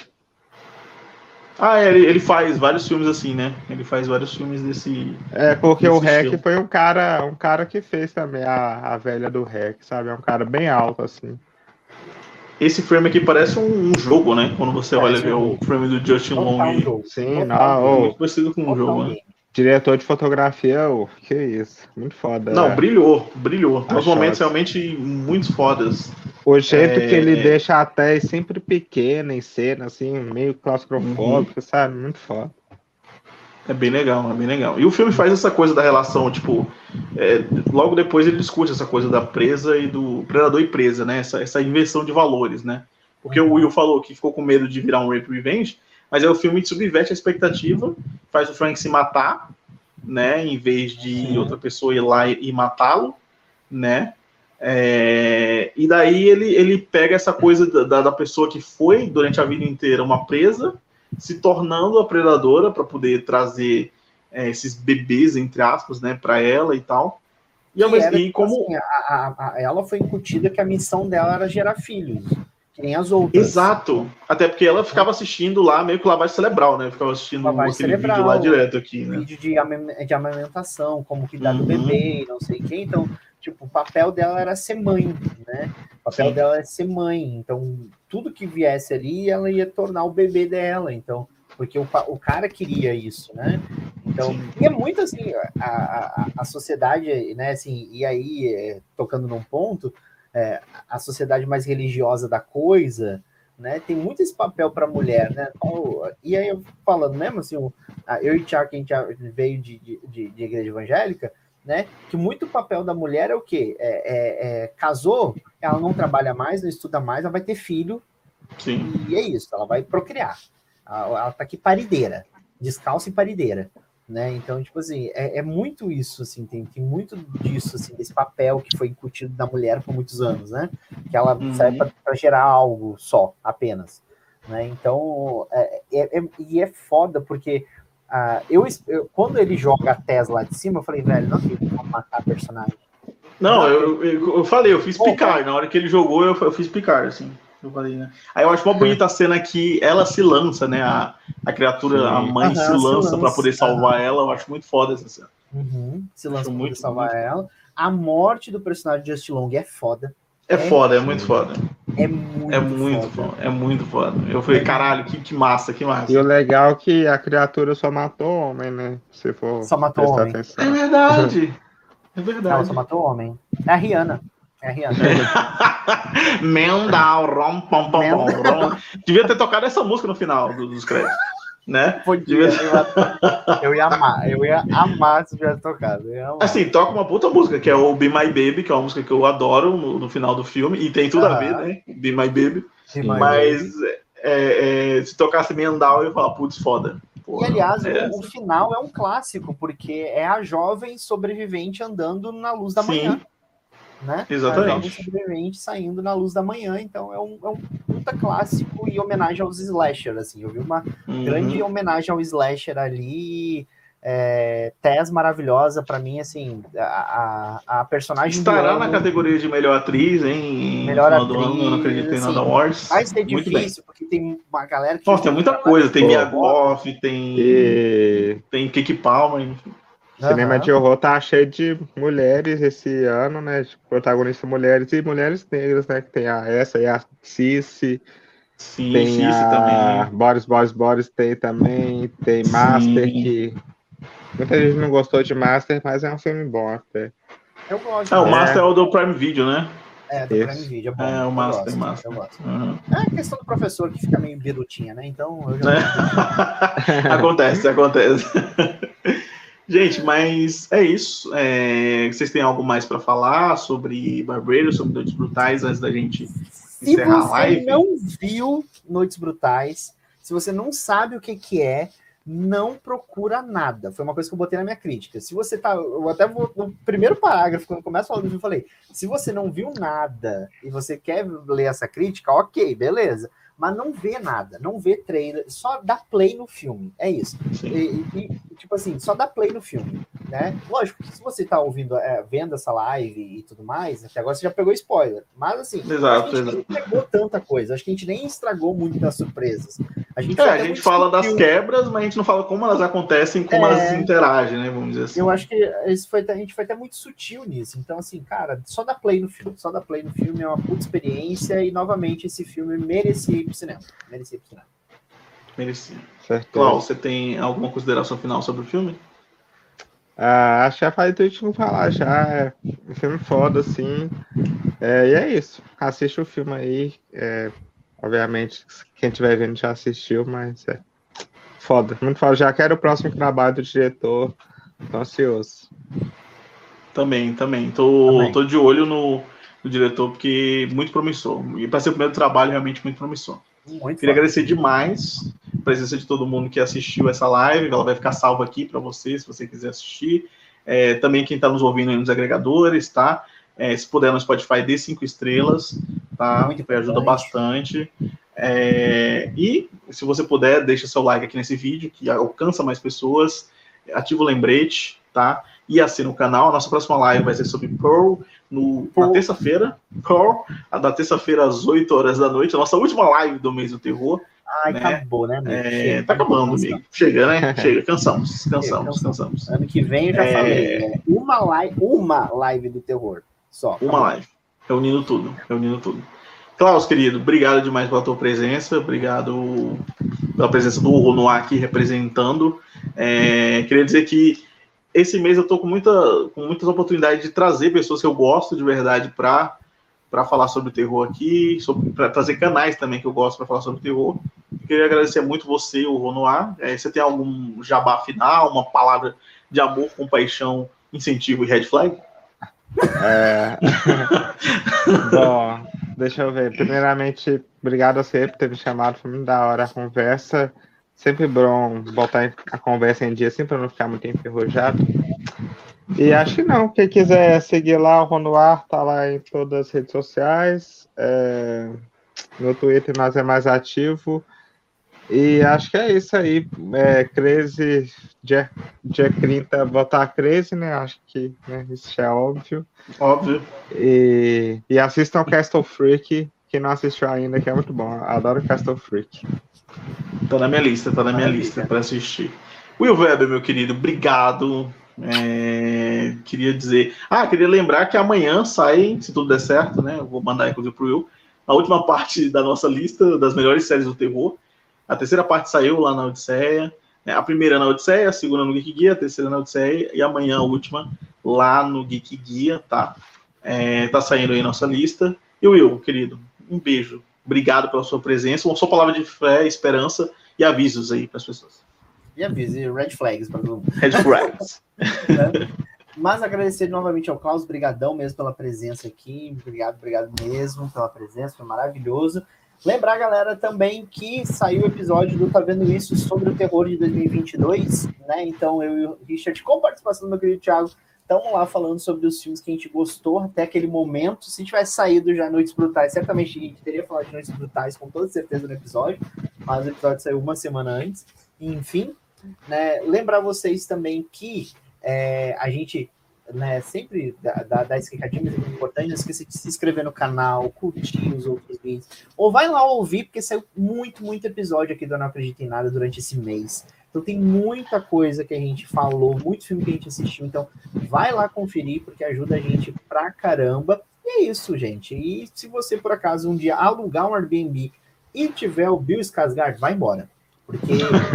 Speaker 1: Ah, ele, ele faz vários filmes assim, né? Ele faz vários filmes desse...
Speaker 3: É, porque o Hack foi um cara, um cara que fez também a, a velha do Hack, sabe? É um cara bem alto, assim.
Speaker 1: Esse frame aqui parece um, um jogo, né? Quando você parece olha um... ver o frame do Justin Long.
Speaker 3: Um Sim, não.
Speaker 1: É muito parecido com um jogo, né?
Speaker 3: Diretor de fotografia, oh, que isso. Muito foda.
Speaker 1: Não,
Speaker 3: é.
Speaker 1: brilhou, brilhou. Tem uns momentos realmente muito fodas.
Speaker 3: O jeito é... que ele deixa a tela sempre pequena em cena, assim, meio claustrofóbico, uhum. sabe? Muito foda.
Speaker 1: É bem legal, é bem legal. E o filme faz essa coisa da relação, tipo, é, logo depois ele discute essa coisa da presa e do predador e presa, né? Essa, essa inversão de valores, né? Porque uhum. o Will falou que ficou com medo de virar um rape revenge, mas aí o filme subverte a expectativa, faz o Frank se matar, né? Em vez de Sim. outra pessoa ir lá e, e matá-lo, né? É, e daí ele, ele pega essa coisa da, da pessoa que foi durante a vida inteira uma presa, se tornando a predadora para poder trazer é, esses bebês, entre aspas, né, para ela e tal. E,
Speaker 2: e, era,
Speaker 1: e como
Speaker 2: assim, a, a, a, ela foi incutida que a missão dela era gerar filhos, Que nem as outras.
Speaker 1: Exato. Até porque ela ficava assistindo lá, meio que lavagem cerebral, né? Ficava assistindo
Speaker 2: Lavagem
Speaker 1: aquele
Speaker 2: cerebral,
Speaker 1: vídeo lá direto aqui, né?
Speaker 2: Vídeo de, amam- de amamentação, como cuidar
Speaker 1: Uhum.
Speaker 2: do bebê, não sei o quê. Então, tipo, o papel dela era ser mãe, né? O papel
Speaker 1: Sim.
Speaker 2: dela era ser mãe. Então, tudo que viesse ali, ela ia tornar o bebê dela. Então, porque o, pa- o cara queria isso, né? Então,
Speaker 1: Sim.
Speaker 2: e é muito assim, a, a, a sociedade, né, assim, e aí, é, tocando num ponto, é, a sociedade mais religiosa da coisa, né, tem muito esse papel para a mulher, né? Então, e aí, eu falando mesmo, assim, o- a- eu e o Thiago, que a gente já veio de, de, de- de igreja evangélica, né, que muito o papel da mulher é o quê? É, é- é, casou, ela não trabalha mais, não estuda mais, ela vai ter filho,
Speaker 1: Sim.
Speaker 2: e é isso, ela vai procriar. Ela, ela tá aqui parideira, descalça e parideira, né? Então, tipo assim, é, é muito isso, assim, tem, tem muito disso, assim, desse papel que foi incutido da mulher por muitos anos, né? Que ela
Speaker 1: Uhum.
Speaker 2: serve para gerar algo só, apenas, né? Então, é, é, é- e é foda, porque ah, eu, eu- quando ele joga a Tesla lá de cima, eu falei, velho, não acredito que vão matar a personagem.
Speaker 1: Não, eu, eu, eu falei, eu fiz
Speaker 2: Pô,
Speaker 1: picar. Na hora que ele jogou, eu, eu fiz picar, assim. Eu falei, né? Aí eu acho uma bonita a cena que ela se lança, né? A, a criatura,
Speaker 3: Sim.
Speaker 1: a mãe
Speaker 2: Aham,
Speaker 1: se
Speaker 2: se
Speaker 1: lança
Speaker 2: lança.
Speaker 1: pra poder salvar ela. Eu acho muito foda essa cena.
Speaker 2: Uhum, se lança
Speaker 1: Acho
Speaker 2: pra
Speaker 1: muito,
Speaker 2: poder salvar
Speaker 1: muito
Speaker 2: ela. A morte do personagem de Justin Long é foda.
Speaker 1: É,
Speaker 2: É,
Speaker 1: foda, é muito foda.
Speaker 2: é muito,
Speaker 1: É muito
Speaker 2: foda.
Speaker 1: foda. É muito foda. Eu falei,
Speaker 2: É
Speaker 1: caralho, que, que massa, que massa.
Speaker 3: E o legal é que a criatura só matou o homem, né? Se for
Speaker 2: Só matou
Speaker 3: prestar
Speaker 2: homem.
Speaker 3: atenção.
Speaker 1: É verdade. É
Speaker 2: Ela
Speaker 1: verdade.
Speaker 2: só matou homem. É a Rihanna. É a Rihanna.
Speaker 1: Mendal, rom, pom, pom, pom, rom. Devia ter tocado essa música no final do- dos créditos, né?
Speaker 2: Podia,
Speaker 1: Devia-
Speaker 2: eu, eu ia amar. Eu ia amar se tivesse tocado. Eu ia amar.
Speaker 1: Assim, toca uma puta música, que é o Be My Baby, que é uma música que eu adoro no, no final do filme, e tem tudo a ver,
Speaker 2: Aham.
Speaker 1: né? Be My Baby.
Speaker 2: Be My
Speaker 1: Mas
Speaker 2: Baby.
Speaker 1: é, é, se tocasse Mendal, eu ia falar, putz, foda. Pô,
Speaker 2: E, aliás,
Speaker 1: é,
Speaker 2: o, o final é um clássico, porque é a jovem sobrevivente andando na luz da
Speaker 1: sim,
Speaker 2: manhã. Né?
Speaker 1: exatamente.
Speaker 2: A jovem sobrevivente saindo na luz da manhã, então é um, é um puta clássico e homenagem aos slasher, assim, eu vi uma
Speaker 1: Uhum.
Speaker 2: grande homenagem ao slasher ali, é, Tess maravilhosa, pra mim, assim, a, a, a personagem
Speaker 1: Estará
Speaker 2: do
Speaker 1: na
Speaker 2: ano,
Speaker 1: categoria de melhor atriz, hein?
Speaker 2: melhor
Speaker 1: no final
Speaker 2: atriz,
Speaker 1: do ano, eu não acredito em
Speaker 2: assim,
Speaker 1: nada Awards.
Speaker 2: vai ser
Speaker 1: Muito bem.
Speaker 2: difícil, porque tem uma galera que
Speaker 1: Nossa, tem
Speaker 2: fez
Speaker 1: muita
Speaker 2: muito
Speaker 1: coisa. Tem Mia
Speaker 3: Pô.
Speaker 1: Goff, tem,
Speaker 3: E
Speaker 1: tem Keke Palmer, enfim.
Speaker 3: cinema
Speaker 2: Aham.
Speaker 3: de horror tá cheio de mulheres esse ano, né? De protagonistas mulheres e mulheres negras, né? Que tem a essa e a Cici,
Speaker 1: Sim,
Speaker 3: tem
Speaker 1: Cici
Speaker 3: a
Speaker 1: também.
Speaker 3: Boris Boris Boris tem também, tem
Speaker 1: Sim.
Speaker 3: Master, que muita gente não gostou de Master, mas é um filme bom até.
Speaker 2: Eu gosto.
Speaker 1: Ah, o
Speaker 3: É.
Speaker 1: Master é o do Prime Video, né?
Speaker 2: É, do
Speaker 3: Isso.
Speaker 2: Prime Video, é bom.
Speaker 1: É, o
Speaker 2: eu
Speaker 1: Master,
Speaker 2: gosto,
Speaker 1: Master.
Speaker 2: eu gosto.
Speaker 1: Uhum.
Speaker 2: É a questão do professor que fica meio birutinha, né? Então eu já
Speaker 1: É. Acontece, acontece. Gente, mas é isso. É, vocês têm algo mais para falar sobre Barbreiros, sobre Noites Brutais, antes da gente
Speaker 2: Se
Speaker 1: encerrar a
Speaker 2: você
Speaker 1: live?
Speaker 2: não viu Noites Brutais, se você não sabe o que, que é, não procura nada. Foi uma coisa que eu botei na minha crítica. Se você tá. Eu até vou. No primeiro parágrafo, quando começa falando do filme, eu falei: se você não viu nada e você quer ler essa crítica, ok, beleza. Mas não vê nada, não vê trailer, só dá play no filme. É isso.
Speaker 1: Sim.
Speaker 2: E, e, e, tipo assim, só dá play no filme, né? Lógico que se você tá ouvindo, é, vendo essa live e tudo mais, até agora você já pegou spoiler. Mas assim,
Speaker 1: Exato,
Speaker 2: a gente nem pegou tanta coisa, acho que a gente nem estragou muito das surpresas. A gente,
Speaker 1: É,
Speaker 2: só
Speaker 1: a
Speaker 2: até
Speaker 1: gente
Speaker 2: muito
Speaker 1: fala das
Speaker 2: sutil.
Speaker 1: quebras, mas a gente não fala como elas acontecem, como
Speaker 2: É.
Speaker 1: elas interagem, né? Vamos dizer assim.
Speaker 2: Eu acho que esse foi, a gente foi até muito sutil nisso. Então, assim, cara, só dá play no filme. Só dá play no filme, é uma puta experiência. E, novamente, esse filme merecia ir pro cinema. Merecia ir pro cinema.
Speaker 1: Merecia.
Speaker 3: Certo.
Speaker 1: Cláudio, você tem alguma consideração final sobre o filme?
Speaker 3: Ah, acho que já falei tudo que tinha que falar, já é um filme foda, assim. É, e é isso. Assiste o filme aí. É, obviamente, quem estiver vendo já assistiu, mas é foda. Muito foda. Já quero o próximo trabalho do diretor. Tô ansioso.
Speaker 1: Também, também. Tô,
Speaker 2: Também.
Speaker 1: tô de olho no, no diretor, porque muito promissor. E para ser o primeiro trabalho, realmente muito promissor.
Speaker 2: Muito
Speaker 1: Queria
Speaker 2: foda.
Speaker 1: agradecer demais a presença de todo mundo que assistiu essa live. Ela vai ficar salva aqui para você, se você quiser assistir. É, também quem está nos ouvindo aí nos agregadores, tá? É, se puder no Spotify, dê cinco estrelas, tá?
Speaker 2: Muito
Speaker 1: Que ajuda
Speaker 2: importante.
Speaker 1: bastante. É, e se você puder, deixa seu like aqui nesse vídeo, que alcança mais pessoas. Ativa o lembrete, tá? E assina o canal. A nossa próxima live vai ser sobre Pearl, no, na terça-feira, a da terça-feira às oito horas da noite, a nossa última live do mês do terror.
Speaker 2: Ai,
Speaker 1: né?
Speaker 2: Acabou, né, amigo?
Speaker 1: É,
Speaker 2: Chega,
Speaker 1: tá acabando, amigo. Chega, né? Chega, cansamos, cansamos, cansamos.
Speaker 2: Ano que vem eu já
Speaker 1: é...
Speaker 2: falei, né? Uma live, uma live do terror. Só. Acabou.
Speaker 1: Uma live. Reunindo tudo, reunindo tudo. Klaus, querido, obrigado demais pela tua presença, obrigado pela presença do Horror no Ar aqui representando. É, queria dizer que esse mês eu estou com, muita, com muitas oportunidades de trazer pessoas que eu gosto de verdade para para falar sobre terror aqui, para trazer canais também que eu gosto para falar sobre terror. Eu queria agradecer muito você, o Horror no Ar. É, você tem algum jabá final, uma palavra de amor, compaixão, incentivo e red flag?
Speaker 3: É... Bom, deixa eu ver. Primeiramente, obrigado a você por ter me chamado, foi muito da hora a conversa. Sempre bom botar a conversa em dia, assim, para não ficar muito enferrujado. E acho que não. Quem quiser seguir lá, o Ronoir tá lá em todas as redes sociais. É... No Twitter nós é mais ativo. E acho que é isso aí. É, Crazy, dia, dia trinta, votar Crazy, né? Acho que né, isso já é óbvio.
Speaker 1: Óbvio.
Speaker 3: E, e assistam Castle Freak, que não assistiu ainda, que é muito bom. Adoro Castle Freak.
Speaker 1: Tá na minha lista, tá na minha
Speaker 2: Maravilha.
Speaker 1: lista para assistir. Will Weber, meu querido, obrigado. É, queria dizer... Ah, queria lembrar que amanhã sai, se tudo der certo, né? Eu vou mandar, inclusive, pro Will, a última parte da nossa lista das melhores séries do terror. A terceira parte saiu lá na Odisseia. Né? A primeira na Odisseia, a segunda no Geek Guia, a terceira na Odisseia e amanhã a última lá no Geek Guia, tá? É, tá saindo aí a nossa lista. E Will, querido, um beijo. Obrigado pela sua presença. Uma só palavra de fé, esperança e avisos aí para as pessoas.
Speaker 2: E avise, red flags para todo mundo.
Speaker 1: Red flags.
Speaker 2: Né? Mas agradecer novamente ao Klaus, brigadão mesmo pela presença aqui. Obrigado, obrigado mesmo pela presença, foi maravilhoso. Lembrar, galera, também que saiu o episódio do Tá Vendo Isso sobre o terror de dois mil e vinte e dois, né? Então eu e o Richard, com participação do meu querido Thiago, estamos lá falando sobre os filmes que a gente gostou até aquele momento. Se tivesse saído já Noites Brutais, certamente a gente teria falado de Noites Brutais com toda certeza no episódio, mas o episódio saiu uma semana antes. Enfim, né? Lembrar vocês também que é, a gente... Né, sempre dá, dá, dá esse recadinho, mas é muito importante, não esqueça de se inscrever no canal, curtir os outros vídeos, ou vai lá ouvir, porque saiu muito, muito episódio aqui do Não Acredito em Nada durante esse mês, então tem muita coisa que a gente falou, muito filme que a gente assistiu, então vai lá conferir, porque ajuda a gente pra caramba, e é isso, gente, e se você por acaso um dia alugar um Airbnb e tiver o Bill Skarsgård, vai embora, porque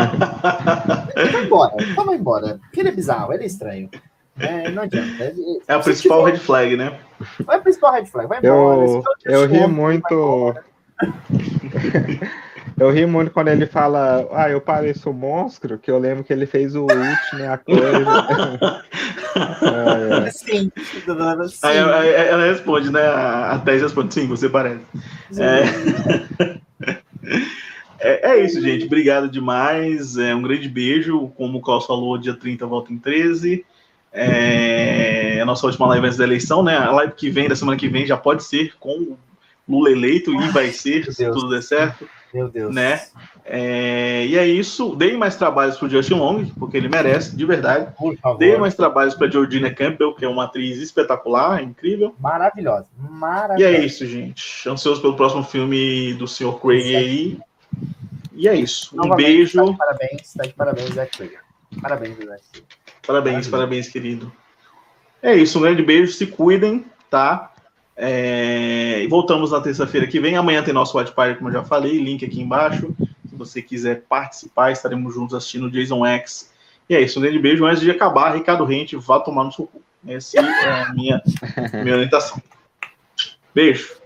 Speaker 2: vai embora, só vai embora, porque ele é bizarro, ele é estranho. É, não adianta.
Speaker 1: É a principal tiver... red flag, né?
Speaker 2: É a principal red flag, vai embora.
Speaker 3: Eu, eu ri muito. Eu ri muito quando ele fala, ah, eu pareço um monstro, que eu lembro que ele fez o It, né? A coisa.
Speaker 2: é, é. Sim. sim.
Speaker 1: Aí, aí, ela responde, né? A Tess responde, sim, você parece. É... é, é isso, gente. Obrigado demais. É um grande beijo. Como o Klaus falou, dia trinta volta em treze. É a nossa última live antes da eleição, né? A live que vem, da semana que vem, já pode ser com o Lula eleito e vai ser, se tudo der certo.
Speaker 2: Meu Deus.
Speaker 1: Né? É, e é isso. Deem mais trabalhos pro Justin Long, porque ele merece, de verdade.
Speaker 2: Por favor.
Speaker 1: Deem mais trabalhos para Georgina Campbell, que é uma atriz espetacular, incrível.
Speaker 2: Maravilhosa. Maravilhosa.
Speaker 1: E é isso, gente. Ansioso pelo próximo filme do senhor Craig aí. E é isso. Um
Speaker 2: Novamente,
Speaker 1: beijo.
Speaker 2: Tá de parabéns, tá de parabéns, Zack Craig. Parabéns, Zack.
Speaker 1: Parabéns, parabéns, querido. É isso, um grande beijo, se cuidem, tá? É... Voltamos na terça-feira que vem. Amanhã tem nosso Watch Party, como eu já falei, link aqui embaixo. Se você quiser participar, estaremos juntos assistindo o Jason X. E é isso, um grande beijo. Antes de acabar, Ricardo Rente, vá tomar no seu cu. Essa é a minha, minha orientação. Beijo.